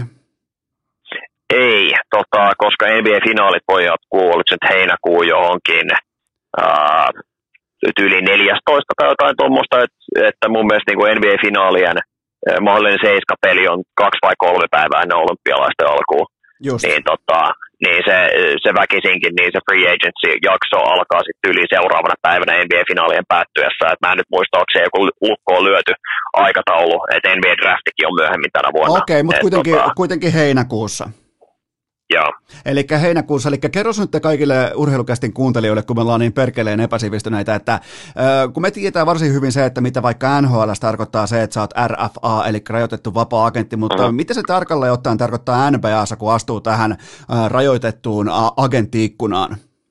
Ei, tota, koska N B A-finaalit voi jatkuu, oliko se heinäkuun johonkin ää, yli neljätoista tai jotain tuommoista, että, että mun mielestä niin kuin N B A-finaalien mahdollinen seiskapeli on kaksi vai kolme päivää ennen olympialaisten alkuun. Just. Niin, tota, niin se, se väkisinkin, niin se free agency-jakso alkaa sitten yli seuraavana päivänä N B A-finaalien päättyessä. Et mä en nyt muista, onko se joku lukko on lyöty aikataulu, että N B A-draftikin on myöhemmin tänä vuonna. Okei, okay, mutta kuitenkin, tota, kuitenkin heinäkuussa. Joo. Eli heinäkuussa, eli kerros nyt kaikille urheilukästin kuuntelijoille, kun me ollaan niin perkeleen epäsivistyneitä, että äh, kun me tiedetään varsin hyvin se, että mitä vaikka N H L tarkoittaa se, että sä oot R F A, eli rajoitettu vapaa-agentti, mutta mm-hmm. mitä se tarkalleen ottaen tarkoittaa N B A:ssa, kun astuu tähän äh, rajoitettuun agenttiikkunaan?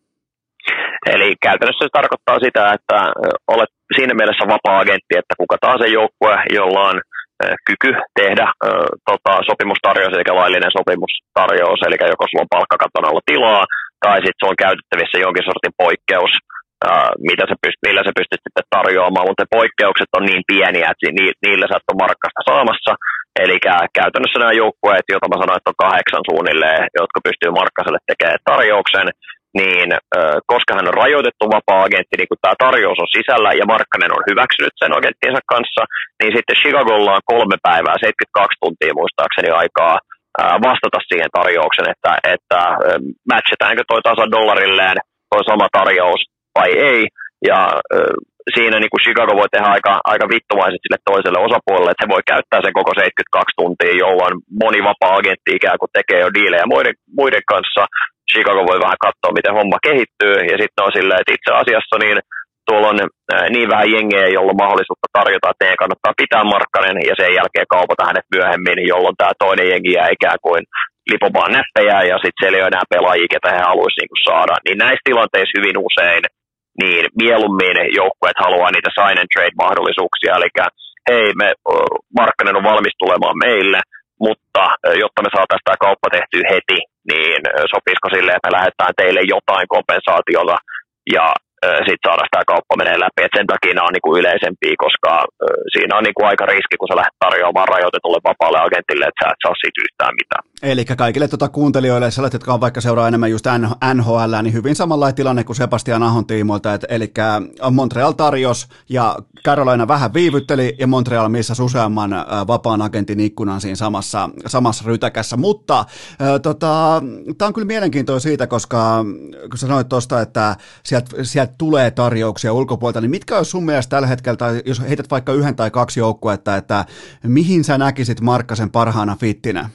Eli käytännössä se tarkoittaa sitä, että olet siinä mielessä vapaa-agentti, että kuka tahansa joukkue, jolla on kyky tehdä ö, tota, sopimustarjous, eli laillinen sopimustarjous, eli joko sulla on palkkakaton alla tilaa, tai sitten se on käytettävissä jonkin sortin poikkeus, ö, mitä sä pyst, millä sä pystyt sitten tarjoamaan, mutta poikkeukset on niin pieniä, että ni, niillä sä et ole Markkasta saamassa, eli käytännössä nämä joukkueet, joita mä sanoin, että on kahdeksan suunnilleen, jotka pystyy Markkaselle tekemään tarjouksen, niin ö, koska hän on rajoitettu vapaa-agentti, niin kun tämä tarjous on sisällä ja Markkanen on hyväksynyt sen agenttinsa kanssa, niin sitten Chicagolla on kolme päivää, seitsemänkymmentäkaksi tuntia muistaakseni aikaa ää, vastata siihen tarjouksen, että, että matchetäänkö toi tasan dollarilleen toi sama tarjous vai ei, ja ö, siinä niin kuin Chicago voi tehdä aika, aika vittuvaisesti sille toiselle osapuolelle, että he voi käyttää sen koko seitsemänkymmentäkaksi tuntia, jolloin moni vapaa-agentti ikään kuin tekee jo diilejä muiden, muiden kanssa. Chicago voi vähän katsoa, miten homma kehittyy, ja sitten on silleen, että itse asiassa niin tuolla on niin vähän jengejä, jolla on mahdollisuutta tarjota, että meidän kannattaa pitää Markkanen, ja sen jälkeen kaupata hänet myöhemmin, jolloin tämä toinen jengi jää ikään kuin lipomaan näppejä, ja sitten siellä ei ole enää pelaajia, ketä he haluaisivat niin saada. Niin näissä tilanteissa hyvin usein, niin mieluummin joukkueet haluaa niitä sign and trade-mahdollisuuksia, eli hei, me, Markkanen on valmis tulemaan meille, mutta jotta me saataisiin tämä kauppa tehtyä heti, niin sopisiko silleen, että me lähdetään teille jotain kompensaatiota ja sitten saadaan tämä kauppa menee läpi. Et sen takia nämä on niinku yleisempiä, koska siinä on niinku aika riski, kun sä lähdet tarjoamaan rajoitetulle vapaalle agentille, että sä et saa siitä yhtään mitään. Eli kaikille tuota kuuntelijoille, sellaiset, jotka on vaikka seuraa enemmän just N H L, niin hyvin samanlainen tilanne kuin Sebastian Ahon tiimoilta, et, eli Montreal tarjos ja Carolina vähän viivytteli ja Montreal missasi useamman vapaan agentin ikkunan siinä samassa, samassa rytäkässä, mutta äh, tota, tämä on kyllä mielenkiintoista siitä, koska kun sä sanoit tuosta, että sieltä sielt tulee tarjouksia ulkopuolelta, niin mitkä olisi sun mielestä tällä hetkellä, tai jos heität vaikka yhden tai kaksi joukkuetta, että mihin sä näkisit Markkasen parhaana fittinä?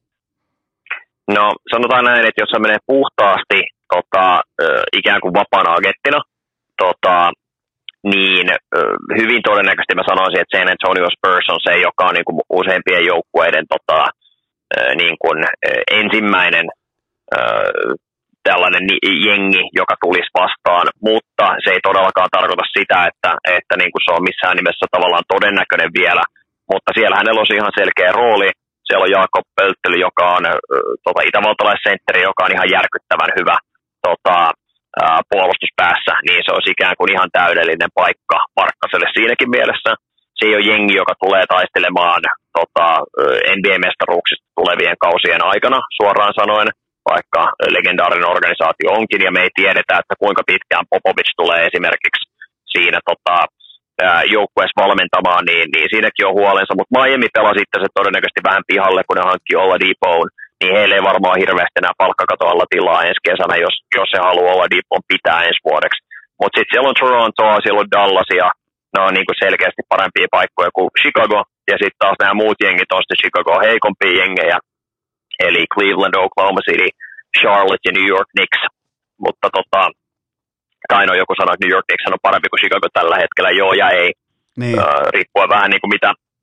No sanotaan näin, että jos se menee puhtaasti tota, ikään kuin vapaana agenttina, tota, niin hyvin todennäköisesti mä sanoisin, että San Antonio Spurs on se, joka on niin kuin useimpien joukkueiden tota, niin kuin ensimmäinen tällainen jengi, joka tulisi vastaan, mutta se ei todellakaan tarkoita sitä, että, että niin kuin se on missään nimessä tavallaan todennäköinen vielä, mutta siellä hänellä on ihan selkeä rooli. Siellä on Jakob Pölttely, joka on tota, itävaltalaisentteri, joka on ihan järkyttävän hyvä tota, ää, puolustuspäässä, niin se olisi ikään kuin ihan täydellinen paikka Markkaselle siinäkin mielessä. Se ei ole jengi, joka tulee taistelemaan tota, N B A-mestaruuksista tulevien kausien aikana, suoraan sanoen, vaikka legendaarinen organisaatio onkin, ja me ei tiedetä, että kuinka pitkään Popovic tulee esimerkiksi siinä tota, joukkueessa valmentamaan, niin, niin siinäkin on huolensa, mutta Miami pelasi sitten se todennäköisesti vähän pihalle, kun ne hankki Oladipoon, niin heille ei varmaan hirveästi enää palkkakatoalla tilaa ensi kesänä, jos, jos se haluaa Oladipon pitää ensi vuodeksi. Mutta sitten siellä on Torontoa, siellä on Dallas, ja ne on niinku selkeästi parempia paikkoja kuin Chicago, ja sitten taas nämä muut jengit on sitten Chicago heikompia jengejä, eli Cleveland, Oklahoma City, Charlotte ja New York Knicks, mutta tota, tai no joku sanoo, että New York Knicks on parempi kuin Chicago tällä hetkellä, joo ja ei, niin. uh, riippuen vähän niin kuin mitä,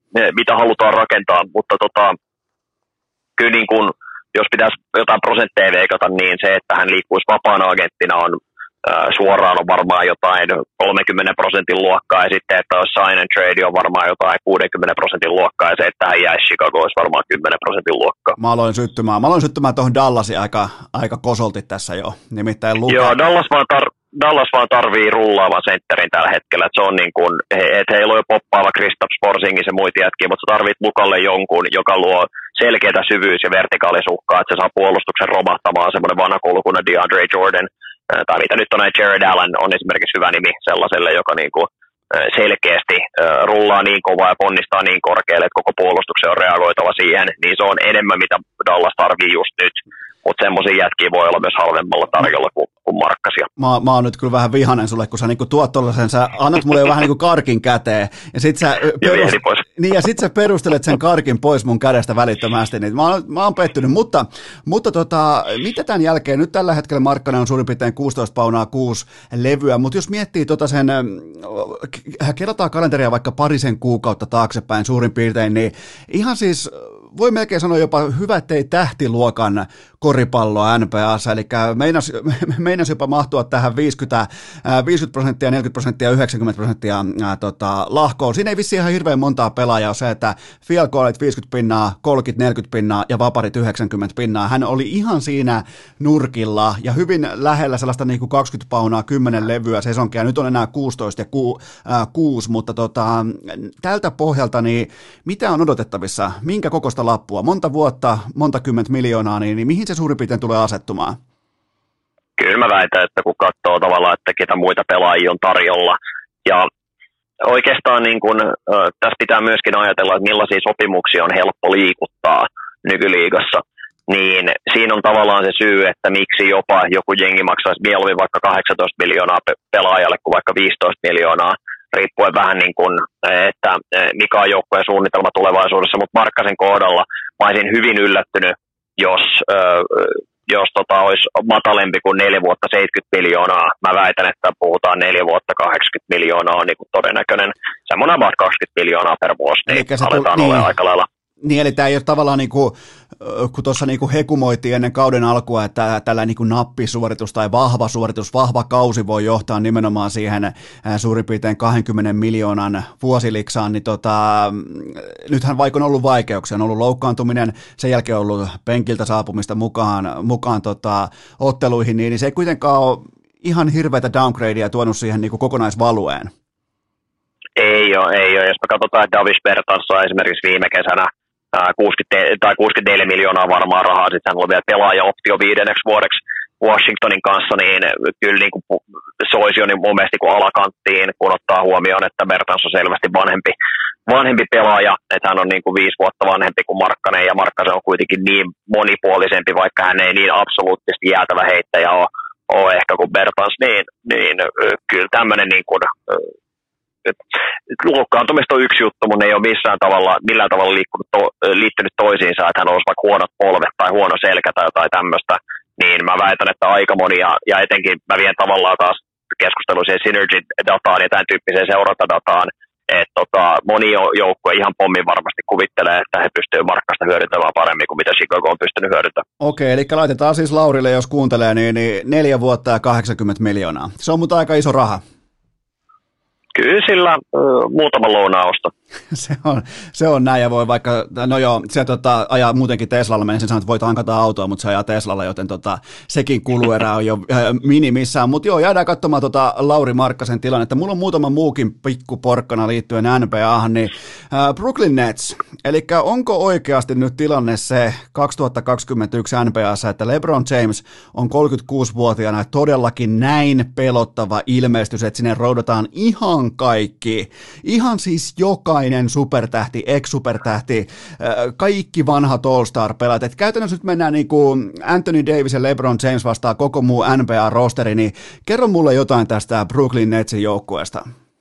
mitä halutaan rakentaa, mutta tota, kyllä niin kuin, jos pitäisi jotain prosentteja veikata, niin se, että hän liikkuisi vapaana agenttina on äh, suoraan on varmaan jotain kolmekymmentä prosentin luokkaa, ja sitten, että olisi sign and trade on varmaan jotain kuusikymmentä prosentin luokkaa, ja se, että hän jäisi Chicago olisi varmaan kymmenen prosentin luokkaa. Mä aloin syttymään, mä aloin syttymään tuohon Dallasin aika, aika kosolti tässä jo, nimittäin Luka. Joo, Dallas vaan, tar- Dallas vaan tarvii rullaavan sentterin tällä hetkellä, että se on niin kuin, että heillä on jo poppaava Kristaps Porzingis ja muita jätkiä, mutta sä tarvit Lukalle jonkun, joka luo selkeätä syvyys- ja vertikaalisuhkaa, että se saa puolustuksen romahtamaan, semmoinen vanha koulukunnan DeAndre Jordan, tai mitä nyt on näin, Jared Allen on esimerkiksi hyvä nimi sellaiselle, joka niin kuin selkeästi rullaa niin kovaa ja ponnistaa niin korkealle, että koko puolustuksen on reagoitava siihen, niin se on enemmän, mitä Dallas tarvii just nyt. Mutta semmoisia jätkiä voi olla myös halvemmalla tarjolla kuin, kuin Markkasia. Mä, mä oon nyt kyllä vähän vihanen sulle, kun sä niinku tuot tollasen, sä annat mulle jo vähän niinku karkin käteen, ja sit sä, perus... niin, ja sit sä perustelet sen karkin pois mun kädestä välittömästi, niin mä oon, mä oon pettynyt, mutta, mutta tota, mitä tämän jälkeen, nyt tällä hetkellä Markkanen on suurin piirtein kuusitoista paunaa kuusi levyä, mutta jos miettii tota sen, kerrotaan kalenteria vaikka parisen kuukautta taaksepäin suurin piirtein, niin ihan siis voi melkein sanoa jopa hyvä, ettei tähtiluokan koripalloa N B A:ssa, eli meinas, meinas jopa mahtua tähän viisikymmentä, viisikymmentä prosenttia, neljäkymmentä prosenttia, yhdeksänkymmentä prosenttia ää, tota, lahkoon. Siinä ei vissiin ihan hirveän montaa pelaajaa se, että field goalit viisikymmentä pinnaa, kolmekymmentä neljäkymmentä pinnaa ja vaparit yhdeksänkymmentä pinnaa. Hän oli ihan siinä nurkilla ja hyvin lähellä sellaista niin kuin kaksikymmentä paunaa, kymmenen levyä sesonkia. Nyt on enää kuusitoista ja kuusi, mutta tota, tältä pohjalta, niin mitä on odotettavissa? Minkä kokoista lappua? Monta vuotta, monta kymmentä miljoonaa, niin, niin mihin se suurin piirtein tulee asettumaan? Kyllä mä väitän, että kun katsoo tavallaan, että ketä muita pelaajia on tarjolla. Ja oikeastaan niin kun, äh, tässä pitää myöskin ajatella, että millaisia sopimuksia on helppo liikuttaa nykyliigassa. Niin siinä on tavallaan se syy, että miksi jopa joku jengi maksaisi mieluummin vaikka kahdeksantoista miljoonaa pe- pelaajalle kuin vaikka viisitoista miljoonaa. Riippuen vähän niin kuin, että mikä on joukkueen suunnitelma tulevaisuudessa, mutta Markkasen kohdalla mä olisin hyvin yllättynyt, jos, jos tota, olisi matalempi kuin neljä vuotta seitsemänkymmentä miljoonaa. Mä väitän, että puhutaan neljä vuotta kahdeksankymmentä miljoonaa on niin kuin todennäköinen. Semmoinen about kaksikymmentä miljoonaa per vuosi, niin aletaan niin olla aika lailla. Niin, eli tämä ei ole tavallaan niin kuin, kun tuossa niin kuin hekumoitiin ennen kauden alkua, että tällä niin kuin nappisuoritus tai vahva suoritus, vahva kausi voi johtaa nimenomaan siihen suurin piirtein kaksikymmentä miljoonan vuosiliksaan, niin tota, nythän vaikka on ollut vaikeuksia, on ollut loukkaantuminen, sen jälkeen on ollut penkiltä saapumista mukaan, mukaan tota, otteluihin, niin se ei kuitenkaan ole ihan hirveätä downgradea tuonut siihen niin kuin kokonaisvalueen. Ei ole, ei ole. Jos me katsotaan, että Davis Bertans sai esimerkiksi viime kesänä kuusikymmentä, tai kuusikymmentäneljä miljoonaa varmaa rahaa, sitten hän oli vielä pelaaja-optio viidenneksi vuodeksi Washingtonin kanssa, niin kyllä niin kuin soisi jo niin mun mielestä niin alakanttiin, kun ottaa huomioon, että Bertans on selvästi vanhempi, vanhempi pelaaja, että hän on niin kuin viisi vuotta vanhempi kuin Markkanen, ja Markkanen on kuitenkin niin monipuolisempi, vaikka hän ei niin absoluuttisesti jäätävä heittäjä ole, ole ehkä kuin Bertans, niin, niin kyllä tämmöinen niin kuin loukkaantumista on yksi juttu, mutta ne ei ole missään tavalla, millään tavalla liikkunut to, liittynyt toisiinsa, että hän olisi vaikka huonot polvet tai huono selkä tai jotain tämmöistä, niin mä väitän, että aika monia, ja etenkin mä vien tavallaan taas keskusteluun siihen synergy-dataan ja tämän tyyppiseen seurantadataan, että tota, moni joukkue ihan pommin varmasti kuvittelee, että he pystyvät Markkasta hyödyntämään paremmin kuin mitä Chicago on pystynyt hyödyntämään. Okei, eli laitetaan siis Laurille, jos kuuntelee, niin, niin neljä vuotta ja kahdeksankymmentä miljoonaa. Se on mutta aika iso raha. Kyllä sillä äh, muutama lounaaosto. se, on, se on näin ja voi vaikka, no joo, se tota, ajaa muutenkin Teslalla, mä ensin sanoin, että voi tankata autoa, mutta se ajaa Teslalla, joten tota, sekin kuluerä on jo äh, minimissään. Mutta joo, jäädään katsomaan tota Lauri Markkasen tilannetta. Mulla on muutama muukin pikkuporkkana liittyen N B A:han, niin äh, Brooklyn Nets, eli onko oikeasti nyt tilanne se kaksituhattakaksikymmentäyksi N B A:ssa, että LeBron James on kolmekymmentäkuusivuotiaana todellakin näin pelottava ilmestys, että sinne roudataan ihan kaikki, ihan siis jokainen supertähti, ex-supertähti, kaikki vanhat All-Star-pelaat. Et käytännössä nyt mennään niin kuin Anthony Davis ja LeBron James vastaa koko muu N B A-rosteri, niin kerro mulle jotain tästä Brooklyn Netsin joukkueesta.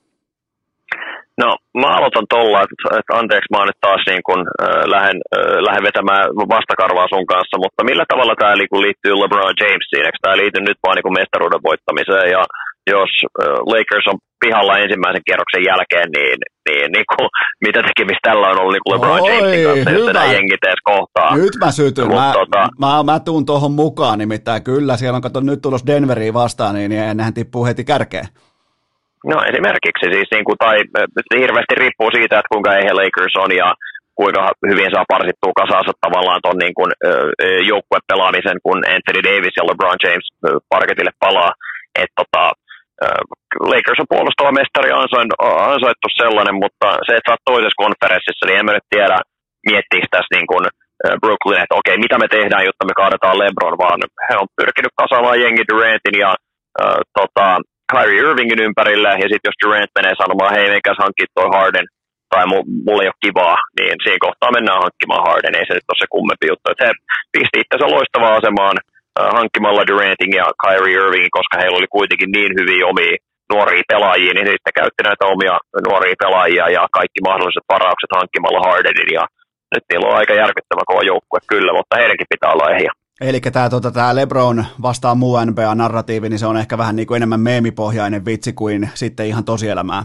No, mä aloitan tuolla, että, että anteeksi, mä nyt taas niin kun, äh, lähden, äh, lähden vetämään vastakarvaa sun kanssa, mutta millä tavalla tämä liittyy LeBron Jamesiin? Eikö tämä liity nyt vaan niin mestaruuden voittamiseen ja jos Lakers on pihalla ensimmäisen kierroksen jälkeen, niin, niin, niin kuin, mitä tekemistä tällä on ollut niin kuin LeBron Jamesin kanssa, jos nämä jengit edes kohtaa. Nyt mä sytyn, Mut, mä, tota... mä, mä tuun tuohon mukaan, nimittäin kyllä, siellä on kato nyt tulos Denveriin vastaan, niin, niin nehän tippuu heti kärkeen. No esimerkiksi, siis niin kuin, tai hirveästi riippuu siitä, että kuinka eihän Lakers on ja kuinka hyvin saa parsittua kasansa tavallaan tuon niin kuin, joukkuepelaamisen, kun Anthony Davis ja LeBron James parketille palaa. Et, tota, Lakers on puolustava mestari ansaittu sellainen, mutta se, että sä oot toisessa konferenssissa, niin en mä nyt tiedä miettiä tässä niin kuin Brooklyn, että okei, mitä me tehdään, jotta me kaadetaan LeBron, vaan he on pyrkinyt kasaamaan jengi Durantin ja äh, tota, Kyrie Irvingin ympärille, ja sitten jos Durant menee sanomaan, hei, meikäs hankkia toi Harden, tai mulla ei ole kivaa, niin siinä kohtaa mennään hankkimaan Harden, ei se nyt ole se kummempi juttu. Että he pisti itsensä loistavaan asemaan äh, hankkimalla Durantin ja Kyrie Irvingin, koska heillä oli kuitenkin niin hyviä omia nuoria pelaajia, niin sitten käytti näitä omia nuoria pelaajia ja kaikki mahdolliset varaukset hankkimalla Hardenin, ja nyt niillä on aika järkyttävä kova joukkue kyllä, mutta heidänkin pitää olla ehjä. Eli tämä tota, LeBron vastaa muu N B A-narratiivi, niin se on ehkä vähän niin kuin enemmän meemipohjainen vitsi kuin sitten ihan tosielämää.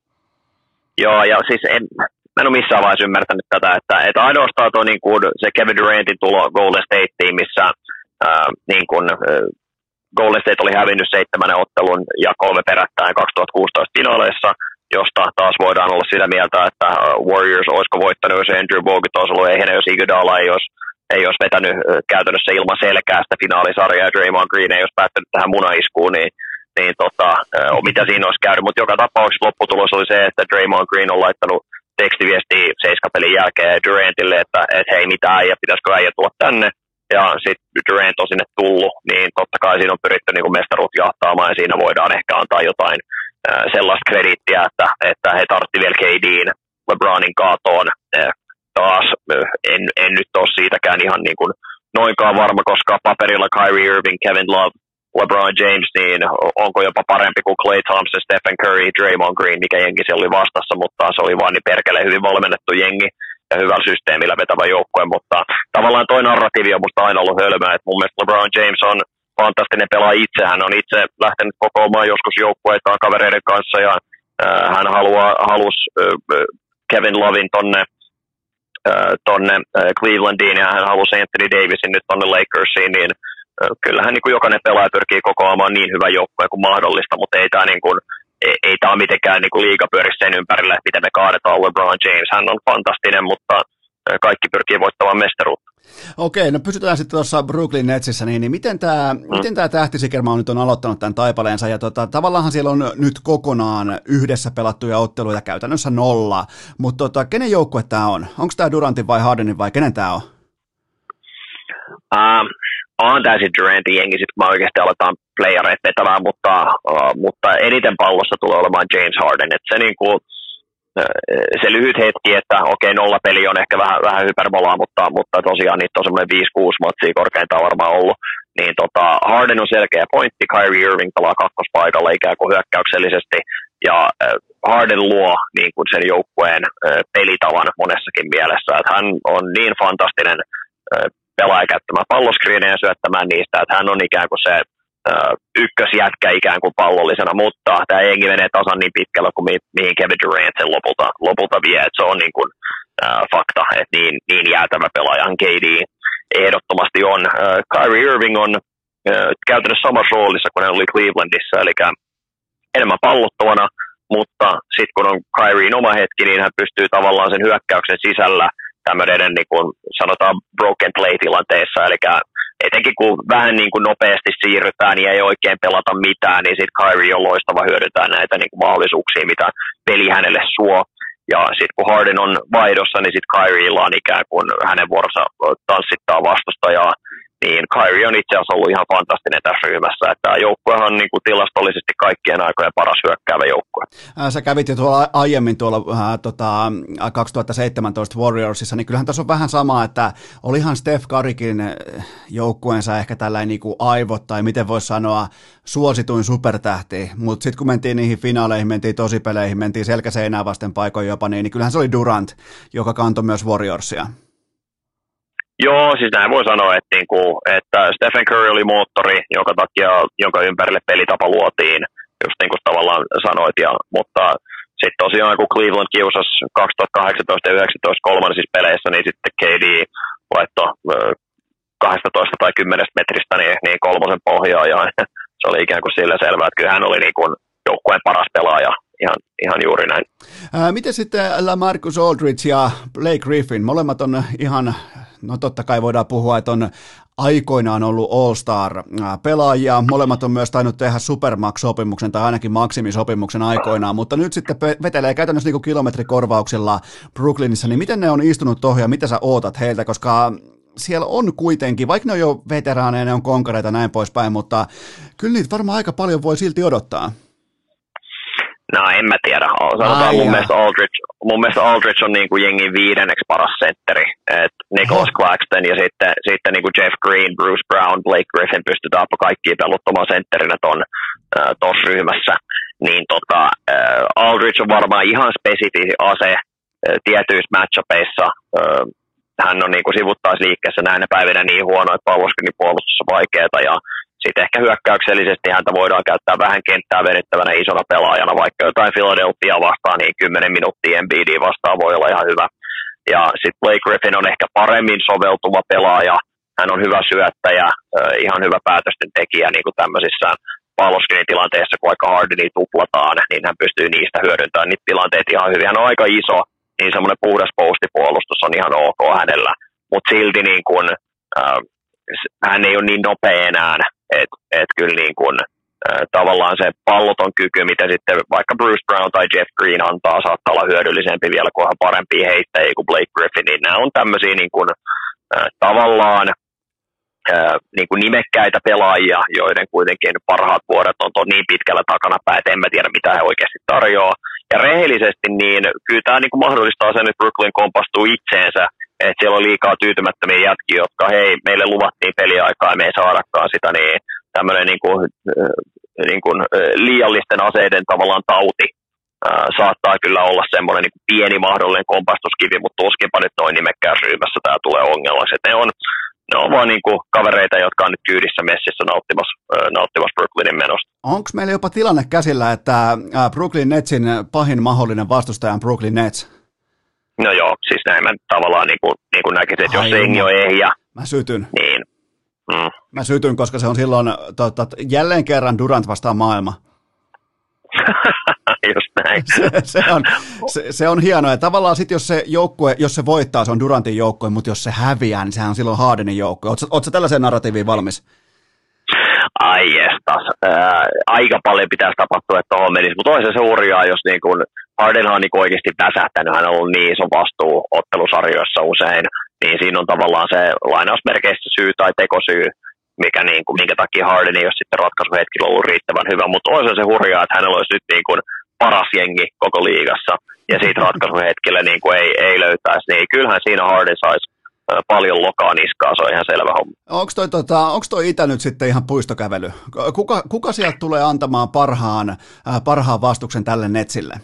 Joo, ja siis en, mä en ole missään vaiheessa ymmärtänyt tätä, että, että ainoastaan tuo, niin kuin, se Kevin Durantin tulo Golden Stateen, missä ää, niin kuin, Golden State oli hävinnyt seitsemän ottelun ja kolme perättäin kaksituhattakuusitoista finaaleissa, josta taas voidaan olla sitä mieltä, että Warriors olisiko voittanut, jos Andrew Bogut olisi ollut ehjänä, jos Iguodala ei olisi, ei olisi vetänyt käytännössä ilman selkää sitä finaalisarjaa ja Draymond Green ei olisi päättänyt tähän munaiskuun, niin, niin tota, mitä siinä olisi käynyt. Mutta joka tapauksessa lopputulos oli se, että Draymond Green on laittanut tekstiviestiä seiskapelin jälkeen Durantille, että et hei mitään ja pitäisikö äijä tulla tänne. Ja sitten Durant on sinne tullut, niin totta kai siinä on pyritty niin kuin mestaruut jahtaamaan ja siinä voidaan ehkä antaa jotain äh, sellaista krediittiä, että, että he tartti vielä K D:n LeBronin kaatoon. Äh, taas äh, en, en nyt ole siitäkään ihan niin kuin noinkaan varma, koska paperilla Kyrie Irving, Kevin Love, LeBron James, niin onko jopa parempi kuin Klay Thompson, Stephen Curry, Draymond Green, mikä jengi siellä oli vastassa, mutta se oli vaan niin perkeleen hyvin valmennettu jengi ja hyvällä systeemillä vetävä joukkue, mutta tavallaan toi narratiivi on musta aina ollut hölmöä, että mun mielestä LeBron James on fantastinen pelaaja itse, hän on itse lähtenyt kokoamaan joskus joukkueitaan kavereiden kanssa ja äh, hän haluaa, halusi äh, Kevin Lovin tonne, äh, tonne äh, Clevelandiin ja hän halusi Anthony Davisin nyt tonne Lakersiin, niin äh, kyllähän niin kuin jokainen pelaaja pyrkii kokoamaan niin hyvän joukkueen kuin mahdollista, mutta ei tämä niin kuin Ei, ei tämä ole mitenkään niin kuin liigapyörissä sen ympärillä, että miten me kaadetaan LeBron James. Hän on fantastinen, mutta kaikki pyrkii voittamaan mestaruutta. Okei, no pysytään sitten tuossa Brooklyn Netsissä, niin, niin miten tämä mm. miten tämä tähtisikerma on nyt on aloittanut tämän taipaleensa, ja tota, tavallaan siellä on nyt kokonaan yhdessä pelattuja otteluja käytännössä nolla, mutta tota, kenen joukkue tämä on? Onko tämä Durantin vai Hardenin vai kenen tämä on? Um, on täysin Durantin jengi, sitten kun me oikeasti aletaan playereita vetämään, mutta, uh, mutta eniten pallossa tulee olemaan James Harden, että se niinku se lyhyt hetki, että okei, nolla peli on ehkä vähän, vähän hyperbolaa, mutta, mutta tosiaan niitä on semmoinen viisi kuusi matsia korkeintaan varmaan ollut. Niin tota, Harden on selkeä pointti, Kyrie Irving pelaa kakkospaikalla ikään kuin hyökkäyksellisesti, ja äh, Harden luo niin kuin sen joukkueen äh, pelitavan monessakin mielessä. Että hän on niin fantastinen äh, pelaaja käyttämään palloskriinejä ja syöttämään niistä, että hän on ikään kuin se Uh, ykkösjätkä ikään kuin pallollisena, mutta tämä jengi menee tasan niin pitkällä kuin mi- mihin Kevin Durant sen lopulta, lopulta vie, että se on niin kuin, uh, fakta, että niin, niin jäätävä pelaajan K D ehdottomasti on. Uh, Kyrie Irving on uh, käytännössä samassa roolissa kuin hän oli Clevelandissa, eli enemmän pallottavana, mutta sitten kun on Kyrien oma hetki, niin hän pystyy tavallaan sen hyökkäyksen sisällä tämmöinen niin kuin sanotaan broken play-tilanteessa, eli etenkin kun vähän niin kuin nopeasti siirrytään ja ei oikein pelata mitään, niin sitten Kyrie on loistava hyödyntää näitä niin kuin mahdollisuuksia, mitä peli hänelle suo. Ja sitten kun Harden on vaihdossa, niin sitten Kyriella on ikään kuin hänen vuorossa tanssittaa vastustajaa. Niin Kyrie on itse asiassa ollut ihan fantastinen tässä ryhmässä. Että tämä joukkuehan on niin kuin tilastollisesti kaikkien aikojen paras hyökkäävä joukkue. Sä kävit jo tuolla aiemmin tuolla äh, tota, kaksituhattaseitsemäntoista Warriorsissa, niin kyllähän tässä on vähän sama, että olihan Steph Currykin joukkueensa ehkä tällainen niin kuin aivot, tai miten voisi sanoa, suosituin supertähti, mutta sitten kun mentiin niihin finaaleihin, mentiin tosipeleihin, mentiin selkäseinää vasten paikoin jopa, niin, niin kyllähän se oli Durant, joka kantoi myös Warriorsia. Joo, siis näin voi sanoa, että, niinku, että Stephen Curry oli moottori, jonka takia, jonka ympärille pelitapa luotiin. just niin kuin tavallaan sanoit, ja, mutta sitten tosiaan kun Cleveland kiusasi kaksituhattakahdeksantoista ja yhdeksäntoista kolmansissa peleissä, niin sitten K D laittoi kaksitoista tai kymmenen metristä niin, niin kolmosen pohjaa, ja se oli ikään kuin sillä selvää, että kyllä hän oli niin kuin joukkueen paras pelaaja, ihan, ihan juuri näin. Ää, miten sitten LaMarcus Aldridge ja Blake Griffin, molemmat on ihan, no totta kai voidaan puhua, että on aikoinaan ollut All-Star-pelaajia, molemmat on myös tainnut tehdä Supermax-sopimuksen tai ainakin maksimisopimuksen aikoinaan, mutta nyt sitten vetelee käytännössä niin kuin kilometrikorvauksilla Brooklynissa, niin miten ne on istunut tuohon ja mitä sä ootat heiltä, koska siellä on kuitenkin, vaikka ne on jo veteraaneja, ne on konkareita näin poispäin, mutta kyllä niitä varmaan aika paljon voi silti odottaa. No en mä tiedä. Sanotaan mun mielestä, Aldridge, mun mielestä Aldridge on niin kuin jengin viidenneksi paras sentteri. Et Nicholas oh. Claxton ja sitten, sitten niin kuin Jeff Green, Bruce Brown, Blake Griffin pystytään kaikkiin peluttamaan sentterinä tuossa ryhmässä. Niin tota, äh, Aldridge on varmaan ihan spesifi ase äh, tietyissä matchupeissa. Äh, hän on niin kuin sivuttaisliikkeessä näinä päivinä niin huono, että palloskinin puolustus on vaikeaa ja sitten ehkä hyökkäyksellisesti häntä voidaan käyttää vähän kenttää venyttävänä isona pelaajana, vaikka jotain Philadelphia vastaan, niin kymmenen minuuttia Embiidia vastaan voi olla ihan hyvä. Ja sitten Blake Griffin on ehkä paremmin soveltuva pelaaja, hän on hyvä syöttäjä, ihan hyvä päätösten tekijä niin kuin tämmöisissä palloskinin tilanteissa, kun vaikka Hardenia tuplataan, niin hän pystyy niistä hyödyntämään niitä tilanteita ihan hyvin. Hän on aika iso, niin semmoinen puhdas postipuolustus on ihan ok hänellä, mutta silti niin kuin, äh, hän ei ole niin nopea enää, että et kyllä niin kuin, äh, tavallaan se palloton kyky, mitä sitten vaikka Bruce Brown tai Jeff Green antaa, saattaa olla hyödyllisempi vielä, kun on parempia heittäjiä kuin Blake Griffin, niin nämä on tämmöisiä niin kuin, äh, tavallaan äh, niin kuin nimekkäitä pelaajia, joiden kuitenkin parhaat vuodet on ton niin pitkällä takanapäin, että en mä tiedä, mitä he oikeasti tarjoaa. Ja rehellisesti, niin kyllä tämä niin kuin mahdollistaa sen, että Brooklyn kompastuu itseensä, että siellä on liikaa tyytymättömiä jätkiä, jotka hei, meille luvattiin peliaikaa ja me ei saadakaan sitä, niin tämmöinen niin kuin, niin kuin liiallisten aseiden tavallaan tauti ää, saattaa kyllä olla semmoinen niin kuin pieni mahdollinen kompastuskivi, mutta tuskinpa nyt noin nimekkäässä ryhmässä tämä tulee ongelmaksi. Ne on, ne on vaan niin kuin kavereita, jotka on nyt kyydissä messissä nauttimassa, nauttimassa Brooklynin menosta. Onko meillä jopa tilanne käsillä, että Brooklyn Netsin pahin mahdollinen vastustaja on Brooklyn Nets? No joo, siis näin mä tavallaan niin kuin, niin kuin näkisin, että jos se hengi on ehjä, mä sytyn. Niin. Mm. Mä sytyn, koska se on silloin to, to, jälleen kerran Durant vastaan maailma. Just näin. Se, se, on, se, se on hienoa. Ja tavallaan sitten, jos se joukkue, jos se voittaa, se on Durantin joukkue, mutta jos se häviää, niin sehän on silloin Hardenin joukkue. Ootko sä tällaiseen narratiiviin valmis? Ai jestas. Ää, aika paljon pitäisi tapahtua, että tuohon menisi. Mutta on se hurjaa, jos niin kun Hardenhan on niin oikeasti väsähtänyt. Hän on ollut niin iso vastuu ottelusarjoissa usein. Niin siinä on tavallaan se lainausmerkeissä syy tai tekosyy, mikä niin kuin, minkä takia Harden ei ole sitten ratkaisuhetkillä ollut riittävän hyvä. Mutta on se hurjaa, että hänellä olisi nyt niin kuin paras jengi koko liigassa. Ja siitä ratkaisuhetkellä niin kuin ei, ei löytäisi. Niin kyllähän siinä Harden saisi paljon lokaa niskaa, se on ihan selvä homma. Onko toi, tota, onko toi itä nyt sitten ihan puistokävely? Kuka, kuka sieltä tulee antamaan parhaan, äh, parhaan vastuksen tälle Netsille?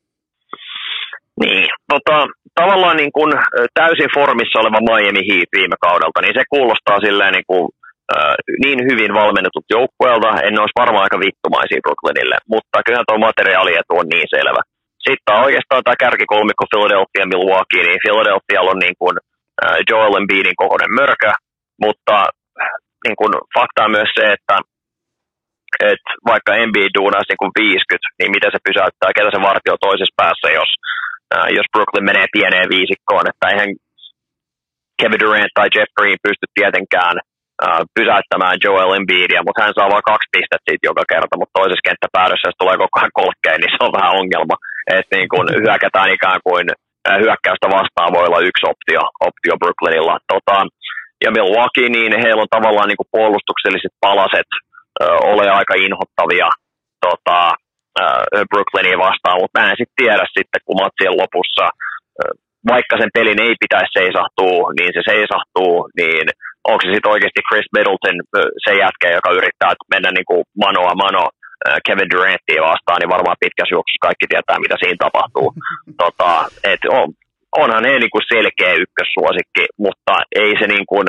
Niin, tota, tavallaan niin kuin täysin formissa oleva Miami Heat viime kaudelta, niin se kuulostaa silleen niin, kuin, äh, niin hyvin valmennetut joukkueelta, en olisi varmaan aika vittumaisia Brooklynille, mutta kyllähän tuo materiaalietu on niin selvä. Sitten oikeastaan tämä kärkikolmikko Philadelphia ja Milwaukee, niin Philadelphialla on niin kuin Joel Embiidin kokoinen mörkö, mutta niin kun, fakta on myös se, että, että vaikka Embiid duunaisi niin kun viisikymmentä, niin miten se pysäyttää, ketä se vartio toisessa päässä, jos, äh, jos Brooklyn menee pieneen viisikkoon, että eihän Kevin Durant tai Jeff Green pysty tietenkään äh, pysäyttämään Joel Embiidia, mutta hän saa vain kaksi pistettä siitä joka kerta, mutta toisessa kenttäpäädössä, jos tulee koko ajan kolkkeen, niin se on vähän ongelma, että niin kun hyökätään ikään kuin hyökkäystä vastaan voi olla yksi optio, optio Brooklynilla. Tota, ja Milwaukee, niin heillä on tavallaan niin kuin puolustukselliset palaset ö, ole aika inhottavia tota, ö, Brooklynia vastaan, mutta mä en sitten tiedä sitten, kun matsien lopussa, ö, vaikka sen pelin ei pitäisi seisahtua, niin se seisahtuu, niin onko se sitten oikeasti Chris Middleton se jätkä, joka yrittää mennä niin kuin manoa mano Kevin Durantia vastaan, niin varmaan pitkässä juoksussa kaikki tietää, mitä siinä tapahtuu. Tota, et on, onhan he niin kuin selkeä ykkössuosikki, mutta ei se niin kuin,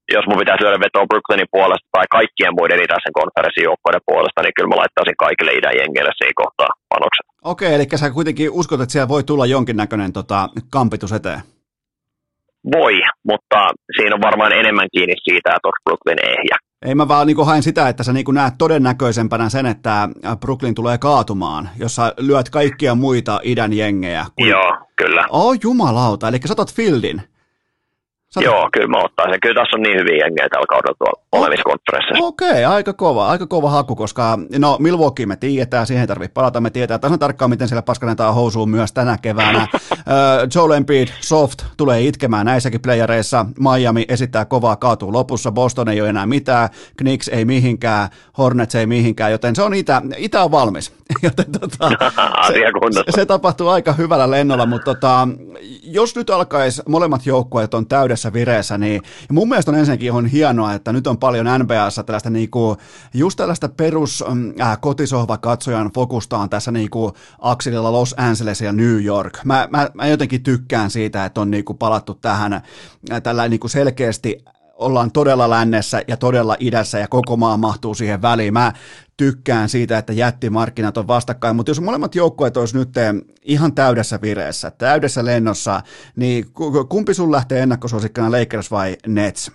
jos mun pitäisi lyödä vetoa Brooklynin puolesta tai kaikkien muiden itäisen konferenssin joukkoiden puolesta, niin kyllä mä laittaisin kaikille idän jengeille siinä kohtaa panokset. Okei, eli sä kuitenkin uskot, että siellä voi tulla jonkinnäköinen tota, kampitus eteen? Voi, mutta siinä on varmaan enemmän kiinni siitä, että onko Brooklyn ehjä. Ei mä vaan niin hain sitä, että sä niin näet todennäköisempänä sen, että Brooklyn tulee kaatumaan, jos sä lyöt kaikkia muita idän jengejä. Kuin... Joo, kyllä. Oh jumalauta, eli sä otat Fieldin. Sä Joo, otat... kyllä mä ottaisin. Kyllä tässä on niin hyviä jengejä tällä kaudella tuolla oh. olevissa konferensseissa. Okei, okay, aika kova, aika kova haku, koska no Milwaukee me tiedetään, siihen ei tarvitse palata, me tiedetään tasan tarkkaan, miten siellä paskanetaan housuun myös tänä keväänä. Joel Embiid, soft, tulee itkemään näissäkin playereissa, Miami esittää kovaa, kaatuu lopussa, Boston ei ole enää mitään, Knicks ei mihinkään, Hornets ei mihinkään, joten se on itä, itä on valmis. Joten, tota, se, se, se tapahtuu aika hyvällä lennolla, mutta tota, jos nyt alkaisi molemmat joukkueet on täydessä vireessä, niin mun mielestä on ensinnäkin on hienoa, että nyt on paljon N B A:ssa tällaista niinku, just tällaista perus äh, kotisohvakatsojan fokusta on tässä niinku akselilla Los Angeles ja New York. Mä, mä, mä jotenkin tykkään siitä, että on niinku palattu tähän äh, tällä niinku selkeästi ollaan todella lännessä ja todella idässä ja koko maa mahtuu siihen väliin. Mä tykkään siitä, että jättimarkkinat on vastakkain, mutta jos molemmat joukkueet olisi nyt ihan täydessä vireessä, täydessä lennossa, niin kumpi sun lähtee ennakkosuosikkana, Lakers vai Nets?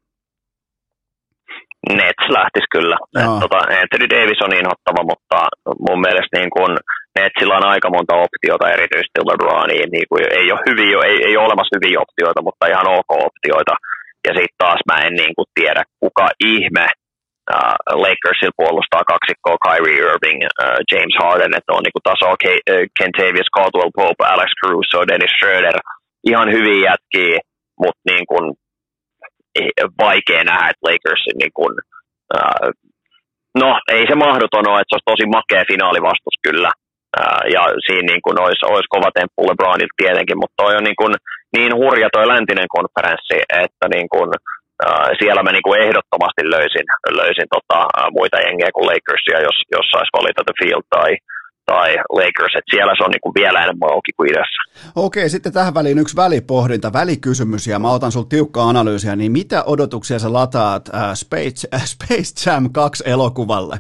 Nets lähtisi kyllä. No. Tota, Anthony Davis on inhottava, mutta mun mielestä niin kun Netsillä on aika monta optiota, erityisesti LeBroniin. Niin kun ei ole hyviä, ei, ei ole olemassa hyviä optioita, mutta ihan ok optioita. Ja sitten taas mä en niin kuin tiedä, kuka ihme uh, Lakersilla puolustaa kaksikkoa Kyrie Irving, uh, James Harden, että on niin kuin tasoa K- uh, Kentavious Caldwell-Pope, Alex Caruso, Dennis Schroeder. Ihan hyviä jätkiä, mutta niin kuin vaikea nähdä, että Lakersin niin kuin, uh, no ei se mahdoton ole, että se olisi tosi makea finaalivastus kyllä. Uh, ja siinä niin kuin olisi, olisi kova temppu LeBronilta tietenkin, mutta toi on niin, kuin, niin hurja toi läntinen konferenssi, että niin kuin, uh, siellä mä niin kuin ehdottomasti löysin, löysin tota, uh, muita jengejä kuin Lakersia, jos, jos saisi valita The Field tai, tai Lakers, että siellä se on niin kuin vielä enemmän auki kuin idässä. Okei, sitten tähän väliin yksi välipohdinta, välikysymys, ja mä otan sulta tiukkaa analyysiä, niin mitä odotuksia sä lataat uh, Space, uh, Space Jam kaksi elokuvalle?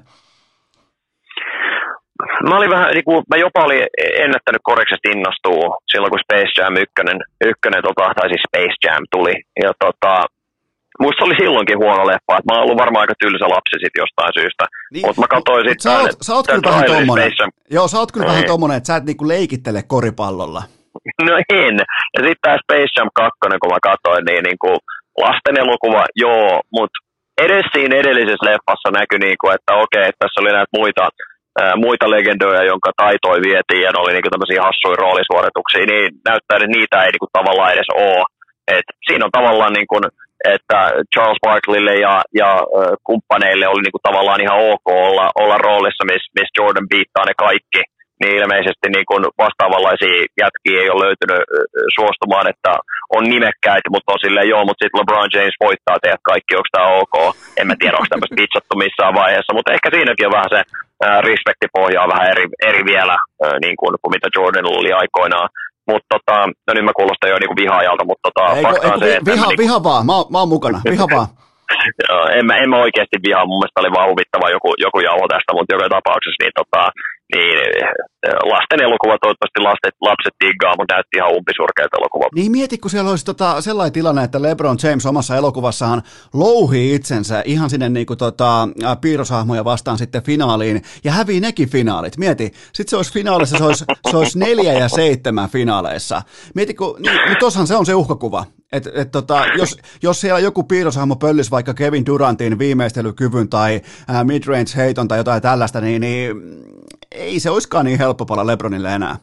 Mä olin vähän, niin kuin, mä jopa olin ennättänyt korkeasti innostua silloin, kun Space Jam ykkönen, ykkönen tota, tai siis Space Jam tuli. Ja tota, musta oli silloinkin huono leffa, että mä oon ollut varmaan aika tylsä lapsi sit jostain syystä. Niin, mutta mä katsoin sitten... Sä oot, sä oot kyllä vähän tommonen, joo, sä oot kyllä vähän tommonen, että sä et niinku leikittele koripallolla. No en. Ja sitten tää Space Jam kaksi, kun mä katsoin, niin niinku lasten elokuva, joo, mutta edes siinä edellisessä leffassa näkyi, niinku, että okei, että tässä oli näitä muita... muita legendoja, jonka taitoi vietiin ja ne oli niinku tämmöisiä hassuja roolisuorituksia, niin näyttää, että niitä ei niinku tavallaan edes ole. Et siinä on tavallaan, niinku, että Charles Barkleylle ja, ja äh, kumppaneille oli niinku tavallaan ihan ok olla, olla roolissa, missä miss Jordan beattaa ne kaikki. Niin ilmeisesti niinku vastaavanlaisia jätkiä ei ole löytynyt äh, suostumaan, että on nimekkäitä, mutta on silleen joo, mutta sitten LeBron James voittaa teidät kaikki, onko tämä ok? En mä tiedä, onko tämmöistä pitsattu missään vaiheessa, mutta ehkä siinäkin on vähän se respektipohja on vähän eri, eri vielä niin kuin, kuin mitä Jordan oli aikoinaan. Mutta tota, no nyt mä kuulostan jo niin kuin vihaajalta, mutta tota, eiku, fakta on eiku, se, että... Viha, niin, viha vaan, mä, mä oon mukana, viha vaan. en, mä, en mä oikeasti vihaa, mun mielestä oli vaan huvittava joku, joku jauho tästä, mutta joka tapauksessa niin, tota, niin lasten elokuva toivottavasti lapset, lapset diggaa, mutta näytti ihan umpisurkeita elokuvaa. Niin mieti, kun siellä olisi tota, sellainen tilanne, että LeBron James omassa elokuvassaan louhii itsensä ihan sinne niin kuin, tota, piirroshahmoja vastaan sitten finaaliin ja hävii nekin finaalit. Mieti, sitten se olisi finaalissa, se olisi, se olisi neljä ja seitsemän finaaleissa. Mieti, kun, niin, niin tossahan se on se uhkakuva. Et, et tota, jos, jos siellä joku piirroshahmo pöllisi vaikka Kevin Durantin viimeistelykyvyn tai ää, midrange heiton tai jotain tällaista, niin, niin ei se olisikaan niin helppo pala LeBronille enää.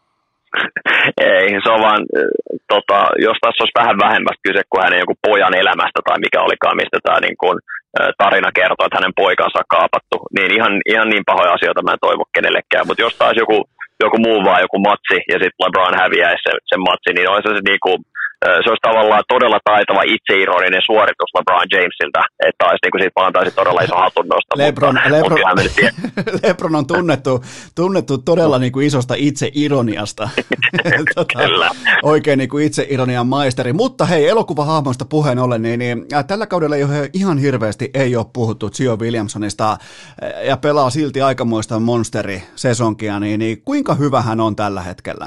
Ei, se on vaan, tota, jos tässä olisi vähän vähemmästä kyse kuin hänen joku pojan elämästä tai mikä olikaan, mistä tämä niin kuin, tarina kertoo, että hänen poikansa on kaapattu, niin ihan, ihan niin pahoja asioita mä en toivo kenellekään, mutta jos taas joku, joku muu vaan joku matsi ja sitten LeBron häviäisi sen, sen matsi, niin olisi se niin kuin se olisi tavallaan todella taitava itseironinen suoritus LeBron Jamesilta, että olisi niin siitä antaisi todella iso hatunnosto. Lebron, mutta, Lebron, mutta Lebron on tunnettu, tunnettu todella niin kuin isosta itseironiasta. tota, oikein niin kuin itseironian maisteri. Mutta hei, elokuvahahmoista puheen ollen, niin, niin äh, tällä kaudella ei ole ihan hirveästi ei ole puhuttu Zion Williamsonista äh, ja pelaa silti aikamoista monsterisesonkia, niin, niin kuinka hyvä hän on tällä hetkellä?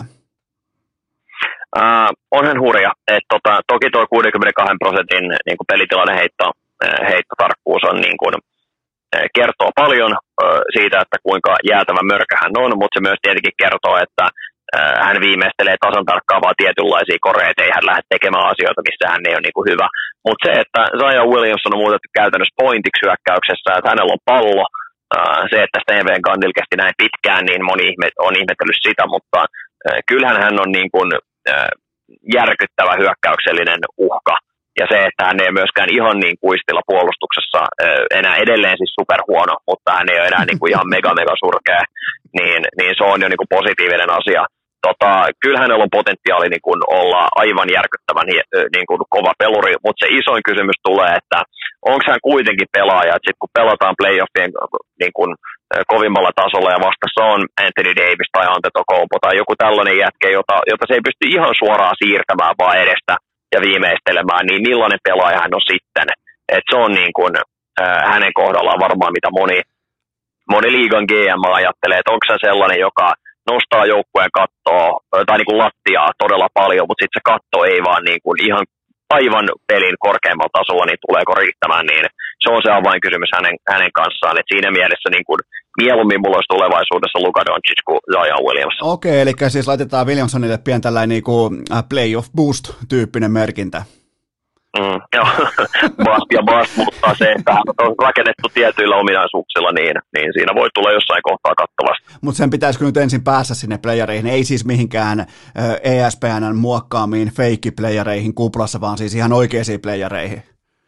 Uh, on hän hurja. Et tota, toki tuo kuudenkymmenenkahden prosentin niin kuin pelitilanne heitto, heittotarkkuus on, niin kuin, kertoo paljon uh, siitä, että kuinka jäätävä mörkä hän on, mutta se myös tietenkin kertoo, että uh, hän viimeistelee tasan tarkkaan vaan tietynlaisia koreita, ei hän lähde tekemään asioita, missä hän ei ole niin kuin hyvä. Mutta se, että Zion Williamson on muutettu käytännössä pointiksi hyökkäyksessä, että hänellä on pallo, uh, se, että Steven Gandil kesti näin pitkään, niin moni ihme, on ihmetellyt sitä, mutta uh, kyllähän hän on niin kuin järkyttävä hyökkäyksellinen uhka. Ja se, että hän ei ole myöskään ihan niin kuistilla puolustuksessa enää edelleen siis superhuono, mutta hän ei ole enää niin kuin ihan mega mega surkea, niin, niin se on jo niin kuin positiivinen asia. Tota, kyllä hänellä on potentiaali niin kuin olla aivan järkyttävän niin kuin kova peluri, mutta se isoin kysymys tulee, että onko hän kuitenkin pelaaja, että sitten kun pelataan playoffien niin kuin kovimmalla tasolla ja vastassa on Anthony Davis tai Antetokounmpo tai joku tällainen jätke, jota, jota se ei pysty ihan suoraan siirtämään vaan edestä ja viimeistelemään, niin millainen pelaaja hän on sitten. Et se on niin kuin, äh, hänen kohdallaan varmaan mitä moni, moni liigan G M ajattelee, että onko se sellainen, joka nostaa joukkueen kattoa tai niin kuin lattiaa todella paljon, mutta sitten se katto ei vaan niin kuin ihan aivan pelin korkeammalla tasolla, niin tuleeko riittämään, niin se on se avainkysymys hänen, hänen kanssaan. Et siinä mielessä niin kuin, mieluummin mulla olisi tulevaisuudessa Luka Doncic kuin Zion Williams. Okei, eli siis laitetaan Williamsonille pian tällainen niin kuin playoff boost-tyyppinen merkintä. Mm, joo, bust ja bust, mutta se, että hän on rakennettu tietyillä ominaisuuksilla, niin, niin siinä voi tulla jossain kohtaa kattavasti. Mutta sen pitäisikö nyt ensin päässä sinne playereihin, ei siis mihinkään E S P N:n muokkaamiin fake-playereihin kuplassa, vaan siis ihan oikeisiin playereihin.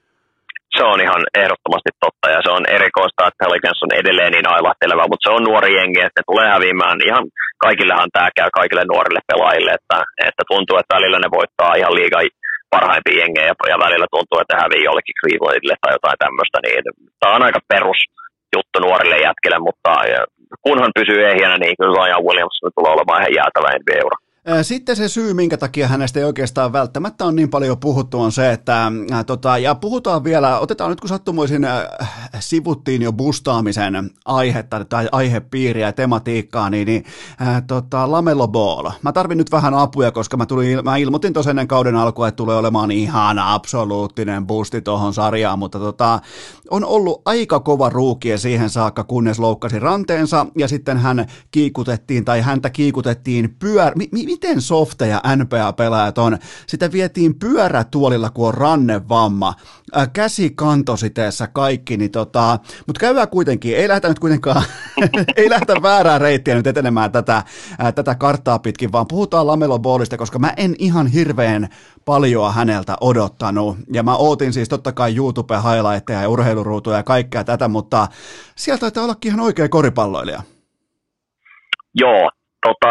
Se on ihan ehdottomasti totta, ja se on erikoista, että Pelicans on edelleen niin ailahteleva, mutta se on nuori jengi, että ne tulee häviämään. Ihan kaikillehan tämä käy kaikille nuorille pelaajille, että, että tuntuu, että välillä ne voittaa ihan liiga parhaimpia jengejä, ja välillä tuntuu, että hävii jollekin Clevelandille tai jotain tämmöistä, niin tämä on aika perusjuttu nuorille jätkille, mutta kunhan pysyy ehjänä, niin kyllä Zion Williams tulee olemaan ihan jäätävä N B A-ura. Sitten se syy, minkä takia hänestä ei oikeastaan välttämättä on niin paljon puhuttu, on se, että äh, tota, ja puhutaan vielä, otetaan nyt kun sattumoisin äh, sivuttiin jo bustaamisen aihetta tai aihepiiriä ja tematiikkaa, niin, niin äh, tota, LaMelo Ball. Mä tarvin nyt vähän apuja, koska mä, tulin, mä ilmoitin tuossa ennen kauden alkua, että tulee olemaan ihan absoluuttinen busti tuohon sarjaan, mutta tota, on ollut aika kova ruukie siihen saakka, kunnes loukkasi ranteensa ja sitten hän kiikutettiin tai häntä kiikutettiin pyör... Mi- mi- Miten softeja N B A-pelaajat on? Sitä vietiin pyörätuolilla, kun on rannevamma, äh, käsi kantositeessä kaikki, niin tota, mutta käydään kuitenkin, ei lähdetä nyt kuitenkaan, ei lähdetä väärää reittiä nyt etenemään tätä, äh, tätä karttaa pitkin, vaan puhutaan LaMelo Ballista, koska mä en ihan hirveän paljoa häneltä odottanut, ja mä ootin siis totta kai YouTube-highlightteja ja urheiluruutuja ja kaikkea tätä, mutta sieltä taitaa ollakin ihan oikea koripalloilija. Joo, tota...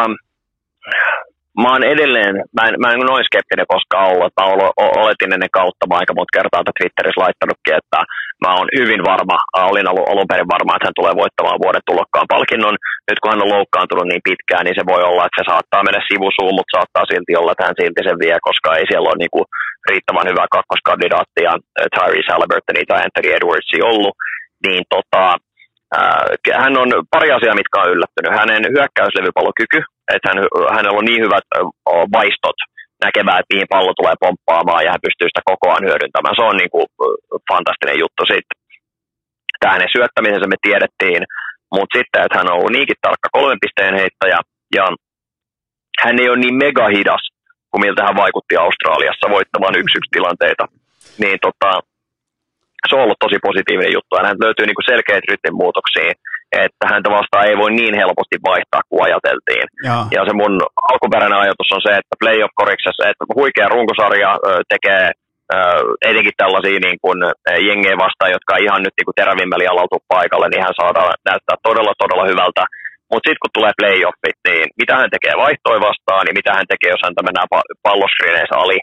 Mä oon edelleen, mä en, mä en noin skeptinen koskaan ollut, mä oletin ennen kautta, mä aika monta kertaa Twitterissä laittanutkin, että mä oon hyvin varma, olin alun, alun perin varma, että hän tulee voittamaan vuoden tulokkaan palkinnon. Nyt kun hän on loukkaantunut niin pitkään, niin se voi olla, että se saattaa mennä sivusuun, mutta saattaa silti olla, että hän silti sen vie, koska ei siellä ole niinku riittävän hyvää kakkoskandidaattia Tyrese Halliburtonia tai Anthony Edwardsia ollut, niin tota, Äh, hän on pari asiaa, mitkä on yllättynyt. Hänen hyökkäyslevypallokyky, että hän, hänellä on niin hyvät äh, vaistot näkemään, että mihin pallo tulee pomppaamaan ja hän pystyy sitä kokoaan hyödyntämään. Se on niin kuin, äh, fantastinen juttu. Sitten tämä hänen syöttämisensä me tiedettiin, mutta sitten, että hän on ollut niinkin tarkka kolmen pisteen heittäjä ja hän ei ole niin mega hidas kuin miltä hän vaikutti Australiassa voittamaan yksi yksi tilanteita. Niin tota, se on ollut tosi positiivinen juttu. Hän löytyy niinku selkeät rytminmuutoksia, että häntä vastaan ei voi niin helposti vaihtaa kuin ajateltiin. Ja, ja se mun alkuperäinen ajatus on se, että playoff-koriksessa, että huikea runkosarja tekee etenkin tällaisia niin kuin jengejä vastaan, jotka ihan nyt niin kuin terävimmällä jalautuu paikalle, niin hän saadaan näyttää todella, todella hyvältä. Mutta sitten kun tulee playoffit, niin mitä hän tekee vaihtoja vastaan, niin mitä hän tekee, jos häntä mennään palloskriineissä ali,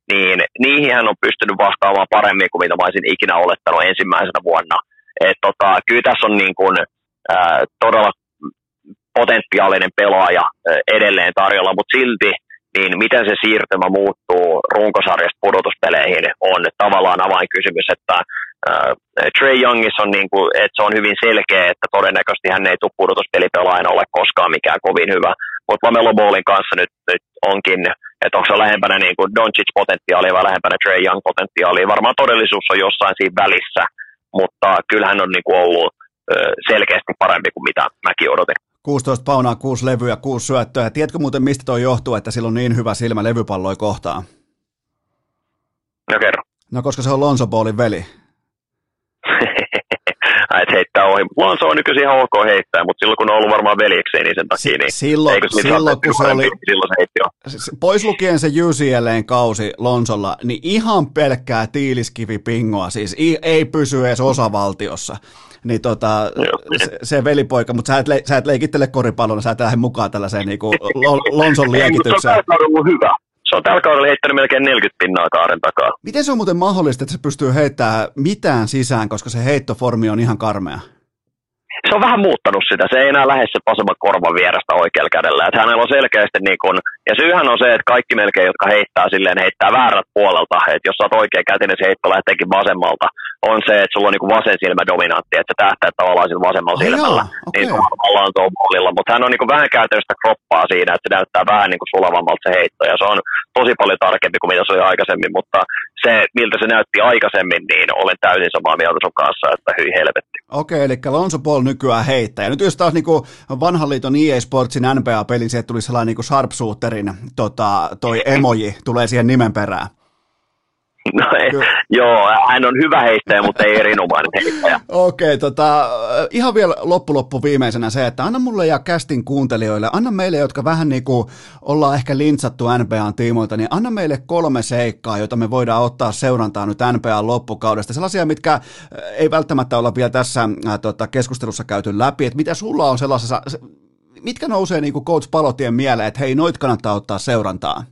niin niihin hän on pystynyt vastaamaan paremmin kuin mitä mä olisin ikinä olettanut ensimmäisenä vuonna. Et tota, kyllä tässä on niin kuin, ää, todella potentiaalinen pelaaja ää, edelleen tarjolla, mutta silti niin miten se siirtymä muuttuu runkosarjasta pudotuspeleihin on tavallaan avainkysymys, että äh, Trae Youngissa on, niin kuin, että se on hyvin selkeä, että todennäköisesti hän ei tule pudotuspelipelaajana ole koskaan mikään kovin hyvä, mutta LaMelo Ballin kanssa nyt, nyt onkin, että onko se lähempänä niin kuin Doncic-potentiaalia vai lähempänä Trae Young-potentiaalia, varmaan todellisuus on jossain siinä välissä, mutta kyllähän on niin kuin ollut äh, selkeästi parempi kuin mitä mäkin odotin. kuusitoista paunaa, kuusi levyä, kuusi syöttöä. Tiedätkö muuten, mistä toi johtuu, että sillä on niin hyvä silmä levypalloja kohtaan? No kerro. No koska se on Lonzo Ballin veli. Et heittää ohi. Lonzo on nykyisin ihan ok heittää, mutta silloin kun on ollut varmaan veljekseen, niin sen takia. Niin, silloin, silloin kun se oli, silloin se heitti jo. Pois lukien se U C L:n kausi Lonzolla, niin ihan pelkkää tiiliskivipingoa, siis ei pysy edes osavaltiossa. Niin tota, se, se velipoika, mutta sä et, le, sä et leikittele koripallona, sä et lähde mukaan tällaiseen niinku Lonson liekitykseen. Se on tällä kaudella hyvä. Se on tällä kaudella heittänyt melkein neljäkymmentä pinnaa kaaren takaa. Miten se on muuten mahdollista, että se pystyy heittämään mitään sisään, koska se heittoformi on ihan karmea? Se on vähän muuttanut sitä. Se ei enää lähde se vasemman korvan vierestä oikealla kädellä. Että hänellä on selkeästi niin kun, ja syyhän on se, että kaikki melkein, jotka heittää silleen, heittää väärät puolelta. Että jos sä oot oikein kätinen, se heitto lähteekin vasemmalta. On se, että sulla on niin kuin vasen silmä dominantti, että se tähtää tavallaan sillä vasemmalla oh, silmällä. Joo, okay. Niin tavallaan tuo ballilla. Mutta hän on niin kuin vähän käytänyt sitä kroppaa siinä, että se näyttää vähän niin kuin sulavammalta se heitto. Ja se on tosi paljon tarkempi kuin mitä se oli aikaisemmin. Mutta se, miltä se näytti aikaisemmin, niin olen täysin samaa mieltä sun kanssa, että hyi helvetti. Okei, eli Lonzo Ball nykyään heittää. Ja nyt jos taas niin kuin vanhan liiton E A Sportsin N B A-pelin, sieltä tuli sellainen niin kuin sharpshooterin tota, toi emoji, tulee siihen nimen perään. No ei, joo, hän on hyvä heittäjä, mutta ei erinomainen heittäjä. Okei, okay, tota, ihan vielä loppu-loppu viimeisenä se, että anna mulle ja Castin kuuntelijoille, anna meille, jotka vähän niin kuin ollaan ehkä lintsattu N B A:n tiimoilta, niin anna meille kolme seikkaa, joita me voidaan ottaa seurantaan nyt N B A:n loppukaudesta. Sellaisia, mitkä ei välttämättä olla vielä tässä äh, tota, keskustelussa käyty läpi, että mitä sulla on sellaisessa, mitkä nousee niin kuin Coach Palotien mieleen, että hei, noit kannattaa ottaa seurantaan?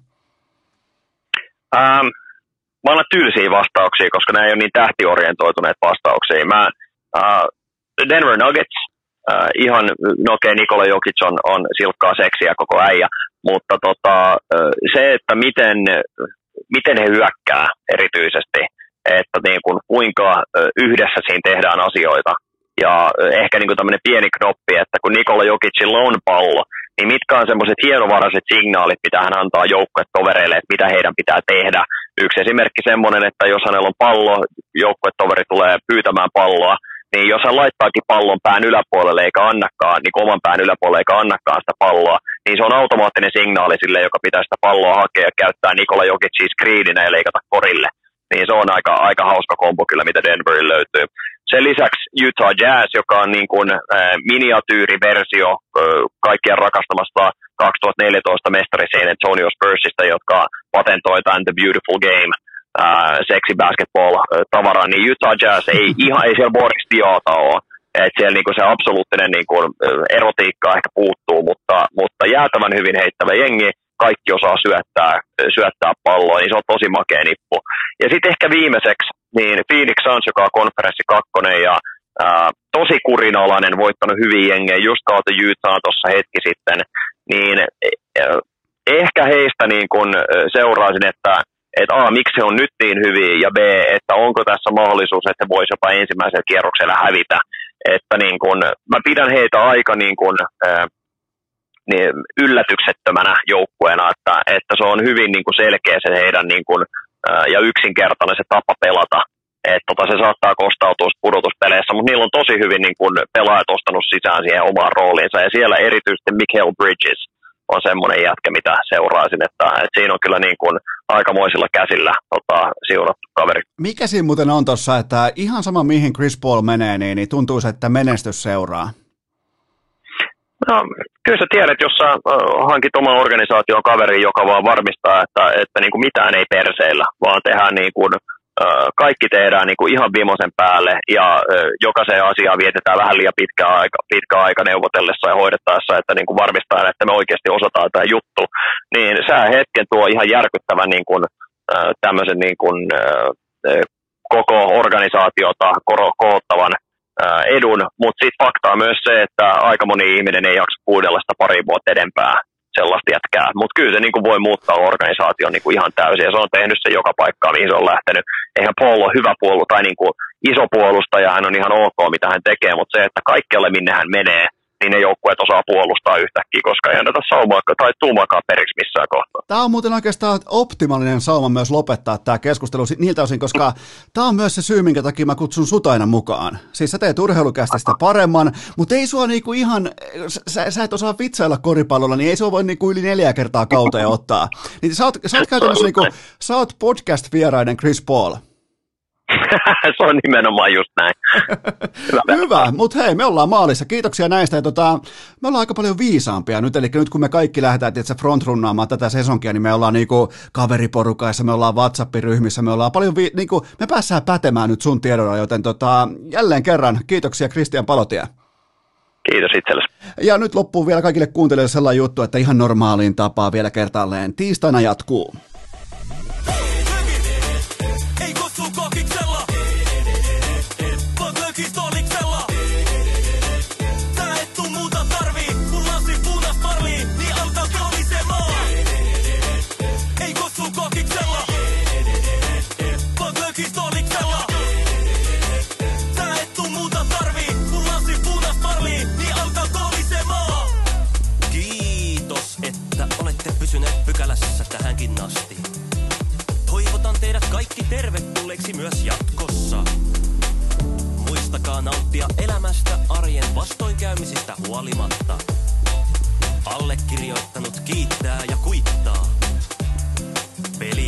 Um. Mä annan tylsiä vastauksia, koska nämä ei ole niin tähtiorientoituneet vastauksia. Mä, uh, Denver Nuggets, uh, ihan, no okei, okay, Nikola Jokic on, on silkkaa seksiä koko äijä, mutta tota, uh, se, että miten, miten he hyökkää erityisesti, että niin kuin, kuinka uh, yhdessä siinä tehdään asioita. Ja uh, ehkä niin kuin tämmöinen pieni knoppi, että kun Nikola Jokicilla on pallo, niin mitkä on semmoiset hienovaraiset signaalit, mitä hän antaa joukkuetovereille, että mitä heidän pitää tehdä. Yksi esimerkki semmoinen, että jos hänellä on pallo, joukkuetoveri tulee pyytämään palloa, niin jos hän laittaakin pallon pään yläpuolelle eikä annakaan, niin oman pään yläpuolelle eikä annakaan sitä palloa, niin se on automaattinen signaali sille, joka pitää sitä palloa hakea ja käyttää Nikola Jokicin screeninä ja leikata korille. Niin se on aika, aika hauska kombo kyllä, mitä Denverin löytyy. Sen lisäksi Utah Jazz, joka on niin kuin äh, miniatyyriversio äh, kaikkien rakastamasta kaksituhattaneljätoista mestari San Antonio Spursista, jotka patentoi tämän The Beautiful Game, äh, sexy basketball-tavaran, niin Utah Jazz ei ihan, ei siellä Boris Diata ole. Että siellä niinku se absoluuttinen niinku erotiikka ehkä puuttuu, mutta, mutta jäätävän hyvin heittävä jengi, kaikki osaa syöttää, syöttää palloa, niin se on tosi makea nippu. Ja sitten ehkä viimeiseksi, niin Phoenix Suns, joka on konferenssi kakkonen ja ää, tosi kurinalainen, voittanut hyvin jengejä, just kautta Utah tuossa hetki sitten, niin ää, ehkä heistä niin kun seuraisin, että et A, miksi he on nyt niin hyviä, ja B, että onko tässä mahdollisuus, että he voisi jopa ensimmäisellä kierroksella hävitä. Että niin kun, mä pidän heitä aika niin kun, ää, niin yllätyksettömänä joukkueena, että, että se on hyvin niin kuin selkeä se heidän niin kuin, ää, ja yksinkertainen se tapa pelata. Että tota, se saattaa kostautua pudotuspeleissä, mutta niillä on tosi hyvin niin kuin, pelaajat ostanut sisään siihen omaan rooliinsa. Ja siellä erityisesti Mikal Bridges on semmoinen jätkä, mitä seuraisin, että, että siinä on kyllä niin kuin, aikamoisilla käsillä tota, siunattu kaveri. Mikä siinä muuten on tuossa, että ihan sama mihin Chris Paul menee, niin, niin tuntuu, että menestys seuraa? No, kyllä sä tiedät, jos sä hankit oman organisaation kaverin, joka vaan varmistaa, että, että niin kuin mitään ei perseillä, vaan tehdään niin kuin, kaikki tehdään niin kuin ihan vimosen päälle ja jokaiseen asiaan vietetään vähän liian pitkä aika, pitkä aika neuvotellessa ja hoidettaessa, että niin kuin varmistaa, että me oikeasti osataan tämä juttu, niin sä hetken tuo ihan järkyttävän niin kuin, tämmöisen niin kuin, koko organisaatiota kohottavan edun, mutta sitten faktaa myös se, että aika moni ihminen ei jaksa kuudella sitä pari vuotta edempää sellaista jätkää, mutta kyllä se niin kuin voi muuttaa organisaation niin kuin ihan täysin, ja se on tehnyt se joka paikkaan, mihin se on lähtenyt. Eihän Paul ole hyvä puolustaja tai niin kuin iso puolustaja, hän on ihan ok, mitä hän tekee, mutta se, että kaikkialle minne hän menee, niin ne joukkueet osaa puolustaa yhtäkkiä, koska ei anneta saumaa tai tuumaakaan periksi missään kohtaa. Tämä on muuten oikeastaan optimaalinen sauma myös lopettaa tämä keskustelu niiltä osin, koska tämä on myös se syy, minkä takia mä kutsun sut aina mukaan. Siis sä teet urheilukästistä paremman, mutta ei sua niinku ihan, sä, sä et osaa vitsailla koripallolla, niin ei sua voi niinku yli neljä kertaa kauteen ottaa. Niin sä oot, sä oot käytännössä niinku, sä oot podcast-vieraiden Chris Paul. Se on nimenomaan just näin. Hyvä, Hyvä. Mutta hei, me ollaan maalissa. Kiitoksia näistä. Ja tota, me ollaan aika paljon viisaampia nyt, eli nyt kun me kaikki lähdetään tietysti frontrunnaamaan tätä sesonkia, niin me ollaan niinku kaveriporukaissa, me ollaan WhatsApp-ryhmissä, me ollaan paljon, vi- niinku, me päässään pätemään nyt sun tiedolla, joten tota, jälleen kerran kiitoksia Kristian Palotie. Kiitos itsellesi. Ja nyt loppuu vielä kaikille kuuntelijoille sellainen juttu, että ihan normaaliin tapaan vielä kertaalleen. Tiistaina jatkuu. Pykälässä tähänkin asti. Toivotan teidät kaikki tervetulleeksi myös jatkossa. Muistakaa nauttia elämästä arjen vastoinkäymisistä huolimatta. Allekirjoittanut kiittää ja kuittaa. Peli